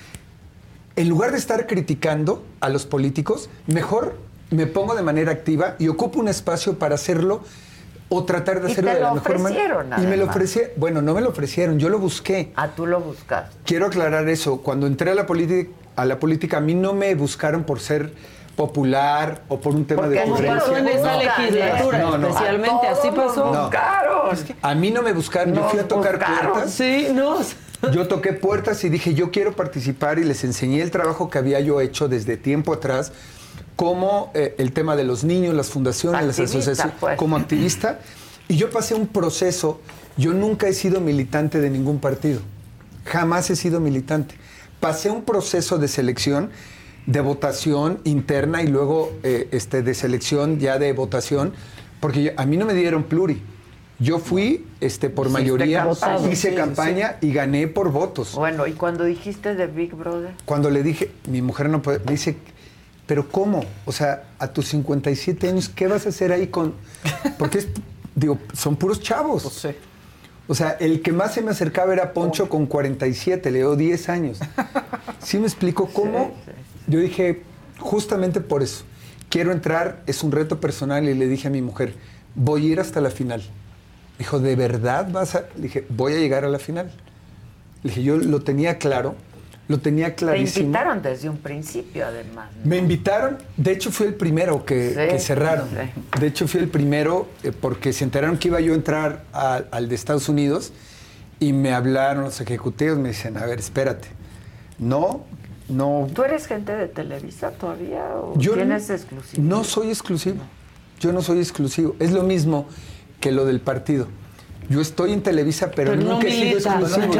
en lugar de estar criticando a los políticos, mejor me pongo de manera activa y ocupo un espacio para hacerlo o tratar de hacerlo de la mejor manera. Y me lo ofrecieron. Bueno, no me lo ofrecieron, yo lo busqué. Ah, tú lo buscaste. Quiero aclarar eso. Cuando entré a la política, a la política. A mí no me buscaron por ser popular o por un tema de como ocurrencia. pasó en esa legislatura, especialmente, así pasó. No. Claro. A mí no me buscaron, yo fui a tocar puertas. Sí, no. Yo toqué puertas y dije, yo quiero participar, y les enseñé el trabajo que había yo hecho desde tiempo atrás, como el tema de los niños, las fundaciones, las asociaciones, pues. como activista. Y yo pasé un proceso, yo nunca he sido militante de ningún partido, jamás he sido militante. Pasé un proceso de selección, de votación interna y luego de selección ya de votación, porque a mí no me dieron pluri. Yo fui por mayoría, hice campaña y gané por votos. Bueno, ¿y cuando dijiste de Big Brother? Cuando le dije, mi mujer no puede, me dice, ¿pero cómo? O sea, a tus 57 años, ¿qué vas a hacer ahí con...? Porque son puros chavos. Pues sí. O sea, el que más se me acercaba era Poncho con 47, le dio 10 años. ¿Sí me explico cómo? Sí. Yo dije, justamente por eso, quiero entrar, es un reto personal, y le dije a mi mujer, voy a ir hasta la final. Dijo, ¿de verdad vas a...? Le dije, voy a llegar a la final. Le dije, yo lo tenía claro, lo tenía clarísimo. Te invitaron desde un principio, además, ¿no? Me invitaron, de hecho fui el primero que cerraron. Sí. De hecho fui el primero porque se enteraron que iba yo a entrar al de Estados Unidos y me hablaron los ejecutivos, me dicen, a ver, espérate, no... ¿Tú eres gente de Televisa todavía o yo tienes exclusivo? No soy exclusivo, yo no soy exclusivo. Es lo mismo que lo del partido. Yo estoy en Televisa, pero nunca he sido exclusivo.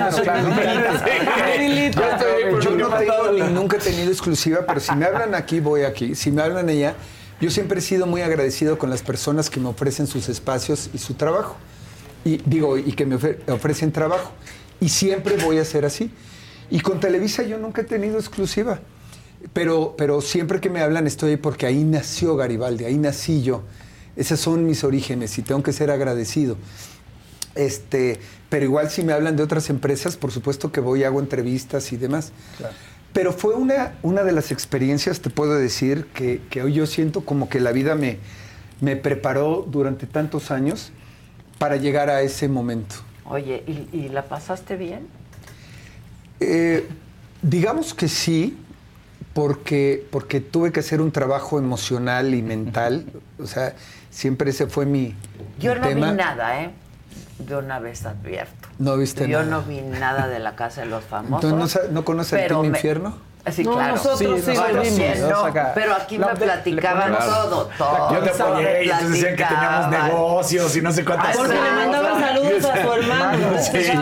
Yo no tengo ni nunca he tenido exclusiva, pero si me hablan aquí, voy aquí. Si me hablan allá, yo siempre he sido muy agradecido con las personas que me ofrecen sus espacios y su trabajo. Y que me ofrecen trabajo. Y siempre voy a ser así. Y con Televisa yo nunca he tenido exclusiva. Pero siempre que me hablan estoy ahí porque ahí nació Garibaldi, ahí nací yo. Esos son mis orígenes y tengo que ser agradecido. Pero igual si me hablan de otras empresas, por supuesto que voy y hago entrevistas y demás. Claro. Pero fue una de las experiencias, te puedo decir, que hoy yo siento como que la vida me preparó durante tantos años para llegar a ese momento. Oye, ¿y la pasaste bien? Digamos que sí, porque tuve que hacer un trabajo emocional y mental. O sea, siempre ese fue mi Yo no tema. vi nada, ¿eh? De una vez advierto. ¿No viste Yo nada? no vi nada de La Casa de los Famosos. Entonces, ¿no conoces el Team Infierno? Sí, no, claro. nosotros sí lo vimos. No, pero aquí me platicaban todo. Yo te apoyé y entonces decían que teníamos negocios y no sé cuántas cosas. Porque le mandaban saludos a su hermano.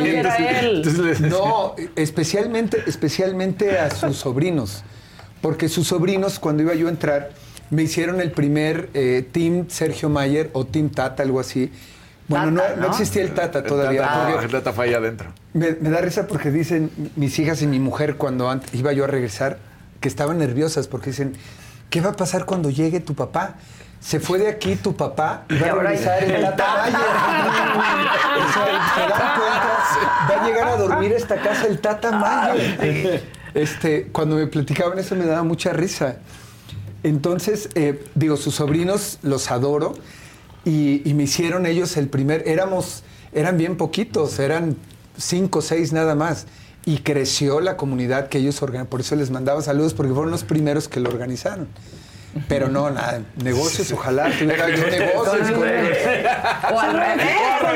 No, especialmente a sus sobrinos. Porque sus sobrinos, cuando iba yo a entrar, me hicieron el primer Team Sergio Mayer o Team Tata, algo así. Bueno, Tata, no existía el Tata todavía. El Tata fue allá adentro. Me da risa porque dicen mis hijas y mi mujer cuando iba yo a regresar que estaban nerviosas porque dicen, ¿qué va a pasar cuando llegue tu papá? Se fue de aquí tu papá y va a regresar el Tata Mayer. ¿Se dan cuenta? Va a llegar a dormir a esta casa el Tata Mayer. Cuando me platicaban eso me daba mucha risa. Entonces, sus sobrinos los adoro y me hicieron ellos el primer... Eran bien poquitos, eran 5 o 6 nada más. Y creció la comunidad que ellos organizaron. Por eso les mandaba saludos, porque fueron los primeros que lo organizaron. Pero no, nada, negocios, ojalá tuviera yo negocios. O al revés.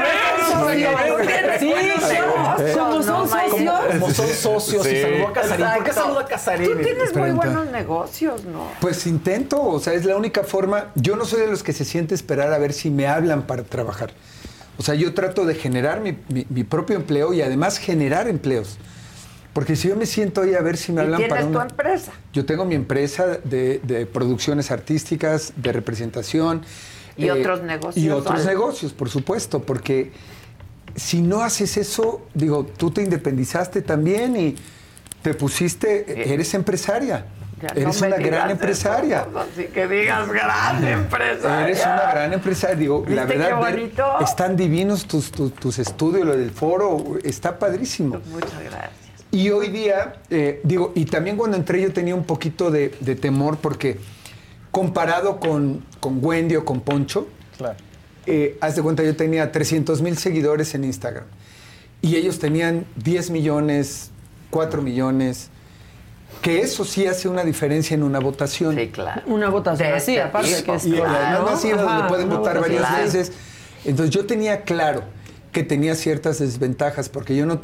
Sí, como son socios. Como son socios y saludó a Casarín. ¿Por qué saludó a Casarín? Tú tienes muy buenos negocios, ¿no? Pues intento, o sea, es la única forma. Yo no soy de los que se siente esperar a ver si me hablan para trabajar. O sea, yo trato de generar mi propio empleo y además generar empleos. Porque si yo me siento ahí a ver si me hablan para ¿Tienes tu empresa? Yo tengo mi empresa de producciones artísticas, de representación. ¿Y otros negocios? Y otros negocios, por supuesto, porque si no haces eso, tú te independizaste también y te pusiste, eres empresaria. Eres una gran empresaria. Así que digas gran empresaria. Eres una gran empresaria. La verdad, están divinos tus estudios, lo del foro, está padrísimo. Muchas gracias. Y hoy día, y también cuando entré yo tenía un poquito de temor porque comparado con Wendy o con Poncho, claro. Haz de cuenta, yo tenía 300,000 seguidores en Instagram y ellos tenían 10 millones, 4 millones. Que eso sí hace una diferencia en una votación. Sí, claro. Una votación así, aparte que es y además masiva, donde pueden votar varias veces. Entonces yo tenía claro que tenía ciertas desventajas porque yo no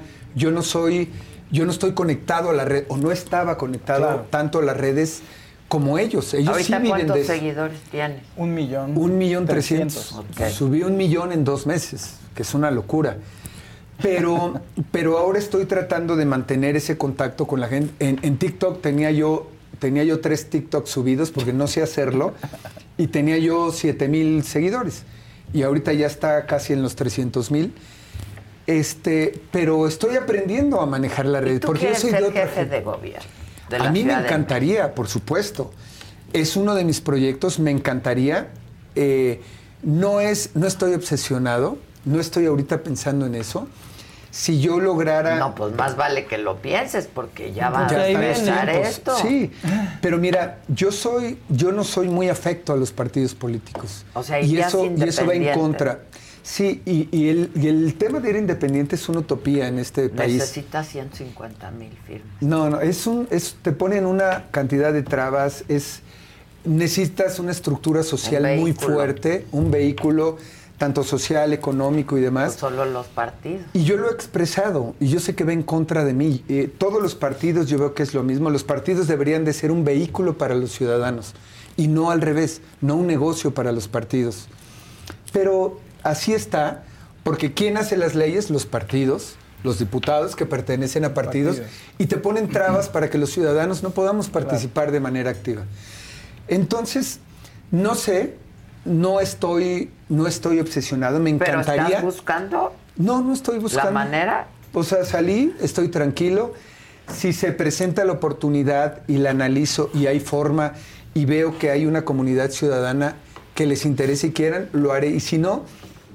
estoy conectado a la red o no estaba conectado tanto a las redes como ellos. Ellos ¿Ahorita sí viven cuántos de eso. seguidores tienes? 1,300,000. Okay. Subí 1,000,000 en 2 meses, que es una locura. Pero ahora estoy tratando de mantener ese contacto con la gente. En TikTok tenía yo 3 TikToks subidos porque no sé hacerlo y tenía yo 7,000 seguidores. Y ahorita ya está casi en los 300,000. Pero estoy aprendiendo a manejar la red. ¿Y tú porque quieres yo soy ser jefe de gobierno? A mí me encantaría, por supuesto. Es uno de mis proyectos, me encantaría. No estoy obsesionado, no estoy ahorita pensando en eso. Si yo lograra... No, pues más vale que lo pienses porque ya va a empezar esto. Sí, pero mira, yo no soy muy afecto a los partidos políticos. O sea, y eso va en contra. Sí, y el tema de ir independiente es una utopía en este país. Necesitas 150,000 firmas. No, te ponen una cantidad de trabas, necesitas una estructura social muy fuerte, un vehículo tanto social, económico y demás. No solo los partidos. Y yo lo he expresado, y yo sé que va en contra de mí. Todos los partidos yo veo que es lo mismo. Los partidos deberían de ser un vehículo para los ciudadanos, y no al revés, no un negocio para los partidos. Pero así está, porque ¿quién hace las leyes? Los partidos, los diputados que pertenecen a partidos, y te ponen trabas para que los ciudadanos no podamos participar de manera activa. Entonces, no sé, no estoy obsesionado, me encantaría. ¿Pero estás buscando? No estoy buscando. ¿La manera? O sea, salí, estoy tranquilo. Si se presenta la oportunidad y la analizo y hay forma y veo que hay una comunidad ciudadana que les interese y quieran, lo haré. Y si no,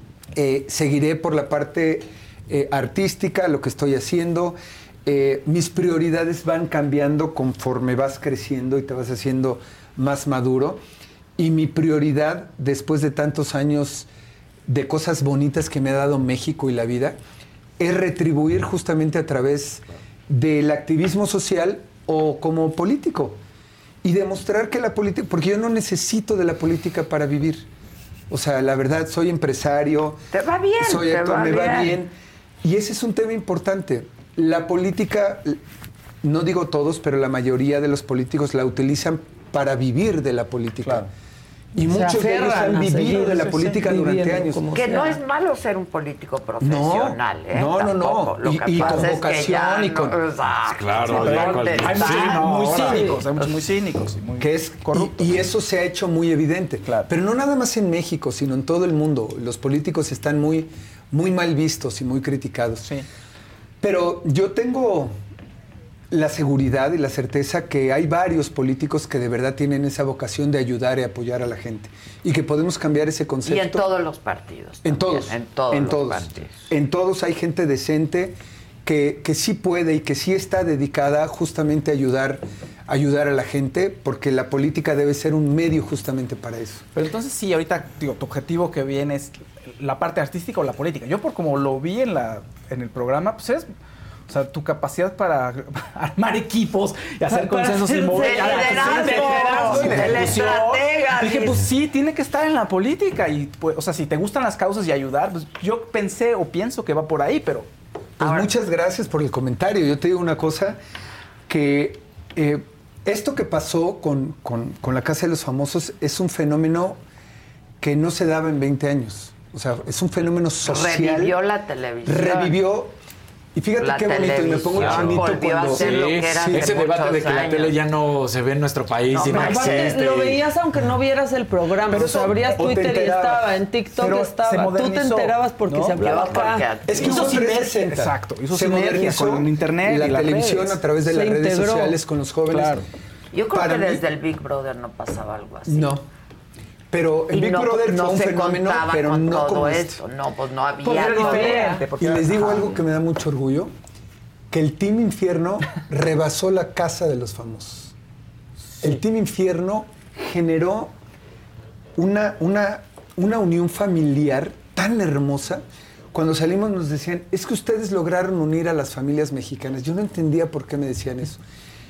seguiré por la parte artística, lo que estoy haciendo. Mis prioridades van cambiando conforme vas creciendo y te vas haciendo más maduro. Y mi prioridad, después de tantos años de cosas bonitas que me ha dado México y la vida, es retribuir justamente a través del activismo social o como político. Y demostrar que la política, porque yo no necesito de la política para vivir. O sea, la verdad, soy empresario. Te va bien, soy actor, me va bien. Y ese es un tema importante. La política, no digo todos, pero la mayoría de los políticos la utilizan para vivir de la política. Claro. Y muchos de ellos han vivido de la política durante años. Que no es malo ser un político profesional, No. Y con vocación y con... Claro. Hay muchos muy cínicos. Que es corruptos. Y eso se ha hecho muy evidente. Claro. Pero no nada más en México, sino en todo el mundo. Los políticos están muy, muy mal vistos y muy criticados. Sí. Pero yo tengo la seguridad y la certeza que hay varios políticos que de verdad tienen esa vocación de ayudar y apoyar a la gente y que podemos cambiar ese concepto. Y en todos los partidos. En todos. En todos los partidos. En todos hay gente decente que sí puede y que sí está dedicada justamente a ayudar a la gente, porque la política debe ser un medio justamente para eso. Pero entonces sí, ahorita digo, tu objetivo que viene es la parte artística o la política. Yo por como lo vi en el programa, pues es... O sea, tu capacidad para armar equipos y hacer consensos y mover. El estratega. Dije, pues sí, tiene que estar en la política. Y, pues, o sea, si te gustan las causas y ayudar, pues yo pensé o pienso que va por ahí, pero... Pues muchas gracias por el comentario. Yo te digo una cosa, que esto que pasó con la Casa de los Famosos es un fenómeno que no se daba en 20 años. O sea, es un fenómeno social. Revivió la televisión. Revivió. Y fíjate qué bonito, y me pongo chinito cuando... Ese debate de que la tele ya no se ve en nuestro país y no existe. Lo veías aunque no vieras el programa, pero sabrías Twitter y estaba, en TikTok estaba. Tú te enterabas porque se hablaba acá. Es que hizo sinergia. Exacto, hizo sinergia con internet y la televisión a través de las redes sociales con los jóvenes. Claro. Yo creo que desde el Big Brother no pasaba algo así. No. Pero el Big Brother fue un fenómeno, pero no como esto. No, pues no había. Y les digo algo que me da mucho orgullo, que el Team Infierno rebasó la Casa de los Famosos. Sí. El Team Infierno generó una unión familiar tan hermosa. Cuando salimos nos decían, es que ustedes lograron unir a las familias mexicanas. Yo no entendía por qué me decían eso.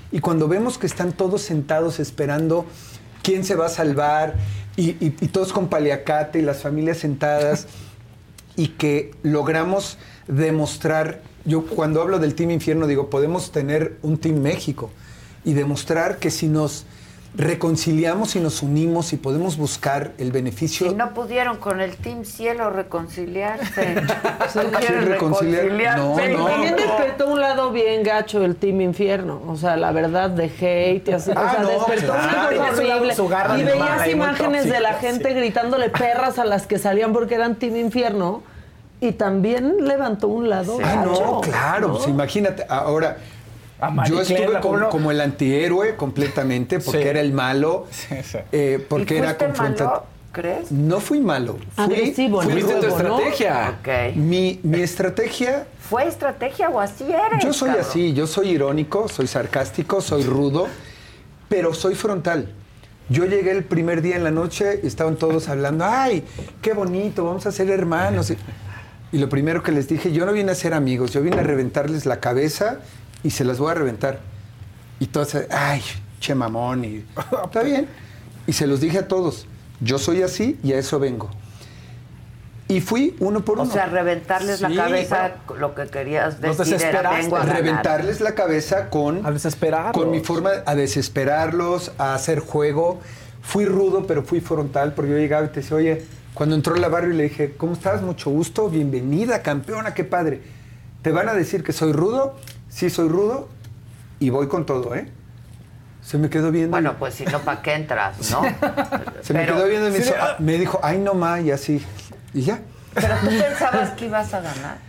Y cuando vemos que están todos sentados esperando quién se va a salvar, y todos con paliacate y las familias sentadas, y que logramos demostrar, yo cuando hablo del Team Infierno digo, podemos tener un Team México y demostrar que si nos reconciliamos y nos unimos y podemos buscar el beneficio. Si no pudieron con el Team Cielo reconciliarse. reconciliar. No, pero no. también despertó un lado bien gacho el Team Infierno. O sea, la verdad, de hate y así. Despertó horrible. Y veías imágenes de la gente gritándole perras a las que salían porque eran Team Infierno. Y también levantó un lado gacho. No, claro. ¿No? Pues imagínate, ahora... Yo estuve como el antihéroe completamente, porque era el malo, porque era confrontativo. ¿Crees? No fui malo. Agresivo, fui tu estrategia. ¿No? Okay. Mi estrategia... ¿Fue estrategia o así eres? Yo soy así, yo soy irónico, soy sarcástico, soy rudo, pero soy frontal. Yo llegué el primer día en la noche y estaban todos hablando, ¡ay, qué bonito, vamos a ser hermanos! Y lo primero que les dije, yo no vine a ser amigos, yo vine a reventarles la cabeza y se las voy a reventar. Y todos, ¡ay, che mamón! Y, está bien. Y se los dije a todos, yo soy así y a eso vengo. Y fui uno por uno. O sea, reventarles la cabeza, lo que querías decir era vengo a ganar. Reventarles la cabeza con mi forma, a desesperarlos, a hacer juego. Fui rudo, pero fui frontal, porque yo llegaba y te decía, oye, cuando entró la Barrio le dije, ¿cómo estás? Mucho gusto, bienvenida, campeona, qué padre. ¿Te van a decir que soy rudo? Sí, soy rudo y voy con todo, ¿eh? Se me quedó viendo. Bueno, pues si no, ¿para qué entras, no? Me quedó viendo y me dijo, ay, no ma, y así. Y ya. Pero tú pensabas que ibas a ganar.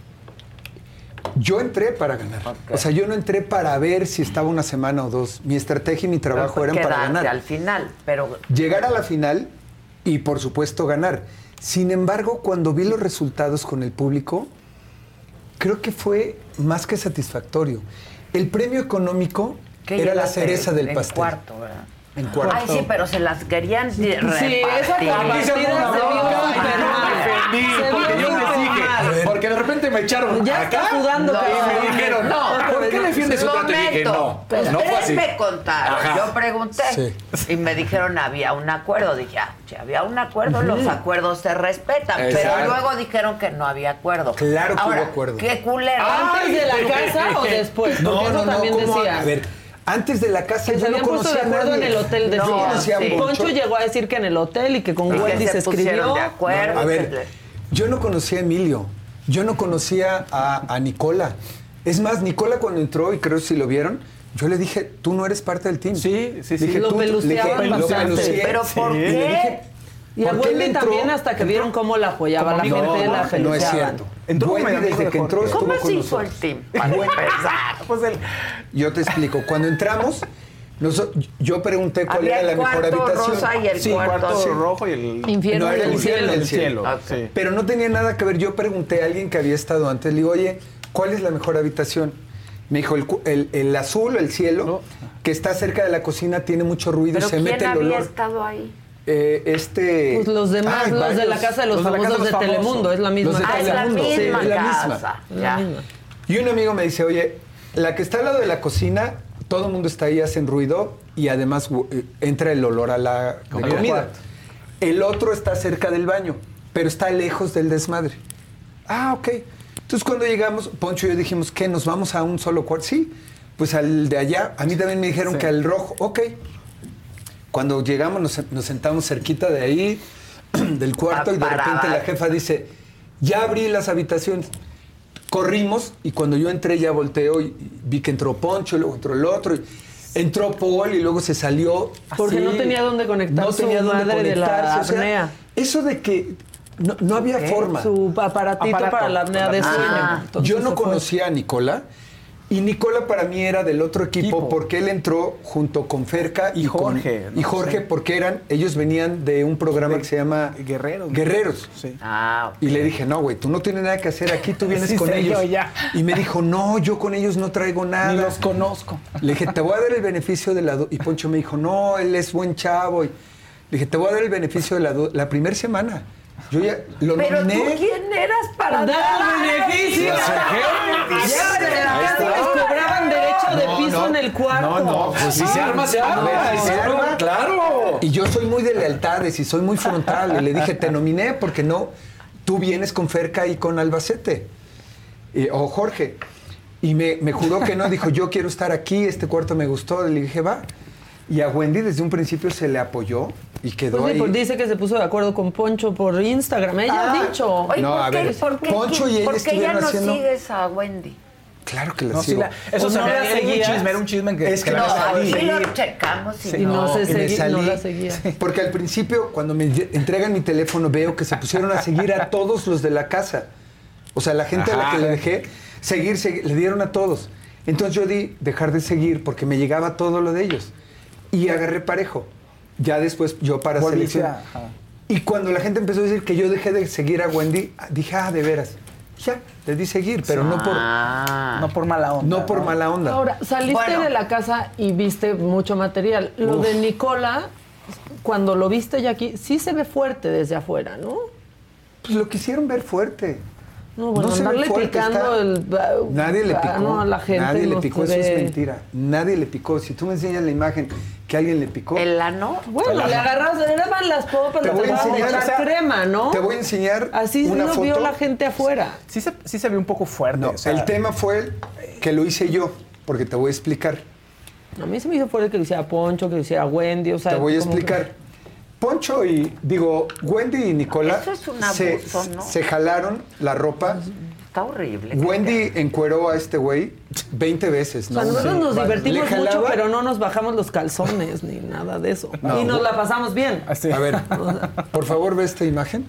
Yo entré para ganar. Okay. O sea, yo no entré para ver si estaba una semana o dos. Mi estrategia y mi trabajo eran para ganar. Al final, pero... Llegar a la final y, por supuesto, ganar. Sin embargo, cuando vi los resultados con el público, creo que fue más que satisfactorio. El premio económico era la cereza del pastel. Cuarto, ¿verdad? En cuarto. Ay, sí, pero se las querían repartir. Sí, esa compartida se vio porque yo les dije, porque de repente me echaron ya acá sudando, y me dijeron, ¿por qué defiendes su trato? Y dije, no fue así. Me contaron, yo pregunté y me dijeron había un acuerdo. Dije, si había un acuerdo, los acuerdos se respetan. Pero luego dijeron que no había acuerdo. Claro que hubo acuerdo. ¿Qué culero? ¿Antes de la casa o después? Porque eso también decía. A ver, antes de la casa que se habían puesto de acuerdo en el hotel. Decía. Poncho llegó a decir que en el hotel y que con Wendy se escribió. De acuerdo. A ver, yo no conocía a Emilio. Yo no conocía a Nicola. Es más, Nicola cuando entró, y creo que si lo vieron, yo le dije, tú no eres parte del team. Sí. Dije, lo peluceaban bastante. ¿Pero por qué? Y a Wendy también, hasta que vieron cómo la apoyaba la gente, la felicitaban. No es cierto. Wendy desde que entró estuvo con nosotros. ¿Cómo se hizo el team? Yo te explico. Cuando entramos, yo pregunté cuál era la mejor habitación. Rosa y el cuarto rojo y el infierno. No, era el cielo. Okay. Pero no tenía nada que ver. Yo pregunté a alguien que había estado antes. Le digo, oye, ¿cuál es la mejor habitación? Me dijo, el azul, el cielo, que está cerca de la cocina, tiene mucho ruido y se mete el olor. ¿Quién había estado ahí? Pues los demás, los de la casa de los famosos de Telemundo, es la misma casa. Es la misma casa. Y un amigo me dice, oye, la que está al lado de la cocina, todo el mundo está ahí, hacen ruido y además entra el olor a la comida. El otro está cerca del baño, pero está lejos del desmadre. Ah, ok. Entonces cuando llegamos, Poncho y yo dijimos, ¿qué? ¿Nos vamos a un solo cuarto? Sí, pues al de allá. A mí también me dijeron que al rojo. Ok. Cuando llegamos nos sentamos cerquita de ahí, del cuarto, y de repente la jefa dice, ya abrí las habitaciones. Corrimos y cuando yo entré ya volteo y vi que entró Poncho, y luego entró el otro, y entró Paul y luego se salió. Porque no tenía dónde conectar su madre de la apnea. Eso de que no había forma. Su aparatito para la apnea de sueño. Yo no conocía a Nicola. Y Nicola para mí era del otro equipo porque él entró junto con Ferca y Jorge. Y Jorge, porque ellos venían de un programa que se llama Guerreros. Sí. Y le dije, no, güey, tú no tienes nada que hacer aquí, tú vienes con ellos. Y me dijo, no, yo con ellos no traigo nada. Ni los conozco. Le dije, te voy a dar el beneficio de la... Y Poncho me dijo, no, él es buen chavo. Y le dije, te voy a dar el beneficio de la primera semana. Yo ya lo Pero nominé. tú, ¿quién eras para dar beneficio? Ya les cobraban derecho de piso en el cuarto. No, pues si se arma, se arma. Claro. Y yo soy muy de lealtades y soy muy frontal. Y le dije, te nominé porque no, tú vienes con Ferca y con Albacete. O Jorge. Y me juró que no. Dijo, yo quiero estar aquí, este cuarto me gustó. Le dije, va. Y a Wendy desde un principio se le apoyó y quedó Pues sí, ahí. pues dice que se puso de acuerdo con Poncho por Instagram. Ella ha dicho. Oye, No, a ver, Poncho y ella ¿por qué ya estuvieron no haciendo- sigues a Wendy? Claro que la No, sí, sigo. eso ¿O se no la seguías? era un chisme que... Es que que no, la salí. Sí lo checamos Sí, y no. se y me seguí- salí. no la seguía. Porque al principio, cuando me entregan mi teléfono, veo que se pusieron a seguir a todos los de la casa. O sea, la gente a la que le dejé seguir, le dieron a todos. Entonces yo di dejar de seguir porque me llegaba todo lo de ellos. Y agarré parejo. Ya después yo para Volviste selección. Y cuando la gente empezó a decir que yo dejé de seguir a Wendy, dije, de veras. Ya, le di seguir, pero no por mala onda. No por mala onda. Ahora, saliste Bueno. de la casa y viste mucho material. Lo de Nicola, cuando lo viste ya aquí, sí se ve fuerte desde afuera, ¿no? Pues lo quisieron ver fuerte. No, bueno, se ve andarle fuerte, picando Nadie le picó. no, a la gente. Nadie le no picó, se eso es ve. mentira. Nadie le picó. Si tú me enseñas la imagen que alguien le picó. ¿El ano? Bueno, le agarras, eran las popas, Te le voy a trataban de enseñar, echar o sea, crema, ¿no? Te voy a enseñar Así una no foto. vio la gente afuera. Sí se vio un poco fuerte. No, o sea, el tema fue que lo hice yo, porque te voy a explicar. A mí se me hizo fuerte que lo hiciera Poncho, que lo hiciera Wendy, o sea... Te voy a como explicar. Poncho Wendy y Nicola Eso es un abuso, ¿no? se jalaron la ropa. Está horrible. Wendy encueró a este güey 20 veces, O ¿no? sea, nosotros Sí. nos divertimos Le mucho, jalaba. pero no nos bajamos los calzones ni nada de eso. No. Y nos la pasamos bien. A ver, por favor, ve esta imagen.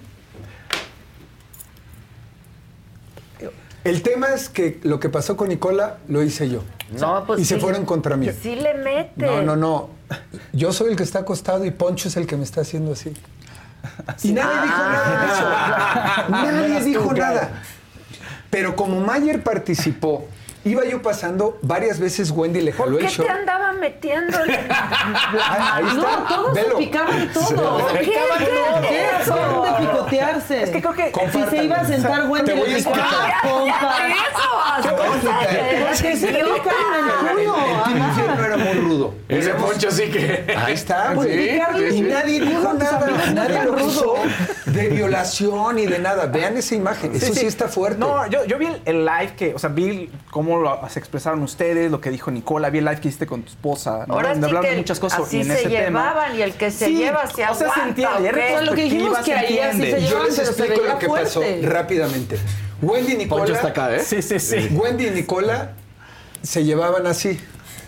El tema es que lo que pasó con Nicola lo hice yo. No, pues y se sí. fueron contra mí. Sí le mete. No. Yo soy el que está acostado y Poncho es el que me está haciendo así. Y nadie dijo nada de eso. Nadie dijo nada. Pero como Mayer participó, iba yo pasando, varias veces Wendy le jaló ¿Por el qué show. te andaba metiendo en Ahí está. No, todos Velo. se picaban todos. ¿Qué? ¿Qué? Dejaron de picotearse. Es que creo que... Si se iba a sentar Wendy, Te voy a le picaba explicar. las pompas. Te voy a explicar. Porque se le picaban el culo. El Team Infierno era muy rudo. Ese Poncho sí que... Ahí está, Pues güey. picarle Y el nadie dijo culo a tus nada. amigos no Nadie tan lo rudo. acusó de violación y de nada. Vean esa imagen. Eso sí está fuerte. No, yo vi el live que, o sea, vi cómo se expresaron ustedes, lo que dijo Nicola, vi el live que hiciste con tu esposa, ¿no? Ahora Donde sí hablaron que de muchas cosas así y en se ese tema. llevaban y el que se Sí, lleva se o sea, se aguanta. entiende, ya ¿o qué? O sea, lo que dijimos que ahí así se Yo llevaban, les pero se explico veía lo que pasó fuerte. rápidamente. Wendy y Nicola. Poncho está acá, ¿eh? Sí. Wendy y Nicola se llevaban así.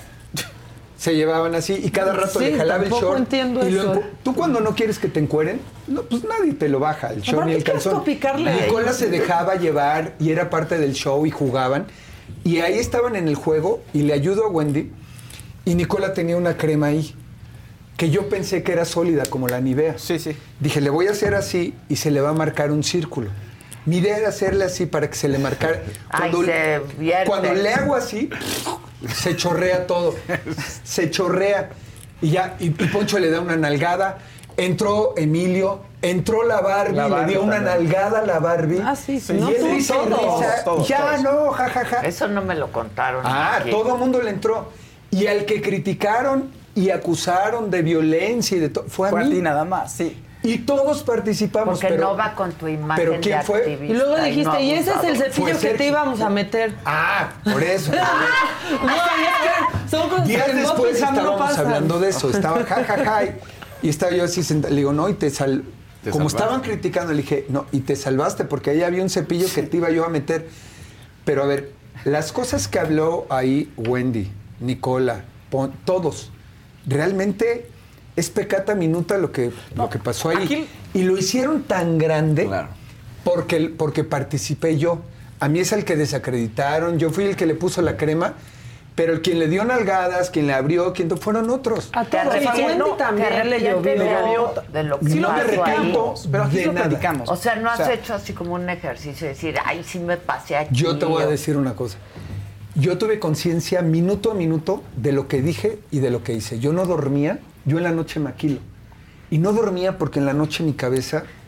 Se llevaban así y cada rato Sí, le jalaba el tampoco short. entiendo y eso. Tú cuando no quieres que te encueren, no, pues nadie te lo baja, el short Aparte, ni el ¿qué calzón. asco picarle a Nicola ellos? se dejaba llevar y era parte del show y jugaban. Y ahí estaban en el juego y le ayudo a Wendy y Nicola tenía una crema ahí que yo pensé que era sólida como la Nivea. Sí. Dije, le voy a hacer así y se le va a marcar un círculo. Mi idea era hacerle así para que se le marcara. Ay, se vierte. Cuando le hago así, se chorrea todo. Se chorrea. Y ya, y Poncho le da una nalgada. Entró Emilio, entró la Barbie, le dio una también. nalgada a la Barbie. Ah, sí, Y no, él tú, risa y todos. risa. Todos. No, jajaja. Eso no me lo contaron. aquí. Todo el mundo le entró. Y al que criticaron y acusaron de violencia y de todo, fue a Fue a mí. ti nada más, sí. Y todos participamos. Porque pero, no va con tu imagen ¿pero quién de fue? activista. Y luego dijiste, no y ese es el abusador". cepillo Fue que te Sergio. íbamos a meter. Ah, por eso. No, es que son cosas Días que en después Buckingham no estábamos pasan. hablando de eso. Estaba jajaja. Y estaba yo así sentado. Le digo, no, y ¿Te como salvaste? estaban criticando, le dije, no, y te salvaste porque ahí había un cepillo que te iba yo a meter. Pero a ver, las cosas que habló ahí Wendy, Nicola, todos, realmente es pecata minuta lo que pasó ahí. aquí- Y lo hicieron tan grande Claro. porque participé yo. A mí es el que desacreditaron, yo fui el que le puso la crema, pero el quien le dio nalgadas, quien le abrió, fueron otros. A ¿Te todos. Y a arrepientes? Wendy también ¿Te le arrepientes llovió. de lo que Sí, no me pasó ahí? arrepiento Pero aquí de lo nada. platicamos. O sea, no has hecho así como un ejercicio de decir, ay, sí me pasé aquí. Yo te voy a decir una cosa. Yo tuve conciencia minuto a minuto de lo que dije y de lo que hice. Yo no dormía, yo en la noche maquilo. Y no dormía porque en la noche mi cabeza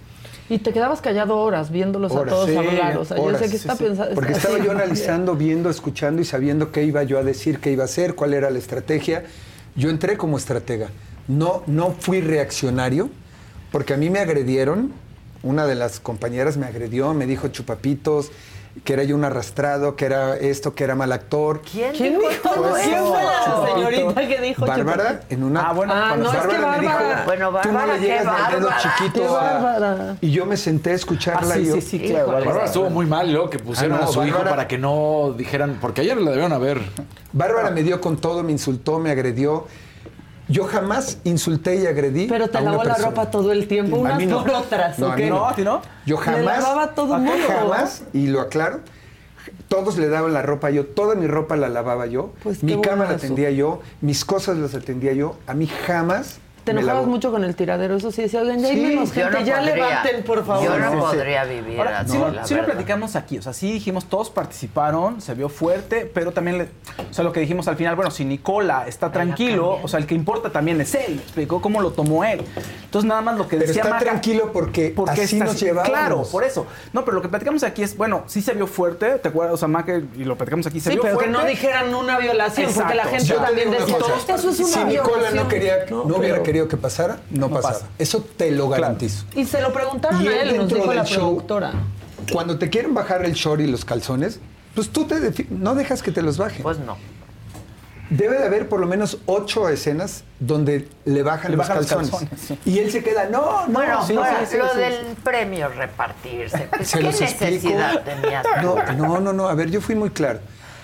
Y te quedabas callado horas viéndolos a todos hablar. O sea, horas, yo sé que está pensando. Porque estaba yo analizando, viendo, escuchando y sabiendo qué iba yo a decir, qué iba a hacer, cuál era la estrategia. Yo entré como estratega. No fui reaccionario, porque a mí me agredieron. Una de las compañeras me agredió, me dijo chupapitos, que era yo un arrastrado, que era esto, que era mal actor. ¿Quién dijo todo eso? ¿Quién fue la señorita que dijo Bárbara, en una... Bárbara me dijo, tú no le llegas al dedo chiquito Y yo me senté a escucharla y Sí, claro. Bárbara estuvo muy mal, luego que pusieron a su hijo para que no dijeran... Porque ayer la debieron haber... Bárbara me dio con todo, me insultó, me agredió. Yo jamás insulté y agredí. Pero te lavó la ropa todo el tiempo, unas por otras. No, ¿o a qué? mí no. ¿A ti no? Yo jamás. Le lavaba a todo el mundo. Jamás, y lo aclaro, todos le daban la ropa yo, toda mi ropa la lavaba yo, Pues mi qué cama la buenazo. atendía yo, mis cosas las atendía yo. A mí jamás. Te me enojabas lavó. mucho con el tiradero, eso sí, decía, oigan, ya hay Sí, menos yo gente, no ya podría. levanten, por favor. Yo no podría vivir Ahora, así, sí, la sí lo verdad. platicamos aquí, o sea, sí dijimos, todos participaron, se vio fuerte, pero también, o sea, lo que dijimos al final, bueno, si Nicola está tranquilo, o sea, el que importa también es él, explicó cómo lo tomó él. Entonces, nada más lo que Pero decía está Maca, tranquilo porque así está nos llevábamos. Claro, por eso. No, pero lo que platicamos aquí es, bueno, sí se vio fuerte, ¿te acuerdas? O sea, Maca, y lo platicamos aquí, se Sí, vio pero fuerte. que no dijeran una violación, porque la Exacto. gente Yo te también digo una decía, cosa, eso es una si violación. Nicola no hubiera pero- querido que pasara, no pasaba. pasa. Eso te lo garantizo. Y se lo preguntaron Y a él él, nos dentro dijo la del show, productora. Cuando te quieren bajar el short y los calzones, pues tú no dejas que te los bajen. Pues no. Debe de haber por lo menos 8 escenas donde le bajan los calzones. sí. Y él se queda, no. Bueno, sí, bueno, sí, lo sí, del sí. premio repartirse. Pues, Se ¿qué los explico. necesidad tenías? No. A ver, yo fui muy claro.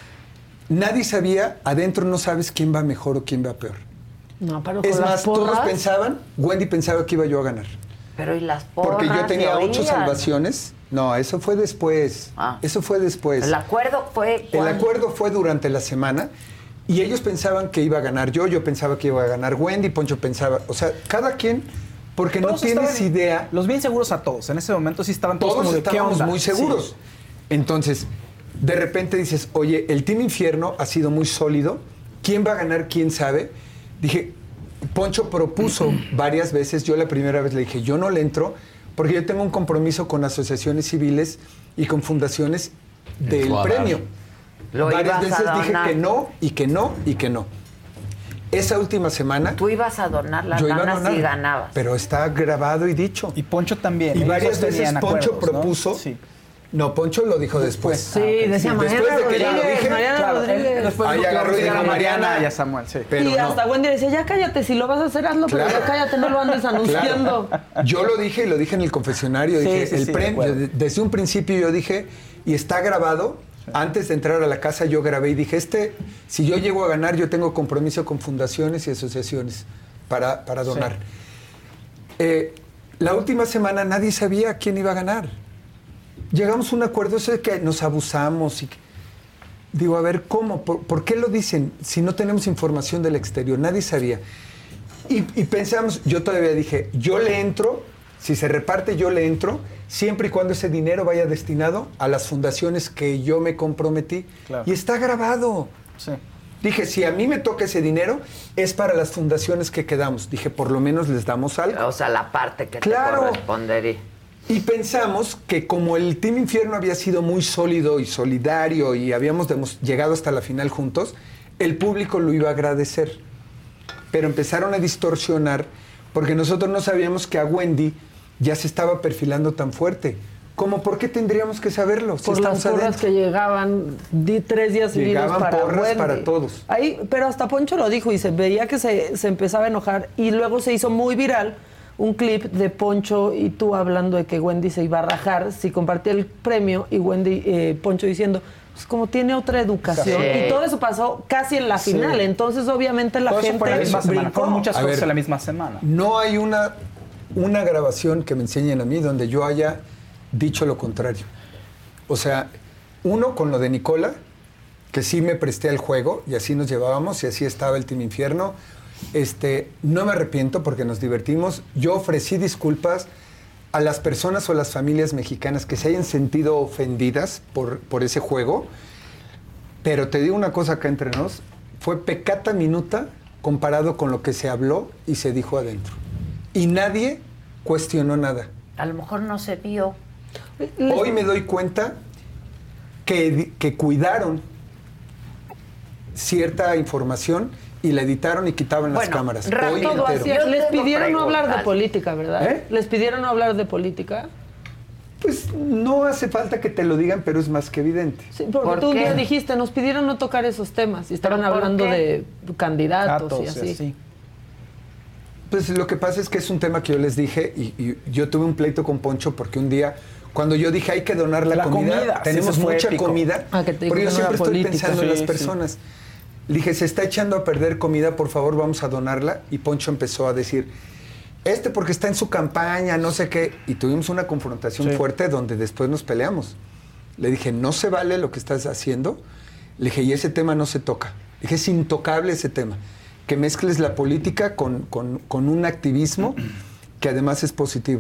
Nadie sabía, adentro no sabes quién va mejor o quién va peor. No, pero Es con las más, todos porras, pensaban, Wendy pensaba que iba yo a ganar. Pero ¿y las porras? Porque yo tenía se 8 oían? salvaciones. No, eso fue después. Eso fue después. El acuerdo fue... El acuerdo fue durante la semana y ellos pensaban que iba a ganar yo pensaba que iba a ganar Wendy, Poncho pensaba, o sea, cada quien, porque Todos no tienes estaban idea. Los bien seguros a todos. En ese momento sí estaban todos, Todos como de qué estábamos onda. muy seguros. Sí. Entonces, de repente dices, oye, el Team Infierno ha sido muy sólido. ¿Quién va a ganar? ¿Quién sabe? Dije, Poncho propuso varias veces. Yo la primera vez le dije, yo no le entro porque yo tengo un compromiso con asociaciones civiles y con fundaciones del Claro. premio. Lo Varias ibas a veces dije donar. que no, y que no, y que no. Esa última semana... Tú ibas a donar las yo iba a lanas donar, y ganabas. pero está grabado y dicho. Y Poncho también. Y ellos varias veces tenían Poncho acuerdos, ¿no? propuso... Sí. No, Poncho lo dijo después. Sí, decía Mariana Después de que ya lo Rodríguez, dije, Mariana Claro, él Rodríguez. después Ahí lo agarró y dijo dijo a Mariana Mariana. y a Samuel, sí. Pero y no. hasta Wendy decía, ya cállate, si lo vas a hacer, hazlo, pero Claro. ya cállate, no lo andes anunciando. Yo lo dije y lo dije en el confesionario. Sí, Dije, sí, el sí, premio, de acuerdo. desde un principio yo dije, y está grabado, antes de entrar a la casa yo grabé y dije, si yo llego a ganar, yo tengo compromiso con fundaciones y asociaciones para donar. La última semana nadie sabía quién iba a ganar. Llegamos a un acuerdo, eso de que nos abusamos y digo, a ver, ¿cómo? ¿Por qué lo dicen si no tenemos información del exterior? Nadie sabía. Y pensamos, yo todavía dije, yo le entro, si se reparte yo le entro, siempre y cuando ese dinero vaya destinado a las fundaciones que yo me comprometí. Claro. Y está grabado. Sí. Dije, si a mí me toca ese dinero, es para las fundaciones que quedamos. Dije, por lo menos les damos algo. O sea, la parte que Claro. te correspondería. Y pensamos que como el Team Infierno había sido muy sólido y solidario y habíamos llegado hasta la final juntos, el público lo iba a agradecer. Pero empezaron a distorsionar porque nosotros no sabíamos que a Wendy ya se estaba perfilando tan fuerte. ¿Cómo? ¿Por qué tendríamos que saberlo? Si Por las estamos porras adentro. que llegaban 3 días seguidos Llegaban para porras Wendy. para todos. Ahí, pero hasta Poncho lo dijo y se veía que se empezaba a enojar y luego se hizo muy viral un clip de Poncho y tú hablando de que Wendy se iba a rajar si compartía el premio y Poncho diciendo, pues como tiene otra educación. Sí. Y todo eso pasó casi en la Sí. final. Entonces, obviamente, la Todo eso gente fue la misma semana. brincó. Fueron muchas A cosas ver. en la misma semana. No hay una grabación que me enseñen a mí donde yo haya dicho lo contrario. O sea, uno con lo de Nicola, que sí me presté al juego y así nos llevábamos y así estaba el Team Infierno. No me arrepiento porque nos divertimos. Yo ofrecí disculpas a las personas o a las familias mexicanas que se hayan sentido ofendidas por ese juego. Pero te digo una cosa acá entre nos, fue peccata minuta comparado con lo que se habló y se dijo adentro. Y nadie cuestionó nada. A lo mejor no se vio. Hoy me doy cuenta que cuidaron cierta información y la editaron y quitaban las cámaras. Hoy les pidieron no hablar de política, ¿verdad? ¿Les pidieron no hablar de política? Pues no hace falta que te lo digan, pero es más que evidente. Sí, porque tú un día dijiste, nos pidieron no tocar esos temas y estaban hablando de candidatos y así. Pues lo que pasa es que es un tema que yo les dije y yo tuve un pleito con Poncho porque un día, cuando yo dije hay que donar la comida, tenemos mucha comida, porque yo siempre estoy pensando en las personas. Le dije, se está echando a perder comida, por favor vamos a donarla. Y Poncho empezó a decir, porque está en su campaña, no sé qué. Y tuvimos una confrontación fuerte donde después nos peleamos. Le dije, no se vale lo que estás haciendo. Le dije, y ese tema no se toca. Le dije, es intocable ese tema. Que mezcles la política con un activismo que además es positivo.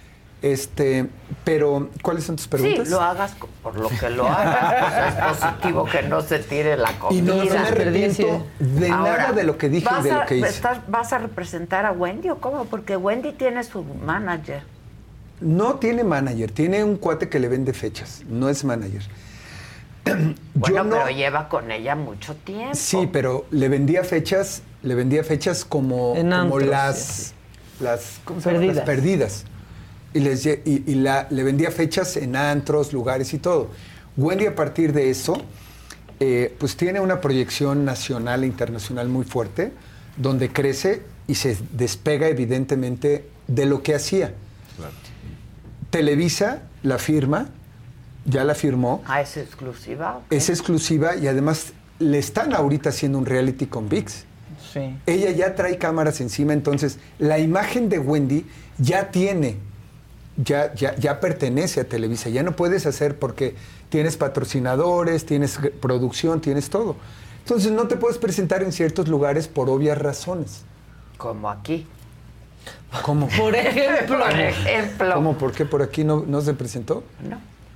Pero, ¿cuáles son tus preguntas? Sí, lo hagas por lo que lo hagas. Pues es positivo que no se tire la comida. Y no me arrepiento de nada de lo que dije y de lo que hice. ¿Vas a representar a Wendy o cómo? Porque Wendy tiene su manager. No tiene manager, tiene un cuate que le vende fechas, no es manager. Bueno, pero lleva con ella mucho tiempo. Sí, pero le vendía fechas como las perdidas. Le vendía fechas en antros, lugares y todo. Wendy, a partir de eso, pues tiene una proyección nacional e internacional muy fuerte, donde crece y se despega evidentemente de lo que hacía. Claro. Televisa la firma, ya la firmó. ¿Es exclusiva? Okay. Es exclusiva y además le están ahorita haciendo un reality con ViX. Sí. Ella ya trae cámaras encima, entonces la imagen de Wendy ya pertenece a Televisa. Ya no puedes hacer porque tienes patrocinadores, tienes producción, tienes todo. Entonces no te puedes presentar en ciertos lugares por obvias razones. Como aquí. ¿Cómo? Por ejemplo. ¿Cómo? ¿Por qué por aquí no se presentó? No.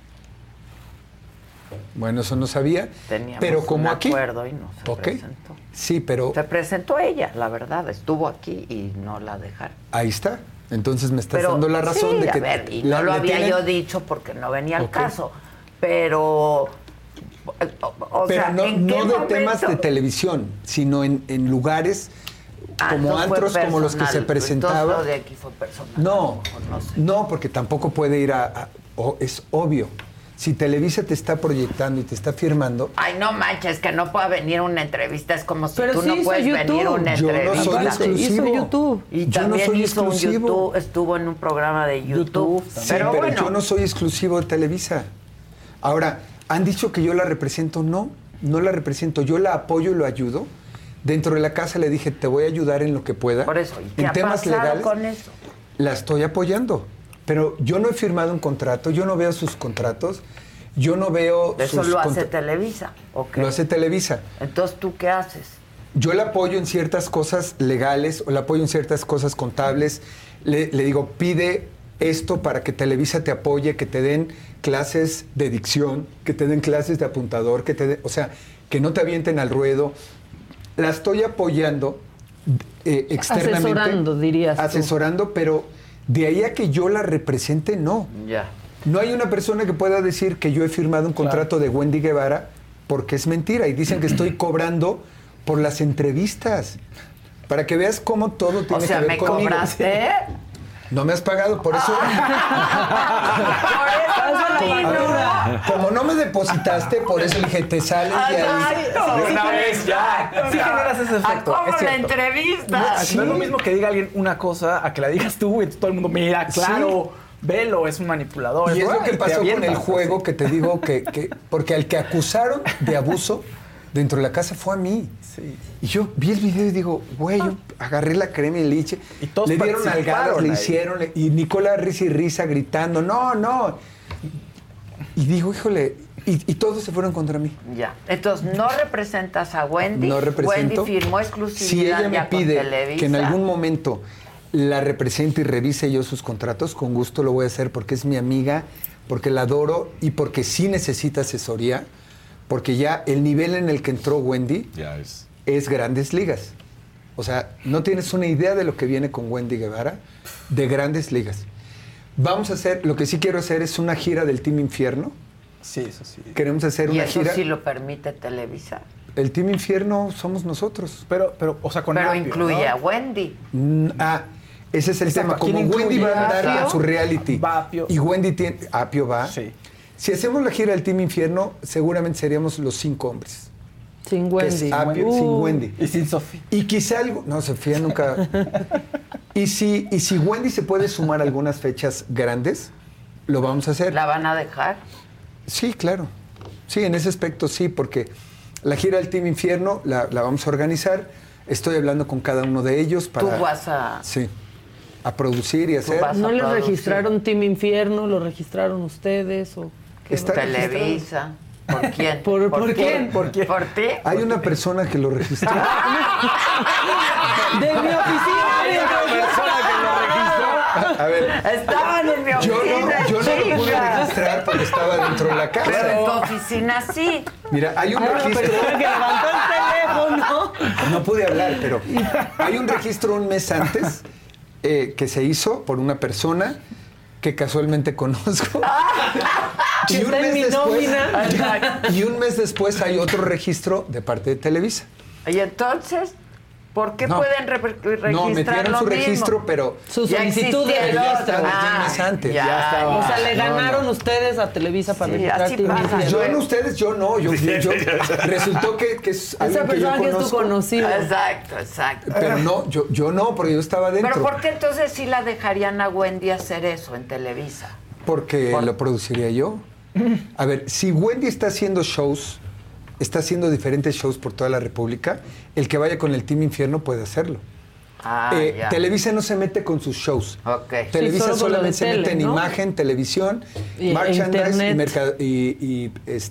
Bueno, eso no sabía. Teníamos pero como un aquí. acuerdo y no se presentó. Sí, pero. Se presentó ella, la verdad. Estuvo aquí y no la dejaron. Ahí está. Entonces me estás dando la razón de que. A ver, y no lo había yo dicho porque no venía al caso. Pero. Pero no de temas de televisión, sino en lugares como antros como los que se presentaba. Lo de aquí fue personal. No, porque tampoco puede ir es obvio. Si Televisa te está proyectando y te está firmando... Ay, no manches, que no pueda venir una entrevista. Es como si tú sí no puedes venir una entrevista. Yo no soy exclusivo. Hizo YouTube. Y también hizo un YouTube, estuvo en un programa de YouTube. Sí, pero yo no soy exclusivo de Televisa. Ahora, ¿han dicho que yo la represento? No la represento. Yo la apoyo y lo ayudo. Dentro de la casa le dije, te voy a ayudar en lo que pueda. Por eso, ¿y qué en ha temas pasado legales, con eso? La estoy apoyando. Pero yo no he firmado un contrato, yo no veo sus contratos, yo no veo ¿Eso lo hace Televisa? Okay. Lo hace Televisa. Entonces, ¿tú qué haces? Yo la apoyo en ciertas cosas legales o la apoyo en ciertas cosas contables. Le digo, pide esto para que Televisa te apoye, que te den clases de dicción, que te den clases de apuntador, o sea, que no te avienten al ruedo. La estoy apoyando externamente. Asesorando, dirías tú. Asesorando, pero... De ahí a que yo la represente, no. Ya. No hay una persona que pueda decir que yo he firmado un contrato de Wendy Guevara porque es mentira. Y dicen que estoy cobrando por las entrevistas. Para que veas cómo todo tiene que ver conmigo. ¿me cobraste? No me has pagado, por eso... Como no me depositaste, por eso dije, te sales de ahí. Una vez ya. Sí generas ese efecto. ¿Cómo la entrevista? No es lo mismo que diga alguien una cosa a que la digas tú y todo el mundo, mira, claro, velo, es un manipulador. Y es lo que pasó con el juego que te digo porque al que acusaron de abuso dentro de la casa fue a mí. Sí. Y yo vi el video y digo, güey, yo agarré la crema y el liche, y todos le dieron algadas, le hicieron, y Nicolás risa y risa gritando, no. Y digo, híjole, y todos se fueron contra mí. Ya. Entonces, ¿no representas a Wendy? No represento. Wendy firmó exclusividad. Si ella me ya pide con Televisa, que en algún momento la represente y revise yo sus contratos, con gusto lo voy a hacer porque es mi amiga, porque la adoro y porque sí necesita asesoría, porque ya el nivel en el que entró Wendy es Grandes Ligas. O sea, no tienes una idea de lo que viene con Wendy Guevara, de Grandes Ligas. Vamos a hacer, lo que sí quiero hacer es una gira del Team Infierno. Sí, eso sí. Queremos hacer una gira. ¿Y eso sí lo permite Televisa? El Team Infierno somos nosotros. Pero o sea, con Pero Apio, incluye ¿no? a Wendy. Ese es el Exacto, tema. Como ¿quién Wendy va a incluye a dar Apio? a su reality. Va Apio. Y Wendy tiene... Apio va. Sí. Si hacemos la gira del Team Infierno, seguramente seríamos los 5 hombres. Sin Que es Wendy. Apio, sin Wendy. Y sin Sofía. Y quizá algo... No, Sofía nunca... y si Wendy se puede sumar a algunas fechas grandes, lo vamos a hacer. ¿La van a dejar? Sí, claro. Sí, en ese aspecto sí, porque la gira del Team Infierno la vamos a organizar. Estoy hablando con cada uno de ellos para... Tú vas a... Sí. A producir y hacer... ¿No les registraron Team Infierno? ¿Lo registraron ustedes? ¿O qué? Está Televisa. ¿Por quién? ¿Por quién? ¿Por qué? ¿Por ti? Hay una persona que lo registró. De mi oficina. Hay una persona que lo registró. A ver. Estaban en mi oficina. Yo no lo pude registrar porque estaba dentro de la casa. Pero en tu oficina sí. Mira, hay un Hay una registro... persona que levantó el teléfono. No pude hablar, pero hay un registro un mes antes que se hizo por una persona que casualmente conozco. Que está en mi nómina. Y un mes después hay otro registro de parte de Televisa. Y entonces, ¿por qué No. pueden registrar No, metieron lo su mismo? registro, pero... Su Ya solicitud de existieron. Ya estaba registro. desde un mes antes. ya estaba. O sea, le No, ganaron no. ustedes a Televisa para Sí, registrar así Team pasa. Infierno. Yo no, ustedes, yo no. Yo resultó que es alguien Esa que yo persona que es tu conozco. conocido. Exacto. Pero no, yo no, porque yo estaba dentro. Pero ¿por qué entonces sí la dejarían a Wendy hacer eso en Televisa? Porque lo produciría yo. A ver, si Wendy está haciendo shows, está haciendo diferentes shows por toda la República, el que vaya con el Team Infierno puede hacerlo. Ya. Televisa no se mete con sus shows. Ok. Televisa Sí, solo con lo de solamente se tele, mete en ¿no? imagen, televisión, Y merchandise internet. y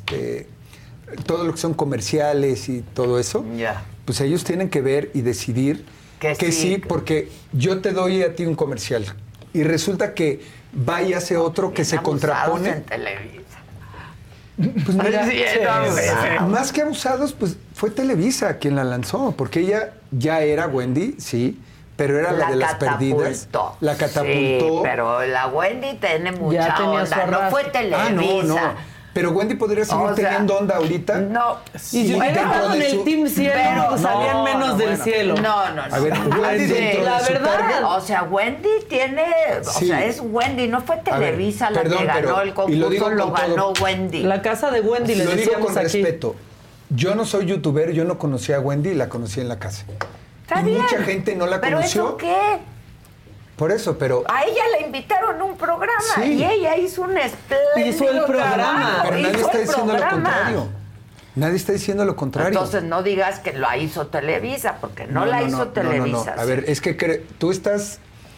todo lo que son comerciales y todo eso. Ya. Pues ellos tienen que ver y decidir Que que sí. sí, porque yo te doy a ti un comercial y resulta que va y hace otro que se Abusados contrapone. en Televisa. Pues mira, Sí, no, más que abusados, pues fue Televisa quien la lanzó, porque ella ya era Wendy, sí, pero era la de las perdidas. La catapultó. Sí, pero la Wendy tiene mucha Ya tenía su onda. No arrastre. fue Televisa. Pero Wendy podría seguir O sea, teniendo onda ahorita. No. Y Sí, si hubiera dentro estado en de el su- Team Cielo, Pero- pues salían no, menos del cielo. No. A ver, Wendy dentro La de su verdad. target- O sea, Wendy tiene... O Sí. sea, es Wendy. No fue Televisa la perdón, que ganó pero- el y lo concurso, digo lo con ganó todo. Wendy. La casa de Wendy, le Lo digo decíamos con aquí. respeto. Yo no soy youtuber, yo no conocí a Wendy y la conocí en la casa. Está y bien. mucha gente no la ¿Pero conoció. eso qué? Por eso, pero... A ella la invitaron a un programa Sí. y ella hizo un espléndido Hizo el programa. trabajo, Pero nadie hizo está el diciendo lo programa. contrario. Nadie está diciendo lo contrario. Entonces no digas que la hizo Televisa, porque no la hizo no. Televisa. A ver, es que tú estás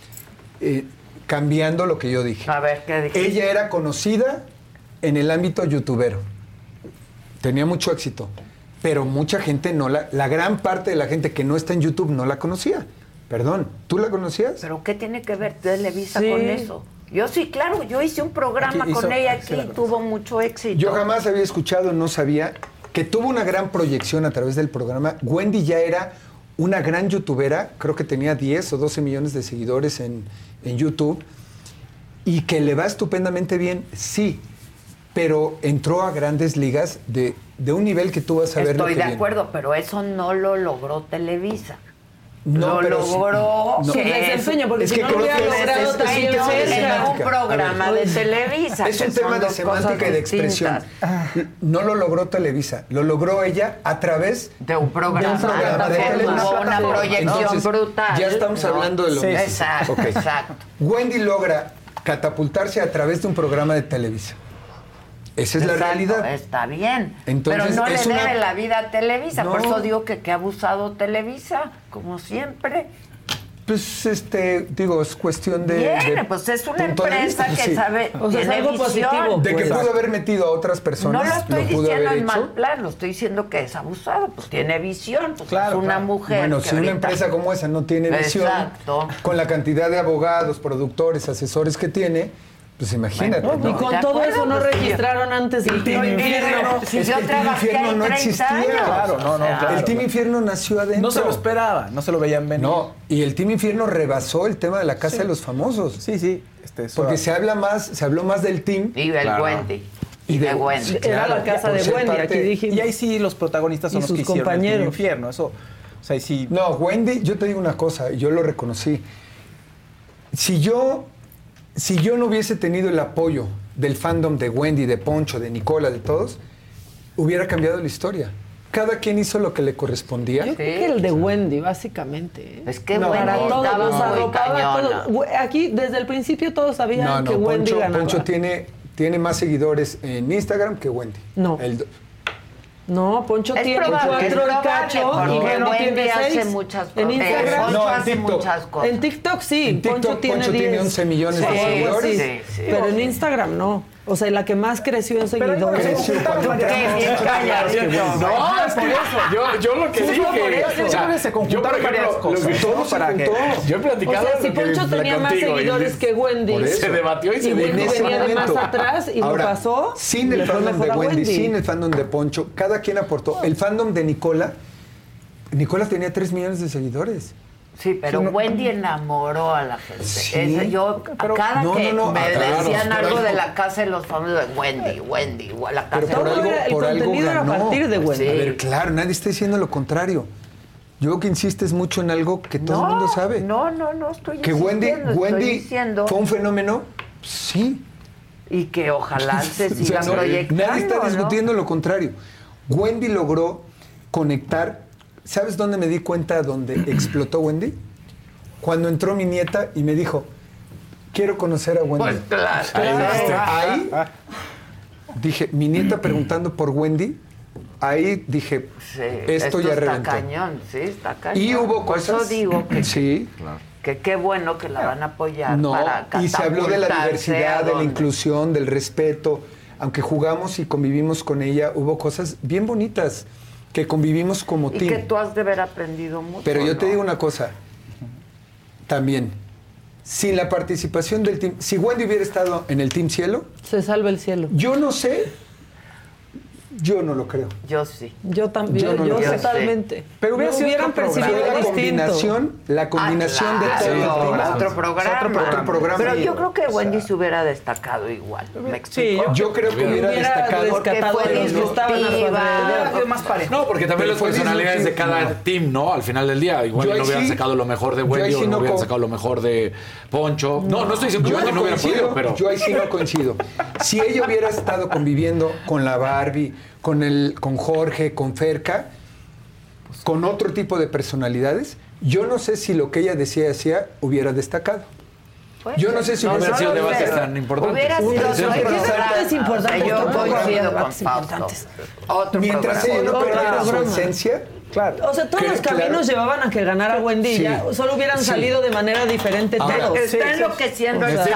cambiando lo que yo dije. A ver, ¿qué dijiste? Ella era conocida en el ámbito youtubero. Tenía mucho éxito. Pero mucha gente la gran parte de la gente que no está en YouTube no la conocía. Perdón, ¿tú la conocías? ¿Pero qué tiene que ver Televisa Sí. con eso? Yo sí, claro, yo hice un programa Aquí hizo- con ella sí, aquí la y tuvo mucho éxito. Yo jamás había escuchado, no sabía, que tuvo una gran proyección a través del programa. Wendy ya era una gran youtubera, creo que tenía 10 o 12 millones de seguidores en YouTube, y que le va estupendamente bien, sí, pero entró a grandes ligas de un nivel que tú vas a ver lo Estoy que de viene. acuerdo, pero eso no lo logró Televisa. No, lo pero sí. logró No. Su desempeño, porque Es si que no creo hubiera que logrado es un también tema de cerca. en un semántica. programa A ver. de Televisa. Es que un son tema de dos semántica cosas y de expresión. distintas. No lo logró Televisa, lo logró ella a través De un programa. de un programa de que Televisa. tuvo una proyección Entonces, brutal. ya estamos ¿no? hablando de lo Sí, mismo. Exacto, Ok. exacto. Wendy logra catapultarse a través de un programa de Televisa. Esa es la Exacto, realidad. Está bien. Entonces, pero no le es una- debe la vida a Televisa. No. Por eso digo que ha abusado Televisa, como siempre. Pues, digo, es cuestión de... Bien, de pues es una punto de empresa vista, que sí. sabe, O sea, es tiene algo visión. positivo. De que Pues, pudo haber metido a otras personas, No lo estoy pudo diciendo haber en hecho. mal plan, lo estoy diciendo que es abusado, pues tiene visión, pues Claro, es una claro. mujer. Bueno, que si una ahorita- empresa como esa no tiene visión, Exacto. con la cantidad de abogados, productores, asesores que tiene, Pues imagínate. Bueno, ¿no? Y con todo eso no registraron antes el Team Infierno. Si yo trabajé Infierno no existía. Claro, claro. El Team Infierno nació adentro. No se lo esperaba, no se lo veían venir. No, y el Team Infierno rebasó el tema de la Casa de los Famosos. Sí. Porque se habló más del Team. Y del Wendy. Y de Wendy. Era la casa de Wendy, aquí dijimos. Y ahí sí los protagonistas son los que hicieron el Team Infierno. Eso, o sea, sí. No, Wendy, yo te digo una cosa, yo lo reconocí. Si yo no hubiese tenido el apoyo del fandom de Wendy, de Poncho, de Nicola, de todos, hubiera cambiado la historia. Cada quien hizo lo que le correspondía. Yo creo que el de Wendy, básicamente. Es que no, Wendy estaba los arropaba todos. Aquí, desde el principio, todos sabían que Wendy ganaba. Poncho tiene más seguidores en Instagram que Wendy. No. No, Poncho tiene 4 y cacho y Wendy tiene 6. Hace muchas cosas. En Instagram no, hace muchas cosas. En TikTok sí, en TikTok, Poncho tiene 11 millones de seguidores. Sí. Pero en Instagram no. O sea, la que más creció en seguidores. No, es por eso. Yo lo que dije. Se conjuntaron varias cosas. Yo he platicado. O sea, si Poncho tenía más seguidores que Wendy. Se debatió y se Wendy venía de más atrás y lo pasó. Sin el fandom de Wendy, sin el fandom de Poncho, cada quien aportó. El fandom de Nicola tenía 3 millones de seguidores. Sí, pero Wendy enamoró a la gente. Sí, cada que me decían algo de la Casa de los Famosos, Wendy, la Casa de los Famosos. El contenido era a partir de Wendy. A ver, claro, nadie está diciendo lo contrario. Yo veo que insistes mucho en algo que todo el mundo sabe. No, estoy que Wendy fue un fenómeno, sí. Y que ojalá se siga proyectando. Nadie está discutiendo lo contrario. Wendy logró conectar. ¿Sabes dónde me di cuenta dónde explotó Wendy? Cuando entró mi nieta y me dijo, quiero conocer a Wendy. Pues claro. Ahí dije, mi nieta preguntando por Wendy, ahí dije, esto ya reventó. Está cañón. Y hubo cosas. Por eso digo que sí. Que qué bueno que la van a apoyar. No, para y se habló de la diversidad, de la inclusión, del respeto. Aunque jugamos y convivimos con ella, hubo cosas bien bonitas. Que convivimos como team. Y que tú has de haber aprendido mucho. Pero yo te digo una cosa, también, sin la participación del team, si Wendy hubiera estado en el Team Cielo... Se salva el cielo. Yo no sé, yo no lo creo. Yo sí. Yo también, yo totalmente. Pero hubieran percibido la combinación de todo el otro programa. Pero yo creo que Wendy se hubiera destacado igual. ¿Me explico? Sí, yo creo que hubiera destacado porque fue disruptiva. Más parejo. No, porque también las personalidades de cada team, ¿no? Al final del día, igual no hubieran sacado lo mejor de Wendy o no hubieran sacado lo mejor de Poncho. No estoy diciendo que Wendy no hubiera podido, pero... Yo ahí sí no coincido. Si ella hubiera estado conviviendo con la Barbie, con Jorge, con Ferca, con otro tipo de personalidades, yo no sé si lo que ella decía y hacía hubiera destacado. Yo no sé si hubiera sido debates tan importantes. Es importante. Yo coincido con Fausto. Mientras ella no perdiera su esencia... Claro. O sea, todos los caminos llevaban a que ganara Wendy. Ya solo hubieran salido de manera diferente todos. Está enloqueciendo el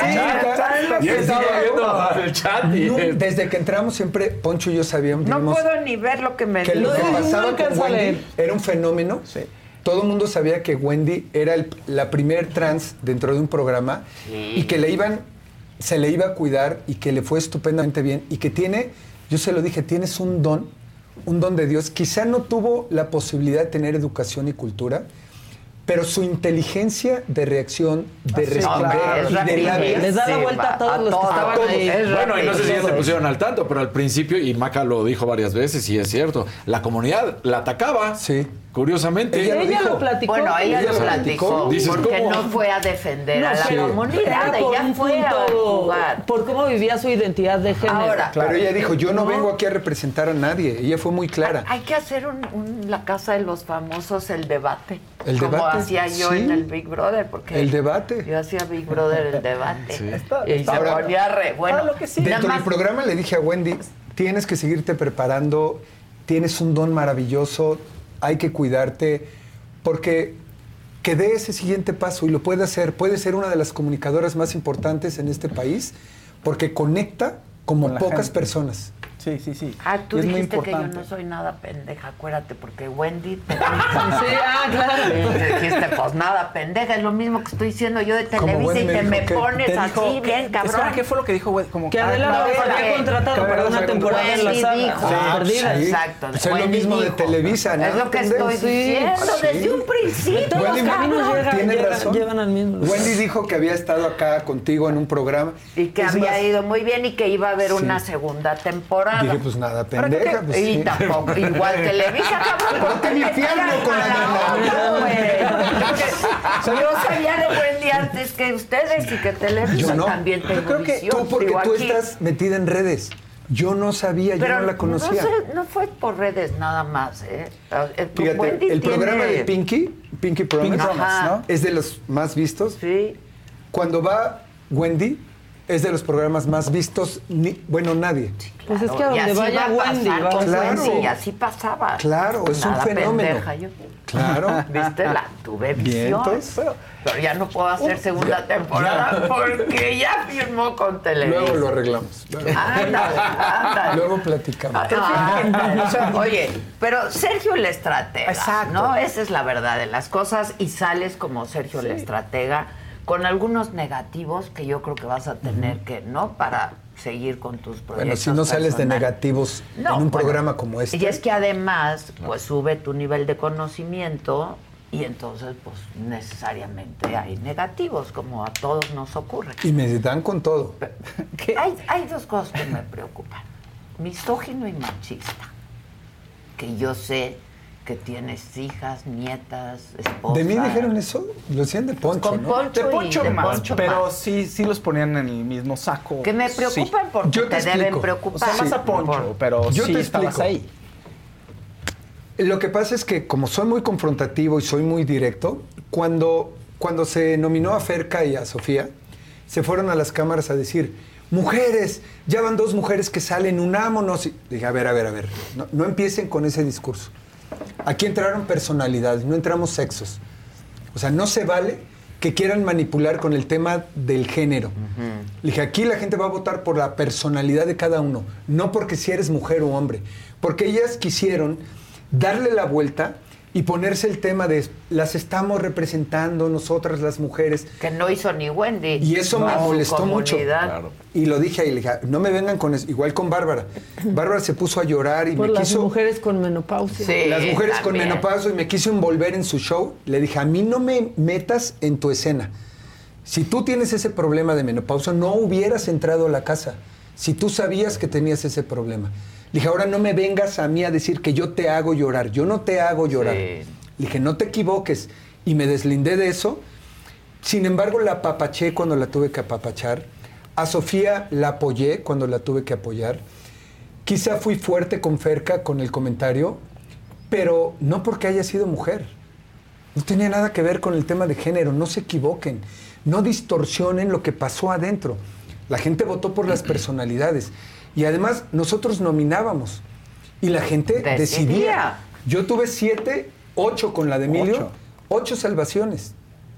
chat. Desde que entramos siempre, Poncho y yo sabíamos... No puedo ni ver lo que me dijo. Que lo que pasaba con Wendy era un fenómeno. Sí. Todo el mundo sabía que Wendy era la primer trans dentro de un programa y que se le iba a cuidar y que le fue estupendamente bien y que yo se lo dije, tienes un don de Dios. Quizá no tuvo la posibilidad de tener educación y cultura, pero su inteligencia de reacción, de responder y de la vida... Les da la vuelta a todos los que estaban ahí. Bueno, y no sé si ya se pusieron al tanto, pero al principio, y Maca lo dijo varias veces, y es cierto, la comunidad la atacaba. Sí. Curiosamente. Ella lo platicó. Bueno, ella lo platicó. Porque no fue a defender a la comunidad. Ella fue a jugar. Por cómo vivía su identidad de género. Ahora, pero ella dijo, yo no vengo aquí a representar a nadie. Ella fue muy clara. Hay que hacer la Casa de los Famosos, el debate. El como debate. Hacía yo en el Big Brother. Porque el debate. Yo hacía Big Brother el debate. Sí. Y se ponía bueno, dentro del programa le dije a Wendy, tienes que seguirte preparando, tienes un don maravilloso, hay que cuidarte, porque que dé ese siguiente paso y lo puede hacer. Puede ser una de las comunicadoras más importantes en este país, porque conecta como pocas personas. Sí, sí, sí. Tú es muy dijiste que yo importante. no soy nada pendeja, acuérdate, porque Wendy te dijo. Claro. Dijiste, pues nada pendeja, es lo mismo que estoy diciendo yo de Televisa y te me pones así, bien cabrón. Espera, ¿qué fue lo que dijo Wendy? Como Que Adela lo había contratado para una temporada en la saga. Perdida. Exacto. Pues es lo mismo de Televisa, ¿no? Es lo que estoy diciendo desde un principio. Todos los caminos llevan al mismo lugar. Wendy dijo que había estado acá contigo en un programa. Y que había ido muy bien y que iba a haber una segunda temporada. Dije, pues nada, pendeja. Pues, y tampoco, igual Televisa, cabrón. Ponte mi infierno con la Yo sabía de Wendy antes que ustedes y que Televisa también tengo. Yo creo que tú, porque tú estás metida en redes. Yo no sabía, yo no la conocía. No fue por redes nada más. Fíjate, el programa de Pinky Promise, ¿no? es de los más vistos. Sí. Cuando va Wendy, es de los programas más vistos, nadie. Pues es que a donde vaya Wendy, y así pasaba. Claro, es un fenómeno. Pendeja, yo. Claro. ¿Viste? Tuve visión. Pero ya no puedo hacer segunda temporada porque ya firmó con Televisa. Luego lo arreglamos. Ándale. Luego platicamos. Oye, pero Sergio el estratega, exacto, ¿no? Esa es la verdad de las cosas y sales como Sergio el estratega con algunos negativos que yo creo que vas a tener que, ¿no? Para seguir con tus proyectos. Bueno, si no sales de negativos en un programa como este. Y es que además, pues sube tu nivel de conocimiento y entonces, pues necesariamente hay negativos, como a todos nos ocurre. Y me dan con todo. Hay dos cosas que me preocupan. Misógino y machista. Que yo sé que tienes hijas, nietas, esposas. ¿De mí dijeron eso? Lo decían de Poncho, con ¿no? Poncho de Poncho y más, de Poncho pero más. sí los ponían en el mismo saco. Que me preocupan porque yo te deben preocupar. O sea, más a Poncho, pero yo sí te estabas explico. ahí. Lo que pasa es que como soy muy confrontativo y soy muy directo, cuando se nominó a Ferca y a Sofía, se fueron a las cámaras a decir, mujeres, ya van 2 mujeres que salen, unámonos. Y dije, a ver, no empiecen con ese discurso. Aquí entraron personalidades, no entramos sexos. O sea, no se vale que quieran manipular con el tema del género. Le dije, aquí la gente va a votar por la personalidad de cada uno, no porque si eres mujer o hombre. Porque ellas quisieron darle la vuelta y ponerse el tema de las estamos representando nosotras las mujeres. Que no hizo ni Wendy. Y eso me molestó mucho. Claro. Y lo dije ahí, le dije, no me vengan con eso. Igual con Bárbara. Bárbara se puso a llorar y por me las quiso... mujeres con menopausia. Sí, las mujeres también. con menopausia y me quiso envolver en su show. Le dije, a mí no me metas en tu escena. Si tú tienes ese problema de menopausia, no hubieras entrado a la casa. Si tú sabías que tenías ese problema. Le dije, ahora no me vengas a mí a decir que yo te hago llorar. Yo no te hago llorar. Sí. Le dije, no te equivoques. Y me deslindé de eso. Sin embargo, la apapaché cuando la tuve que apapachar. A Sofía la apoyé cuando la tuve que apoyar. Quizá fui fuerte con Ferca con el comentario, pero no porque haya sido mujer. No tenía nada que ver con el tema de género. No se equivoquen. No distorsionen lo que pasó adentro. La gente votó por las personalidades. Y además, nosotros nominábamos. Y la gente decidía. Yo tuve 7, 8 con la de Emilio. 8 salvaciones.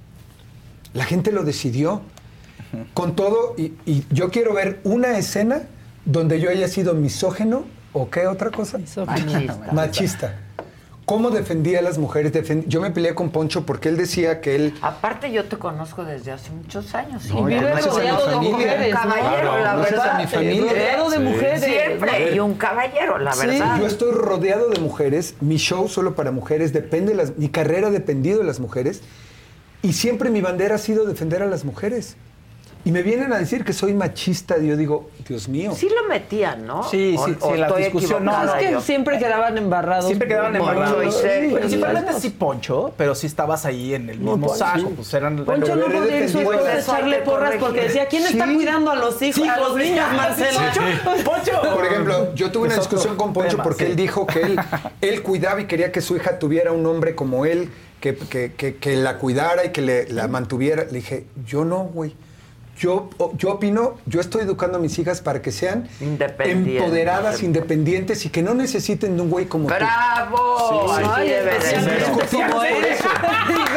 La gente lo decidió. Con todo, y yo quiero ver una escena donde yo haya sido misógeno o qué otra cosa. Machista. ¿Cómo defendía a las mujeres? Yo me peleé con Poncho porque él decía que él... Aparte, yo te conozco desde hace muchos años. Y vive rodeado de mujeres, un caballero, la verdad. Mi familia. Rodeado de mujeres. Siempre. Y un caballero, la verdad. Yo estoy rodeado de mujeres. Mi show solo para mujeres. Mi carrera ha dependido de las mujeres. Y siempre mi bandera ha sido defender a las mujeres. Y me vienen a decir que soy machista. Y yo digo, Dios mío. Sí lo metían, ¿no? Sí, la discusión. No, es que siempre quedaban embarrados. Siempre quedaban embarrados. Sí, principalmente sí Poncho, pero sí estabas ahí en el mismo saco. Sí. Pues eran... Poncho no podía ir su esposa a echarle porras porque decía, ¿quién está cuidando a los hijos? A los niños, Marcelo. Poncho. Por ejemplo, yo tuve una discusión con Poncho porque él dijo que él cuidaba y quería que su hija tuviera un hombre como él, que la cuidara y que la mantuviera. Le dije, yo no, güey. Yo opino, yo estoy educando a mis hijas para que sean empoderadas, independientes y que no necesiten de un güey como ¡Bravo! tú. Así debe de ser. Como él.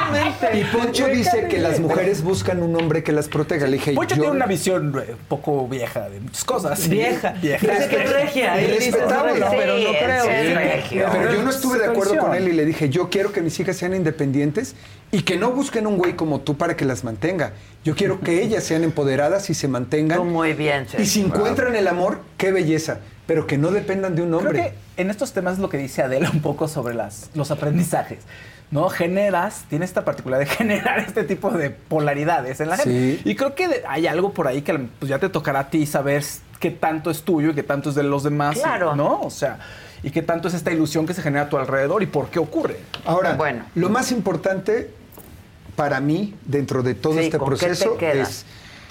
Exactamente. Y Poncho dice que las mujeres buscan un hombre que las proteja. Le dije, Poncho tiene una visión un poco vieja de muchas cosas. Vieja. Dice que es regia. Él dice Respetable, pero no creo. Pero yo no estuve de acuerdo con él y le dije, yo quiero que mis hijas sean independientes y que no busquen un güey como tú para que las mantenga. Yo quiero que ellas sean empoderadas y se mantengan. Tú muy bien, Y si encuentran el amor, qué belleza. Pero que no dependan de un hombre. Creo que en estos temas es lo que dice Adela un poco sobre los aprendizajes. ¿No? Tienes esta particularidad de generar este tipo de polaridades en la gente. Y creo que hay algo por ahí que pues, ya te tocará a ti saber qué tanto es tuyo y qué tanto es de los demás. Claro. ¿No? O sea, y qué tanto es esta ilusión que se genera a tu alrededor y por qué ocurre. Ahora, lo más importante para mí, dentro de todo este proceso, es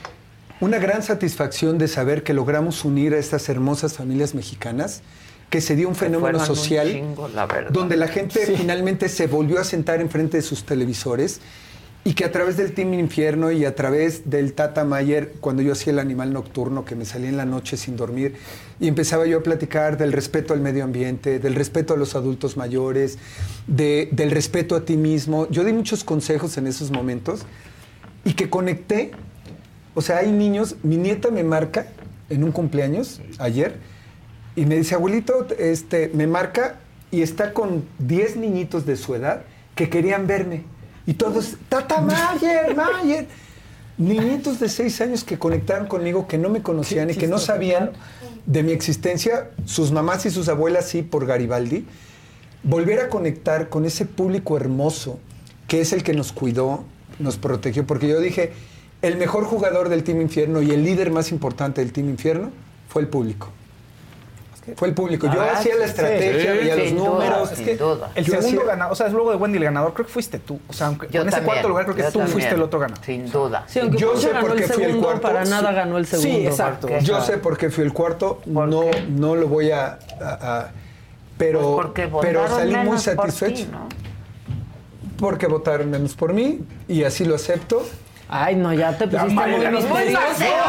una gran satisfacción de saber que logramos unir a estas hermosas familias mexicanas, que se dio un fenómeno social donde la gente finalmente se volvió a sentar enfrente de sus televisores y que a través del Team Infierno y a través del Tata Mayer, cuando yo hacía el animal nocturno, que me salía en la noche sin dormir y empezaba yo a platicar del respeto al medio ambiente, del respeto a los adultos mayores, del respeto a ti mismo. Yo di muchos consejos en esos momentos y que conecté. O sea, hay niños, mi nieta me marca en un cumpleaños ayer y me dice, abuelito, me marca y está con 10 niñitos de su edad que querían verme. Y todos, Tata Mayer. Niñitos de 6 años que conectaron conmigo, que no me conocían y que no sabían de mi existencia, sus mamás y sus abuelas sí, por Garibaldi. Volver a conectar con ese público hermoso que es el que nos cuidó, nos protegió, porque yo dije, el mejor jugador del Team Infierno y el líder más importante del Team Infierno fue el público. Fue el público. Yo hacía la estrategia, veía los números. El segundo ganador, o sea, luego de Wendy el ganador, creo que fuiste tú. O sea, aunque en ese cuarto lugar creo que tú fuiste el otro ganador. Sin duda. Sí, aunque yo sé por qué fui el cuarto. Para nada ganó el segundo. Sí, exacto. Yo sé por qué fui el cuarto. No lo voy a pero salí muy satisfecho. Por ti, ¿no? Porque votaron menos por mí y así lo acepto. Ay, no, ya te pusiste muy misterioso.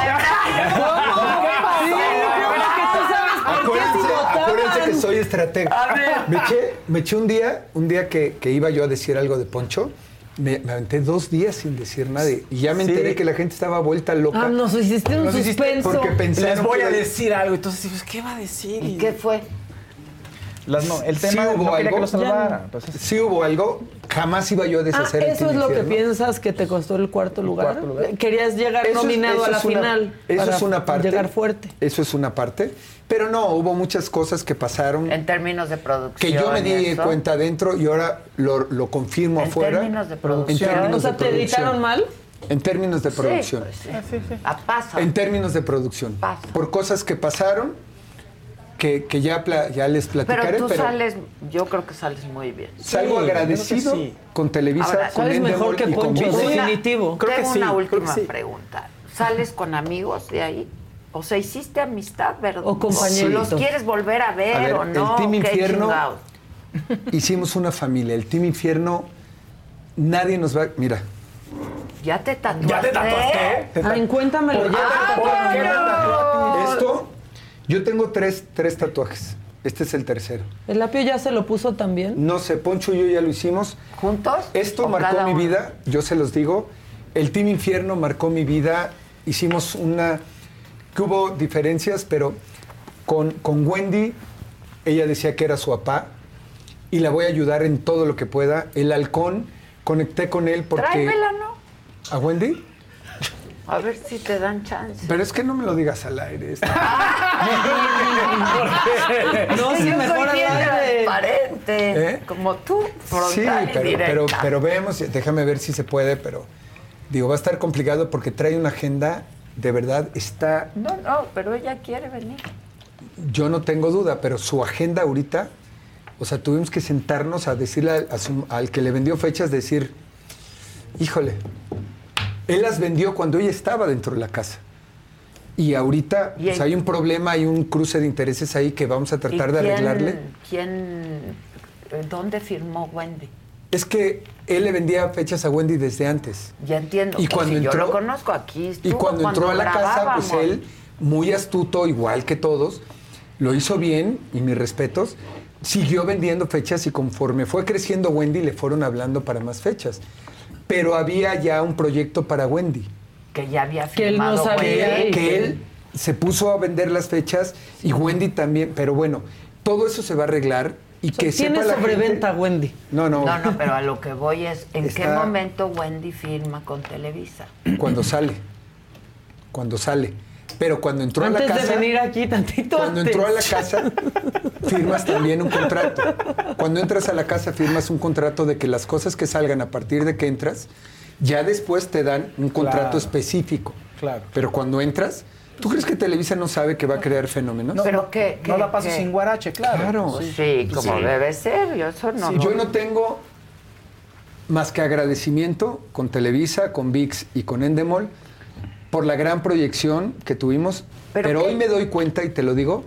Acuérdense que soy estratega. Me eché un día que iba yo a decir algo de Poncho, me aventé 2 días sin decir nada y ya me enteré que la gente estaba vuelta loca. Ah, nos hiciste un suspenso. Porque pensaron les voy a decir algo. Entonces, ¿qué va a decir? ¿Y qué fue? El tema no quería que lo salvara. Sí hubo algo. Jamás iba yo a deshacer el ¿Eso es lo que piensas que te costó el cuarto lugar? Querías llegar nominado a la final. Eso es una parte. Llegar fuerte. Eso es una parte. Pero no, hubo muchas cosas que pasaron. En términos de producción. Que yo me di cuenta adentro y ahora lo confirmo afuera. En términos de producción. O sea, ¿te editaron mal? En términos de producción. Sí. Pasa. En términos de producción. Pasa. Por cosas que pasaron. Que ya les platicaré. Pero tú sales, yo creo que sales muy bien. Salgo agradecido con Televisa, ahora, con mejor que Poncho, definitivo. Tengo una última pregunta. ¿Sales con amigos de ahí? O sea, ¿hiciste amistad, verdad? O compañeritos. ¿Los quieres volver a ver o no? El Team Infierno, ¿Qué hicimos una familia. El Team Infierno, nadie nos va... Mira. ¿Ya te tatuaste? ¿Ya te tatuaste? Ay, cuéntamelo. Esto... Yo tengo tres tatuajes. Este es el tercero. ¿El Apio ya se lo puso también? No sé, Poncho y yo ya lo hicimos. ¿Juntos? Esto marcó mi vida, yo se los digo. El Team Infierno marcó mi vida. Hicimos que hubo diferencias, pero con Wendy, ella decía que era su papá y la voy a ayudar en todo lo que pueda. El halcón, conecté con él porque... Tráemela, ¿no? ¿A Wendy? A ver si te dan chance. Pero es que no me lo digas al aire. No, sí, mejor al aire. Transparente. Como tú, frontal sí, pero vemos, déjame ver si se puede, pero digo, va a estar complicado porque trae una agenda, de verdad, está... No, pero ella quiere venir. Yo no tengo duda, pero su agenda ahorita, o sea, tuvimos que sentarnos a decirle al que le vendió fechas, decir, híjole... Él las vendió cuando ella estaba dentro de la casa. Y ahorita pues, hay un problema, hay un cruce de intereses ahí que vamos a tratar de arreglarle. ¿Dónde firmó Wendy? Es que él le vendía fechas a Wendy desde antes. Ya entiendo. Y cuando si entró, yo lo conozco aquí. Y cuando entró a la casa, pues él, muy astuto, igual que todos, lo hizo bien, y mis respetos, siguió vendiendo fechas y conforme fue creciendo Wendy, le fueron hablando para más fechas. pero había ya un proyecto para Wendy. Que ya había Que él no firmado sabía. Wendy. Que él se puso a vender las fechas y Wendy también, pero bueno, todo eso se va a arreglar y que sepa Tiene la sobreventa gente. Wendy. No. No, pero a lo que voy es, ¿en qué Está- momento Wendy firma con Televisa? Cuando sale. Pero cuando entró a la Antes casa... de venir aquí tantito Cuando antes. entró a la casa, firmas también un contrato. Cuando entras a la casa, firmas un contrato de que las cosas que salgan a partir de que entras, ya después te dan un contrato Claro. específico. Claro. Pero cuando entras, ¿tú crees que Televisa no sabe que va a crear fenómenos? No, Pero no, ¿qué- no qué- la paso qué? sin guarache, claro. Claro. Sí, como debe ser. Yo eso no. Sí, yo no tengo más que agradecimiento con Televisa, con ViX y con Endemol por la gran proyección que tuvimos. Pero hoy me doy cuenta, y te lo digo,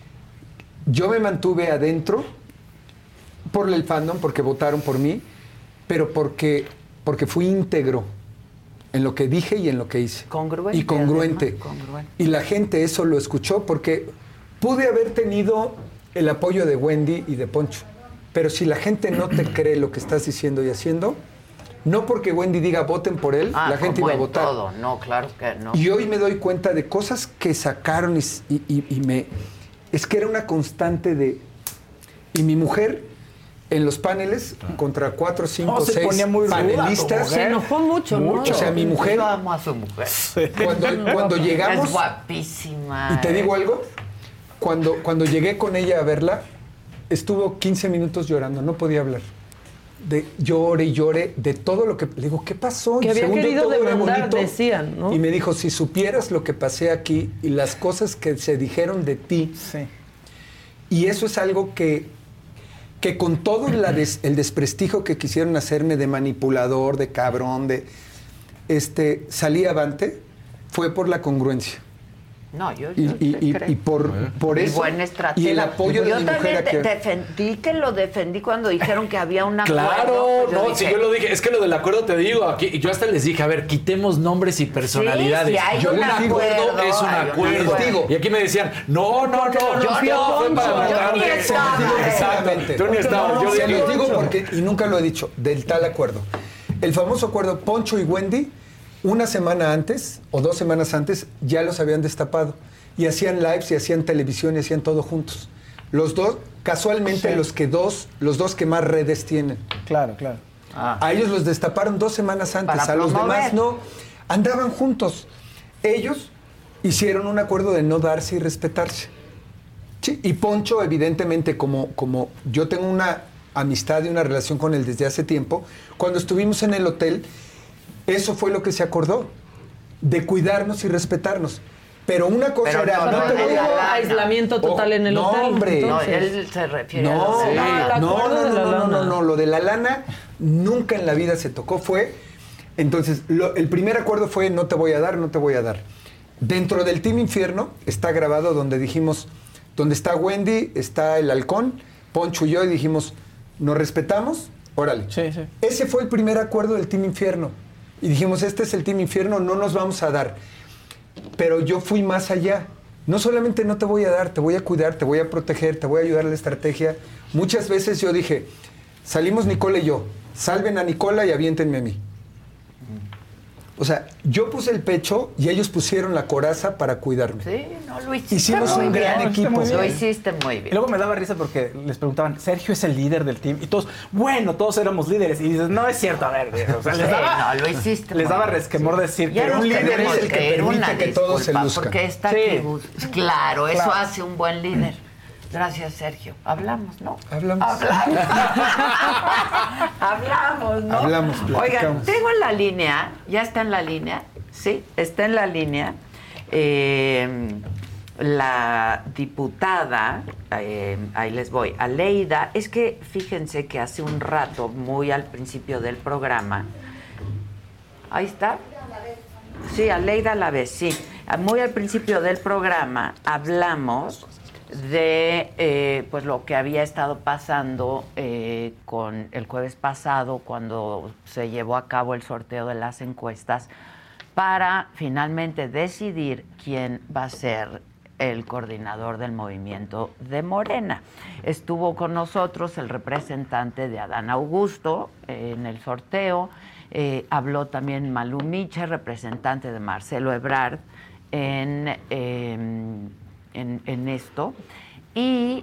yo me mantuve adentro por el fandom, porque votaron por mí, pero porque fui íntegro en lo que dije y en lo que hice. Congruente. Y congruente. además, congruente. Y la gente eso lo escuchó porque pude haber tenido el apoyo de Wendy y de Poncho. Pero si la gente no te cree lo que estás diciendo y haciendo, no porque Wendy diga voten por él, la gente como iba a en votar. todo. No, claro que no. Y hoy me doy cuenta de cosas que sacaron y me... Es que era una constante de... Y mi mujer en los paneles contra 4, 5, No, se 6 ponía muy ruda tu panelistas. mujer. Se enojó mucho, ¿no? O sea, mi mujer, Yo amo a su mujer. cuando llegamos... Es guapísima. Y te digo algo, cuando llegué con ella a verla, estuvo 15 minutos llorando, no podía hablar. Llore y llore de todo lo que... Le digo, ¿qué pasó? Que Y había según yo, querido todo era demandar, bonito. decían, ¿no? Y me dijo, si supieras lo que pasé aquí y las cosas que se dijeron de ti. Sí. Y eso es algo que con todo el desprestigio que quisieron hacerme de manipulador, de cabrón, salí avante, fue por la congruencia. No, yo Y por Y eso. buena estrategia. Y el apoyo yo de mi mujer también aquí. defendí que lo defendí cuando dijeron que había un acuerdo. Claro, Pues no, dije, si yo lo dije, es que lo del acuerdo te digo, aquí yo hasta les dije, a ver, quitemos nombres y personalidades. Sí, si hay Yo un un acuerdo acuerdo, es un hay un acuerdo. acuerdo. Y aquí me decían, no, yo fue para ni matarle. estaba. Exactamente. Tú ni estabas. Yo Se dije, los digo porque, y nunca lo he dicho, del tal acuerdo. El famoso acuerdo Poncho y Wendy, una semana antes o 2 semanas antes, ya los habían destapado. Y hacían lives y hacían televisión y hacían todo juntos. Los dos, casualmente, Sí. los dos que más redes tienen. Claro, claro. A ellos los destaparon 2 semanas antes, Para a los promover. demás no. Andaban juntos. Ellos hicieron un acuerdo de no darse y respetarse. Sí, y Poncho, evidentemente, como yo tengo una amistad y una relación con él desde hace tiempo, cuando estuvimos en el hotel, eso fue lo que se acordó, de cuidarnos y respetarnos. Pero una cosa Pero era... no te voy a- lana. Aislamiento total en el no, hotel. hombre. No, entonces. él se refiere a No, lo de la- el acuerdo de la lana. no, lo de la lana nunca en la vida se tocó, entonces, el primer acuerdo fue no te voy a dar. Dentro del Team Infierno está grabado donde dijimos, donde está Wendy, está el halcón, Poncho y yo, y dijimos, nos respetamos, órale. Sí, sí. Ese fue el primer acuerdo del Team Infierno. Y dijimos, este es el Team Infierno, no nos vamos a dar. Pero yo fui más allá. No solamente no te voy a dar, te voy a cuidar, te voy a proteger, te voy a ayudar a la estrategia. Muchas veces yo dije, salimos Nicola y yo, salven a Nicola y aviéntenme a mí. O sea, yo puse el pecho y ellos pusieron la coraza para cuidarme. Sí, no, lo hiciste Hicimos muy un gran bien. equipo. Lo hiciste muy Y bien. luego me daba risa porque les preguntaban, Sergio es el líder del team. Y todos, bueno, todos éramos líderes. Y dices, no es cierto, a ver. O sea, Sí, no, lo hiciste les muy daba bien, resquemor sí. decir Ya que nos un líder tenemos es el que ir, una permite que todo se disculpa, luzca. Porque está Sí. aquí. Claro, eso Claro. hace un buen líder. Gracias, Sergio. Hablamos, ¿no? Hablamos. Hablamos, ¿no? Hablamos, Oigan, platicamos. tengo en la línea, ya está en la línea, sí, está en la línea, la diputada, ahí les voy, Aleida. Es que fíjense que hace un rato, muy al principio del programa, ahí está. Sí, Aleida Alavés, sí. Muy al principio del programa hablamos de pues lo que había estado pasando con el jueves pasado cuando se llevó a cabo el sorteo de las encuestas para finalmente decidir quién va a ser el coordinador del movimiento de Morena. Estuvo con nosotros el representante de Adán Augusto en el sorteo. Habló también Malú Miche, representante de Marcelo Ebrard en esto. Y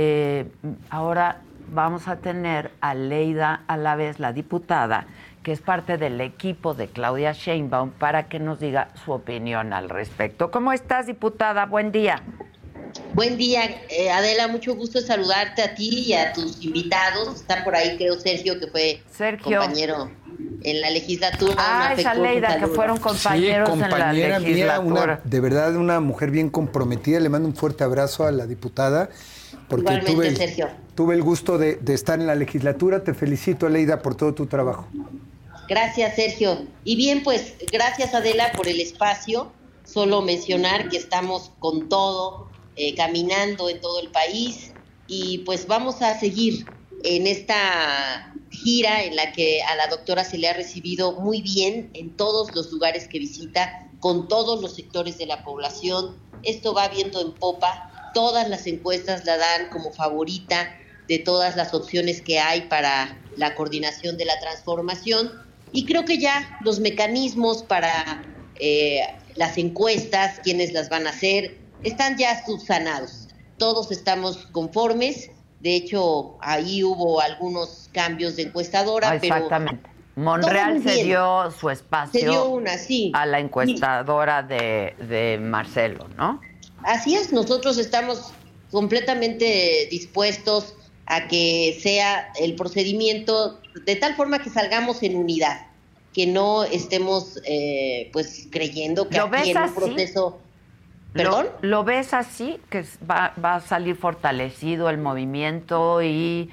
ahora vamos a tener a Leida Alavés, la diputada, que es parte del equipo de Claudia Sheinbaum, para que nos diga su opinión al respecto. ¿Cómo estás, diputada? Buen día. Buen día, Adela, mucho gusto saludarte a ti y a tus invitados. Está por ahí, creo, Sergio, que fue compañero en la legislatura. Ah, esa Leida, que fueron compañeros en la legislatura. De verdad, una mujer bien comprometida. Le mando un fuerte abrazo a la diputada, porque igualmente, Sergio. Tuve el gusto de estar en la legislatura. Te felicito, Leida, por todo tu trabajo. Gracias, Sergio. Y bien, pues, gracias, Adela, por el espacio. Solo mencionar que estamos con todo, caminando en todo el país, y pues vamos a seguir en esta gira en la que a la doctora se le ha recibido muy bien en todos los lugares que visita, con todos los sectores de la población. Esto va viento en popa. Todas las encuestas la dan como favorita de todas las opciones que hay para la coordinación de la transformación. Y creo que ya los mecanismos para las encuestas, quienes las van a hacer, están ya subsanados. Todos estamos conformes. De hecho, ahí hubo algunos cambios de encuestadora. Exactamente. Pero Monreal se dio su espacio a la encuestadora de Marcelo, ¿no? Así es. Nosotros estamos completamente dispuestos a que sea el procedimiento de tal forma que salgamos en unidad, que no estemos pues creyendo que aquí en un proceso... ¿Perdón? ¿Lo ves así? ¿Que va a salir fortalecido el movimiento y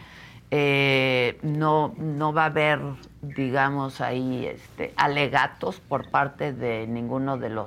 no va a haber, digamos, ahí alegatos por parte de ninguno de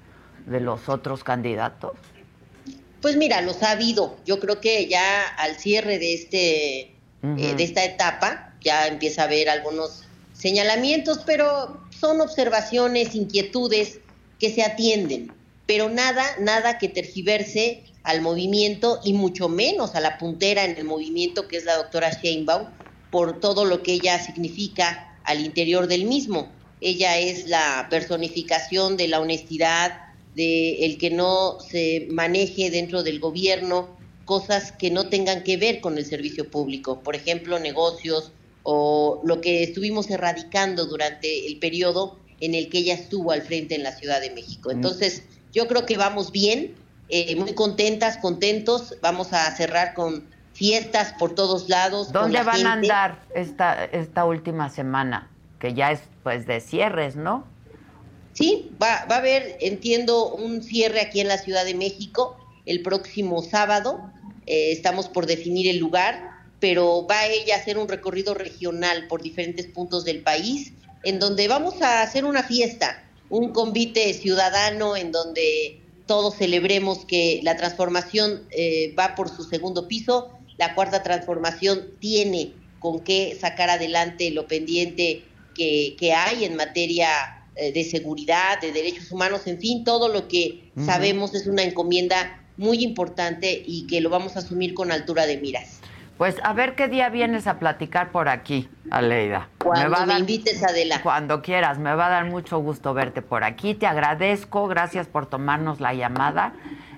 los otros candidatos? Pues mira, los ha habido. Yo creo que ya al cierre de de esta etapa ya empieza a haber algunos señalamientos, pero son observaciones, inquietudes que se atienden, pero nada que tergiverse al movimiento, y mucho menos a la puntera en el movimiento, que es la doctora Sheinbaum, por todo lo que ella significa al interior del mismo. Ella es la personificación de la honestidad, de el que no se maneje dentro del gobierno cosas que no tengan que ver con el servicio público, por ejemplo, negocios o lo que estuvimos erradicando durante el periodo en el que ella estuvo al frente en la Ciudad de México. Entonces, yo creo que vamos bien, muy contentas, contentos. Vamos a cerrar con fiestas por todos lados. ¿Dónde van a andar esta última semana? Que ya es pues de cierres, ¿no? Sí, va a haber, entiendo, un cierre aquí en la Ciudad de México el próximo sábado. Estamos por definir el lugar, pero va ella a hacer un recorrido regional por diferentes puntos del país, en donde vamos a hacer una fiesta, un convite ciudadano en donde todos celebremos que la transformación va por su segundo piso. La cuarta transformación tiene con qué sacar adelante lo pendiente que hay en materia de seguridad, de derechos humanos, en fin, todo lo que sabemos es una encomienda muy importante y que lo vamos a asumir con altura de miras. Pues a ver qué día vienes a platicar por aquí, Aleida. Cuando me invites, Adela. Cuando quieras, me va a dar mucho gusto verte por aquí. Te agradezco, gracias por tomarnos la llamada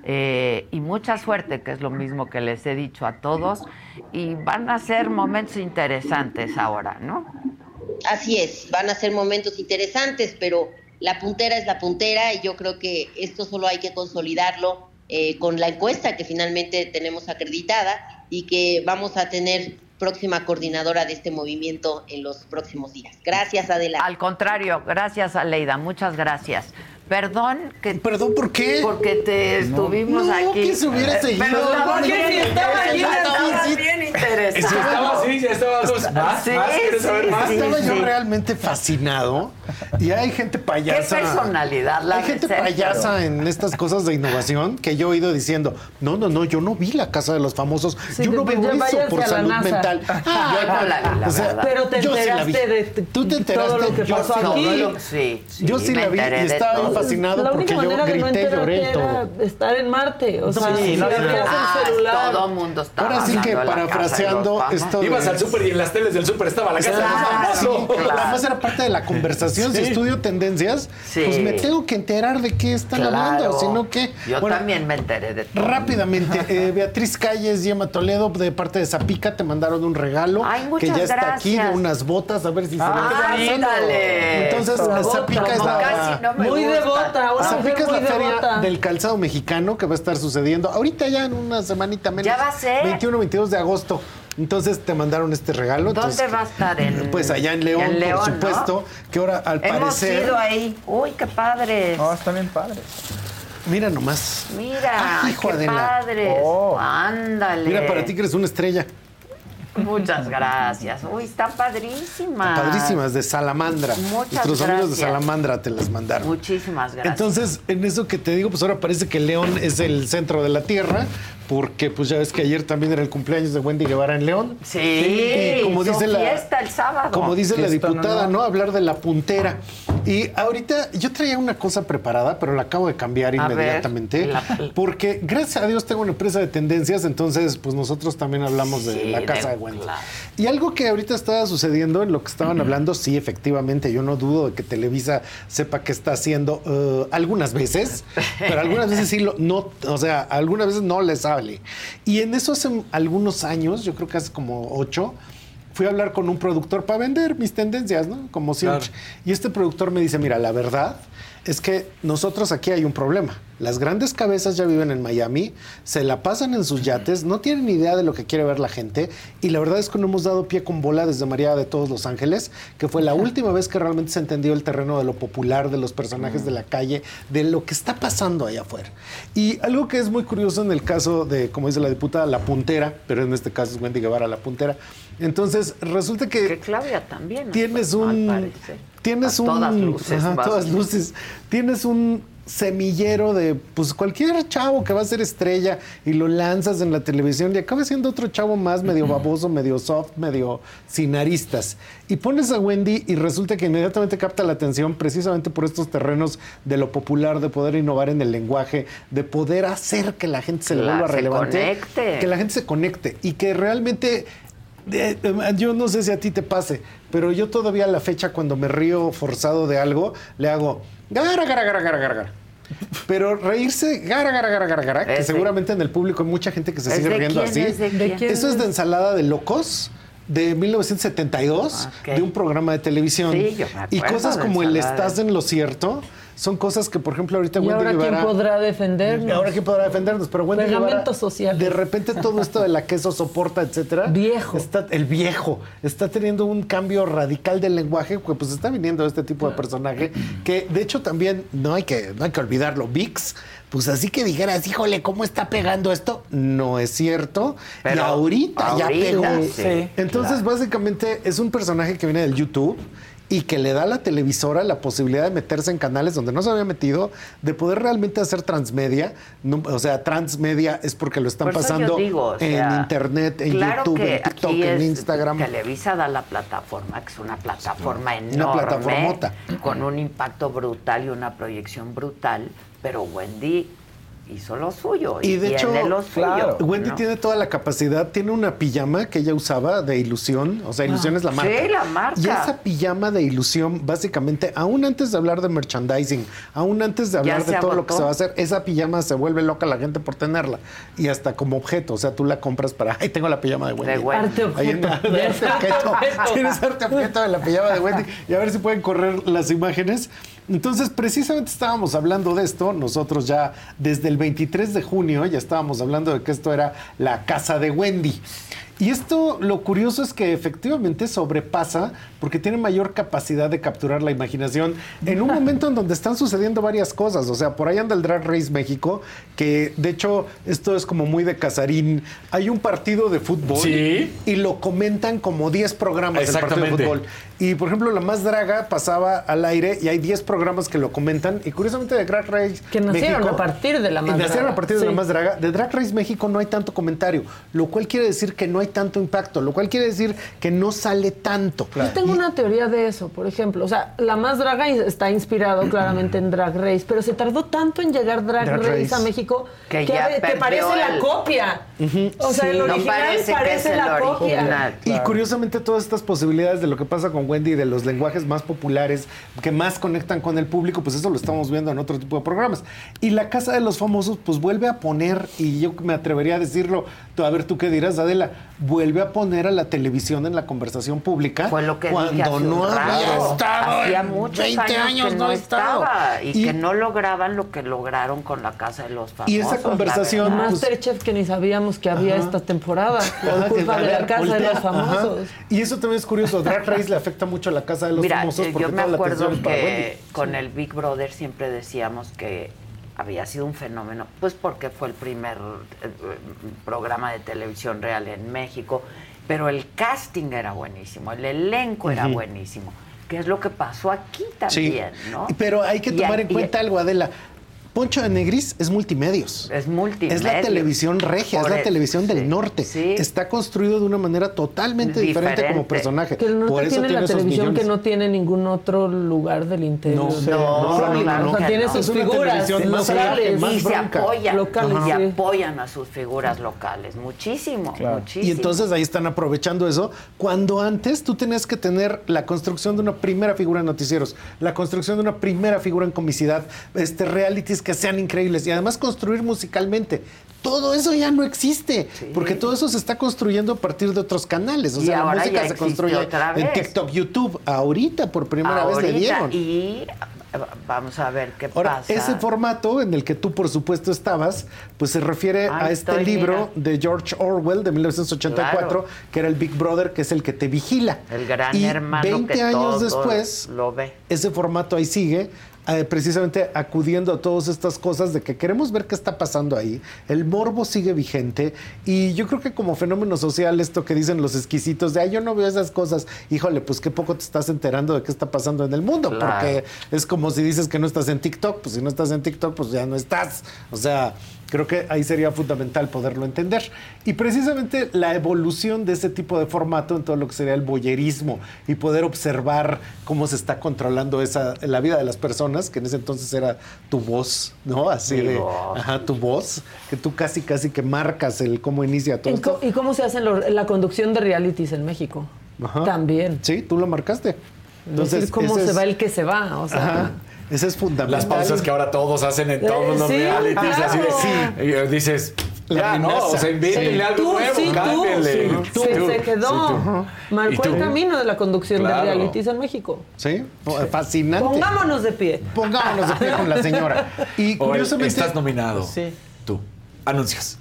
y mucha suerte, que es lo mismo que les he dicho a todos. Y van a ser momentos interesantes ahora, ¿no? Así es, van a ser momentos interesantes, pero la puntera es la puntera y yo creo que esto solo hay que consolidarlo con la encuesta que finalmente tenemos acreditada y que vamos a tener próxima coordinadora de este movimiento en los próximos días. Gracias, Adela. Al contrario, gracias, Aleida, muchas gracias. Perdón ¿por qué? Porque te estuvimos aquí. Que se hubiera seguido. Pero estaba bien interesante. Si estaba así, ya estaba más. ¿Quieres saber más? Estaba yo realmente fascinado. Y hay gente payasa. ¿Qué personalidad la Hay gente payasa en estas cosas de innovación que yo he ido diciendo, no, yo no vi La Casa de los Famosos. Yo no veo eso por salud mental. Pero te enteraste de ¿Tú te enteraste? todo lo que pasó aquí. Yo sí la vi y estaba fascinado porque yo grité, lloré y todo. Estar en Marte, o sea, sí, si no, abrías el celular. Todo mundo estaba. Ahora sí que parafraseando esto. Ibas al súper y en las teles del súper estaba la casa de los famosos. Además era parte de la conversación. Si estudio tendencias, pues me tengo que enterar de qué están hablando, sino que... Yo también me enteré de todo. Rápidamente, Beatriz Calles y Emma Toledo, de parte de Zapica, te mandaron un regalo. Ay, que ya muchas está aquí, de gracias. unas botas, a ver si se Ándale. Entonces, Zapica es la... Muy devota, una Zapica es la mujer muy feria devota. del calzado mexicano que va a estar sucediendo ahorita ya en una semanita menos. ¿Ya va a ser? 21-22 de agosto. Entonces te mandaron este regalo. ¿Dónde va a estar? Pues allá en León, por supuesto. ¿No? Que ahora al Hemos parecer... ido ahí. Uy, qué padres. No, están bien padres. Mira nomás. Mira, Ay, hijo qué de la- padres. Ándale. Mira, para ti que eres una estrella. Muchas gracias. Uy, están padrísimas. Padrísimas, de Salamandra. Muchas Nuestros amigos de gracias. Salamandra te las mandaron. Muchísimas gracias. Entonces, en eso que te digo, pues ahora parece que León es el centro de la tierra, porque pues ya ves que ayer también era el cumpleaños de Wendy Guevara en León. Sí, y como dice la fiesta el sábado. Como dice la Fiesta, diputada, no. ¿no? Hablar de la puntera. Y ahorita yo traía una cosa preparada, pero la acabo de cambiar A ver, inmediatamente. Porque gracias a Dios tengo una empresa de tendencias, entonces pues nosotros también hablamos de la casa de Wendy. claro. Y algo que ahorita estaba sucediendo en lo que estaban hablando, sí, efectivamente, yo no dudo de que Televisa sepa qué está haciendo algunas veces, pero algunas veces sí, algunas veces no les hable. Y en eso hace algunos años, yo creo que hace como 8, fui a hablar con un productor para vender mis tendencias, ¿no? Como siempre. Claro. Y este productor me dice, mira, la verdad es que nosotros aquí hay un problema. Las grandes cabezas ya viven en Miami, se la pasan en sus yates, no tienen ni idea de lo que quiere ver la gente, y la verdad es que no hemos dado pie con bola desde María de todos Los Ángeles, que fue la última vez que realmente se entendió el terreno de lo popular, de los personajes de la calle, de lo que está pasando allá afuera. Y algo que es muy curioso en el caso de, como dice la diputada, la puntera, pero en este caso es Wendy Guevara, la puntera. Entonces, resulta que Claudia también. tienes al un... parecer. Tienes A un... todas luces, ajá, vas. todas luces. Tienes un semillero de pues cualquier chavo que va a ser estrella y lo lanzas en la televisión y acaba siendo otro chavo más medio baboso, medio soft, medio sin aristas. Y pones a Wendy y resulta que inmediatamente capta la atención precisamente por estos terrenos de lo popular, de poder innovar en el lenguaje, de poder hacer que la gente se le vuelva relevante. Conecte. Que la gente se conecte y que realmente... yo no sé si a ti te pase, pero yo todavía a la fecha cuando me río forzado de algo, le hago gara, gara, gara, gara, gara, gara. Pero reírse gara, gara, gara, gara, gara, que seguramente en el público hay mucha gente que se sigue riendo así. Eso es de Ensalada de Locos de 1972, de un programa de televisión. Sí, yo me y acuerdo cosas de como el Ensalada. ¿estás en lo cierto? Son cosas que, por ejemplo, ahorita ¿Y Wendy ahora quién Guevara... podrá defendernos? Ahora quién podrá defendernos, pero Wendy Guevara, Pegamento social. de repente todo esto de la queso soporta, etcétera. El viejo está teniendo un cambio radical del lenguaje, pues está viniendo este tipo de personaje que, de hecho, también no hay que olvidarlo. VIX, pues así que dijeras, híjole, ¿cómo está pegando esto? No es cierto. Pero y ahorita ya pegó. sí, Entonces, básicamente, es un personaje que viene del YouTube y que le da a la televisora la posibilidad de meterse en canales donde no se había metido, de poder realmente hacer transmedia. No, o sea, transmedia es porque lo están Por eso pasando yo digo, o sea, en internet, en claro YouTube, que en TikTok, aquí en es- Instagram. Televisa da la plataforma, que es una plataforma enorme, Una plataformota. con un impacto brutal y una proyección brutal, pero Wendy hizo lo suyo Y de hecho, tiene lo suyo. Wendy ¿no? tiene toda la capacidad, tiene una pijama que ella usaba de Ilusión, o sea, Ilusión es la marca. Sí, la marca. Y esa pijama de Ilusión, básicamente, aún antes de hablar de merchandising, aún antes de hablar se de todo lo agotó. que se va a hacer, esa pijama se vuelve loca la gente por tenerla. Y hasta como objeto, o sea, tú la compras para, ay, tengo la pijama de Wendy. De Wendy. Arte objeto. Ahí en- de arte objeto. Tienes arte objeto de la pijama de Wendy. Y a ver si pueden correr las imágenes. Entonces, precisamente estábamos hablando de esto. Nosotros ya desde el 23 de junio ya estábamos hablando de que esto era la casa de Wendy. Y esto, lo curioso es que efectivamente sobrepasa porque tiene mayor capacidad de capturar la imaginación en un momento en donde están sucediendo varias cosas. O sea, por ahí anda el Drag Race México, que de hecho esto es como muy de Casarín. Hay un partido de fútbol y lo comentan como 10 programas del partido de Exactamente. fútbol. Y por ejemplo, La Más Draga pasaba al aire y hay 10 programas que lo comentan. Y curiosamente de Drag Race Que nacieron México, a partir de La Más y nacieron Draga. a partir de Sí. La Más Draga. De Drag Race México no hay tanto comentario, lo cual quiere decir que no hay hay tanto impacto, lo cual quiere decir que no sale tanto. Yo tengo una teoría de eso, por ejemplo. O sea, La Más Draga está inspirado claramente en Drag Race, pero se tardó tanto en llegar Drag Race a México que te parece la copia. O sea, el original parece la copia. Y curiosamente todas estas posibilidades de lo que pasa con Wendy, de los lenguajes más populares, que más conectan con el público, pues eso lo estamos viendo en otro tipo de programas. Y La Casa de los Famosos, pues vuelve a poner, y yo me atrevería a decirlo, a ver tú qué dirás, Adela, vuelve a poner a la televisión en la conversación pública. Fue lo que cuando dije hace no un había rato. estado. Hacía muchos 20 años que no estaba. Y que no lograban lo que lograron con La Casa de los Famosos. Y esa conversación... Masterchef, que ni sabíamos que había esta temporada, por culpa de La Casa de los Famosos. Y eso también es curioso, Drag Race le afecta mucho a La Casa de los Famosos porque yo me toda la acuerdo atención es para Wendy. que con el Big Brother siempre decíamos que había sido un fenómeno, pues porque fue el primer programa de televisión real en México, pero el casting era buenísimo, el elenco era buenísimo, que es lo que pasó aquí también, ¿no? Pero hay que tomar en cuenta algo, Adela. Poncho de Nigris es multimedios. Es multimedia. Es la televisión regia, es la televisión del norte. Sí. Está construido de una manera totalmente diferente como personaje. Que el norte Por eso tiene la esos televisión millones. que no tiene ningún otro lugar del interior. No. O sea, tiene sus figuras locales. Y se apoyan, locales, y apoyan a sus figuras locales. Muchísimo. Y entonces ahí están aprovechando eso, cuando antes tú tenías que tener la construcción de una primera figura en noticieros, la construcción de una primera figura en comicidad, realities que sean increíbles y además construir musicalmente. Todo eso ya no existe, porque todo eso se está construyendo a partir de otros canales. O sea, la música se construye en TikTok, YouTube. Ahorita por primera vez le dieron. Y vamos a ver qué Ahora, pasa. ese formato en el que tú, por supuesto, estabas, pues se refiere a este libro de George Orwell de 1984, que era el Big Brother, que es el que te vigila. El gran y hermano 20 que años todo después, lo ve. Ese formato ahí sigue, precisamente acudiendo a todas estas cosas de que queremos ver qué está pasando ahí. El morbo sigue vigente y yo creo que como fenómeno social, esto que dicen los exquisitos de yo no veo esas cosas, híjole, pues qué poco te estás enterando de qué está pasando en el mundo, porque es como si dices que no estás en TikTok, pues si no estás en TikTok, pues ya no estás. O sea, creo que ahí sería fundamental poderlo entender. Y precisamente la evolución de ese tipo de formato en todo lo que sería el voyerismo y poder observar cómo se está controlando la vida de las personas, que en ese entonces era tu voz, ¿no? Así tu voz, que tú casi que marcas el cómo inicia todo esto. ¿Y cómo se hace la conducción de realities en México? También. Sí, tú lo marcaste. Entonces, decir cómo se va el que se va, o sea... Ese es fundamental. Las pausas que ahora todos hacen en todos los realities, así de dices, ya, no, o sea, invéntenle algo nuevo, cámbienle. Se quedó. Marcó el camino de la conducción de realities en México. Sí, fascinante. Pongámonos de pie. Pongámonos de pie con la señora. Y curiosamente... Estás nominado. Sí. Tú. Anuncios.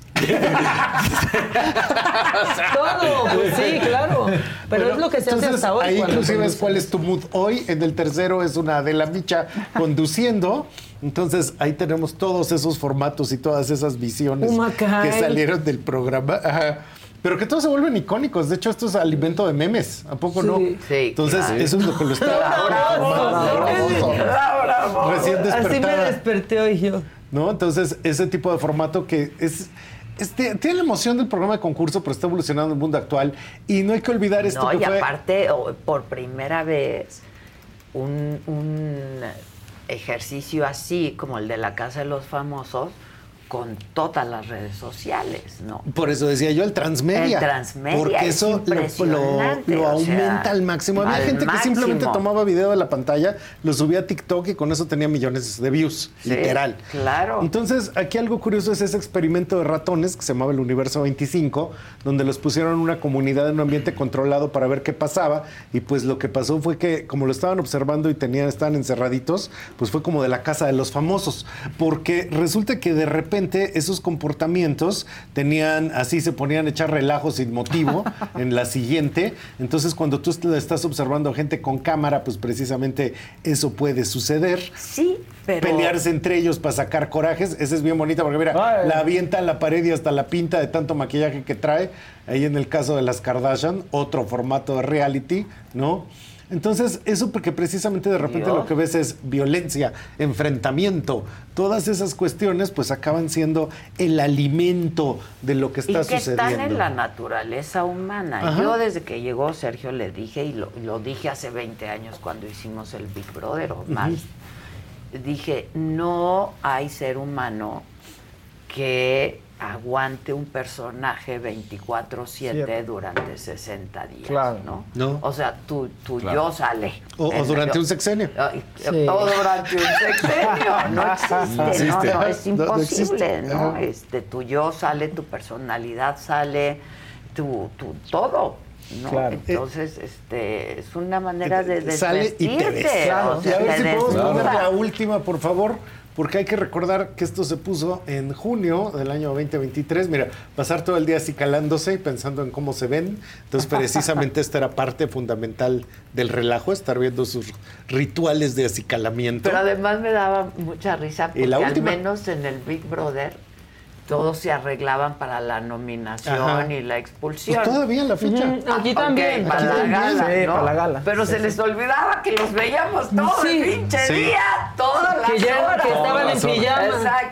Todo, pues sí, claro. Pero es lo que se hace hasta hoy. Ahí inclusive es cuál es tu mood hoy. En el tercero es una Adela Micha conduciendo. Entonces ahí tenemos todos esos formatos y todas esas visiones que salieron del programa. Pero que todos se vuelven icónicos. De hecho, esto es alimento de memes. ¿A poco no? Sí, entonces, eso es lo que lo está formando. Recién despertada. Así me desperté hoy yo. ¿No? Entonces, ese tipo de formato que tiene la emoción del programa de concurso, pero está evolucionando en el mundo actual. Y no hay que olvidar esto que fue... aparte, por primera vez, un ejercicio así como el de La Casa de los Famosos, con todas las redes sociales, ¿no? Por eso decía yo el transmedia. El transmedia porque es eso lo aumenta al máximo. Había gente que simplemente tomaba video de la pantalla, lo subía a TikTok y con eso tenía millones de views, literal. Claro. Entonces, aquí algo curioso es ese experimento de ratones que se llamaba el Universo 25, donde los pusieron en una comunidad en un ambiente controlado para ver qué pasaba. Y pues lo que pasó fue que, como lo estaban observando y estaban encerraditos, pues fue como de La Casa de los Famosos. Porque resulta que de repente esos comportamientos se ponían a echar relajo sin motivo en la siguiente. Entonces, cuando tú estás observando a gente con cámara, pues precisamente eso puede suceder. Sí, pero... Pelearse entre ellos para sacar corajes. Esa es bien bonita porque, mira, la avienta a la pared y hasta la pinta de tanto maquillaje que trae. Ahí en el caso de las Kardashian, otro formato de reality, ¿no? Entonces, eso porque precisamente de repente lo que ves es violencia, enfrentamiento, todas esas cuestiones pues acaban siendo el alimento de lo que está sucediendo. Y que están en la naturaleza humana. Ajá. Yo desde que llegó Sergio le dije, y lo dije hace 20 años cuando hicimos el Big Brother o más, dije, no hay ser humano que aguante un personaje 24/7 durante 60 días, Claro. ¿no? O sea, tu Claro. yo sale. O durante un sexenio. O durante un sexenio. No existe, no, es imposible, existe. ¿no? Tu yo sale, tu personalidad sale, tu todo. ¿no? Claro. Entonces, es una manera de Sale y te ves. desvestirte. Claro. O sea, Y a ver te si podemos poner desnuda. la última, por favor, porque hay que recordar que esto se puso en junio del año 2023. Mira, pasar todo el día acicalándose y pensando en cómo se ven. Entonces, precisamente esta era parte fundamental del relajo, estar viendo sus rituales de acicalamiento. Pero además me daba mucha risa Y porque la al última. menos en el Big Brother todos se arreglaban para la nominación Ajá. y la expulsión. Pues todavía la fecha. Aquí Ok, también. para Aquí la también. gala, Sí, ¿no? para la gala. Pero Sí, se sí. les olvidaba que los veíamos todo el pinche Sí. día, todas las Que ya- horas. que estaban en pijama.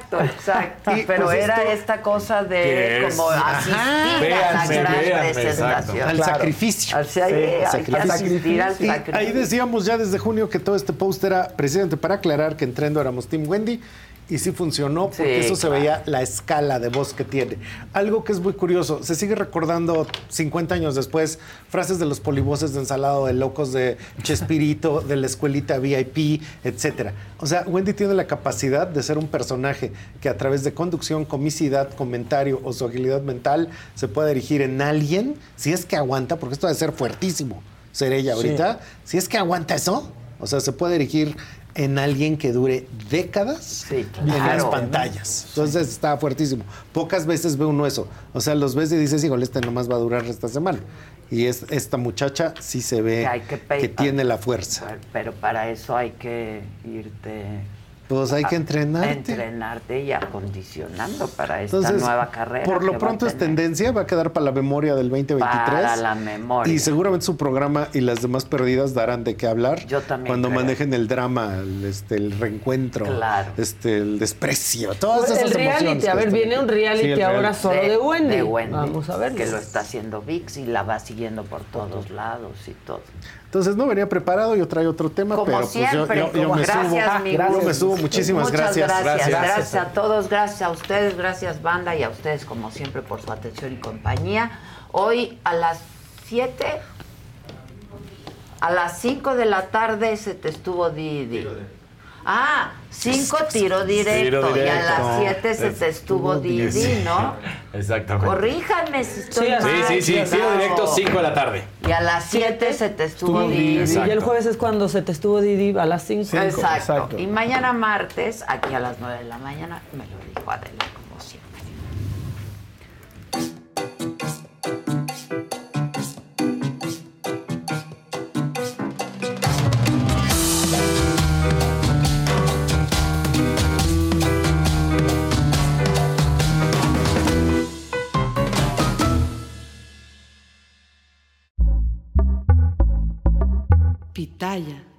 Exacto. Y, Pero pues, era esto- esta cosa que de es- como asistir a la gran presentación. Al sacrificio. O sea, hay que asistir al Y sacrificio. ahí decíamos ya desde junio que todo este post era precisamente para aclarar que en Trendo éramos Team Wendy. Y sí funcionó porque Sí, eso se claro. veía la escala de voz que tiene. Algo que es muy curioso, se sigue recordando 50 años después frases de los polivoces de Ensalado de Locos, de Chespirito, de la escuelita VIP, etcétera. O sea, Wendy tiene la capacidad de ser un personaje que a través de conducción, comicidad, comentario o su agilidad mental se puede dirigir en alguien, si es que aguanta, porque esto debe ser fuertísimo ser ella ahorita, si es que aguanta eso, o sea, se puede dirigir en alguien que dure décadas en las claro. pantallas. Entonces está fuertísimo. Pocas veces ve uno eso. O sea, los ves y dices, híjole, este nomás va a durar esta semana. Y esta muchacha sí se ve hay que tiene la fuerza. Pero para eso hay que irte... Pues hay que a entrenarte. entrenarte y acondicionando para esta Entonces, nueva carrera. por que lo va pronto a es tener. tendencia, va a quedar para la memoria del 2023. Para la memoria. Y seguramente su programa y las demás perdidas darán de qué hablar. Yo también cuando creo. manejen el drama, el reencuentro, Claro. el desprecio, todas esas El reality, emociones. a que ver, están viene aquí. un reality Sí, el ahora reality. solo de Wendy. Wendy. Vamos a ver. Que lo está haciendo VIX y la va siguiendo por todos lados y todo. Entonces no venía preparado, yo traigo otro tema, Como pero siempre, pues yo me gracias, subo. mi Yo Gus. me subo. Muchísimas Muchas gracias. Gracias a todos, gracias a ustedes, gracias banda y a ustedes como siempre por su atención y compañía. Hoy a las 7, a las 5 de la tarde se te estuvo Didi. 5 tiro directo y a las 7 se te estuvo Didi, ¿no? Exactamente. Corríjanme si estoy mal. Sí, tiro claro. directo 5 de la tarde. Y a las 7 se te estuvo Didi. Y el jueves es cuando se te estuvo Didi a las 5. Exacto. Y mañana martes, aquí a las 9 de la mañana, me lo dijo Adela, como siempre. Pitaya.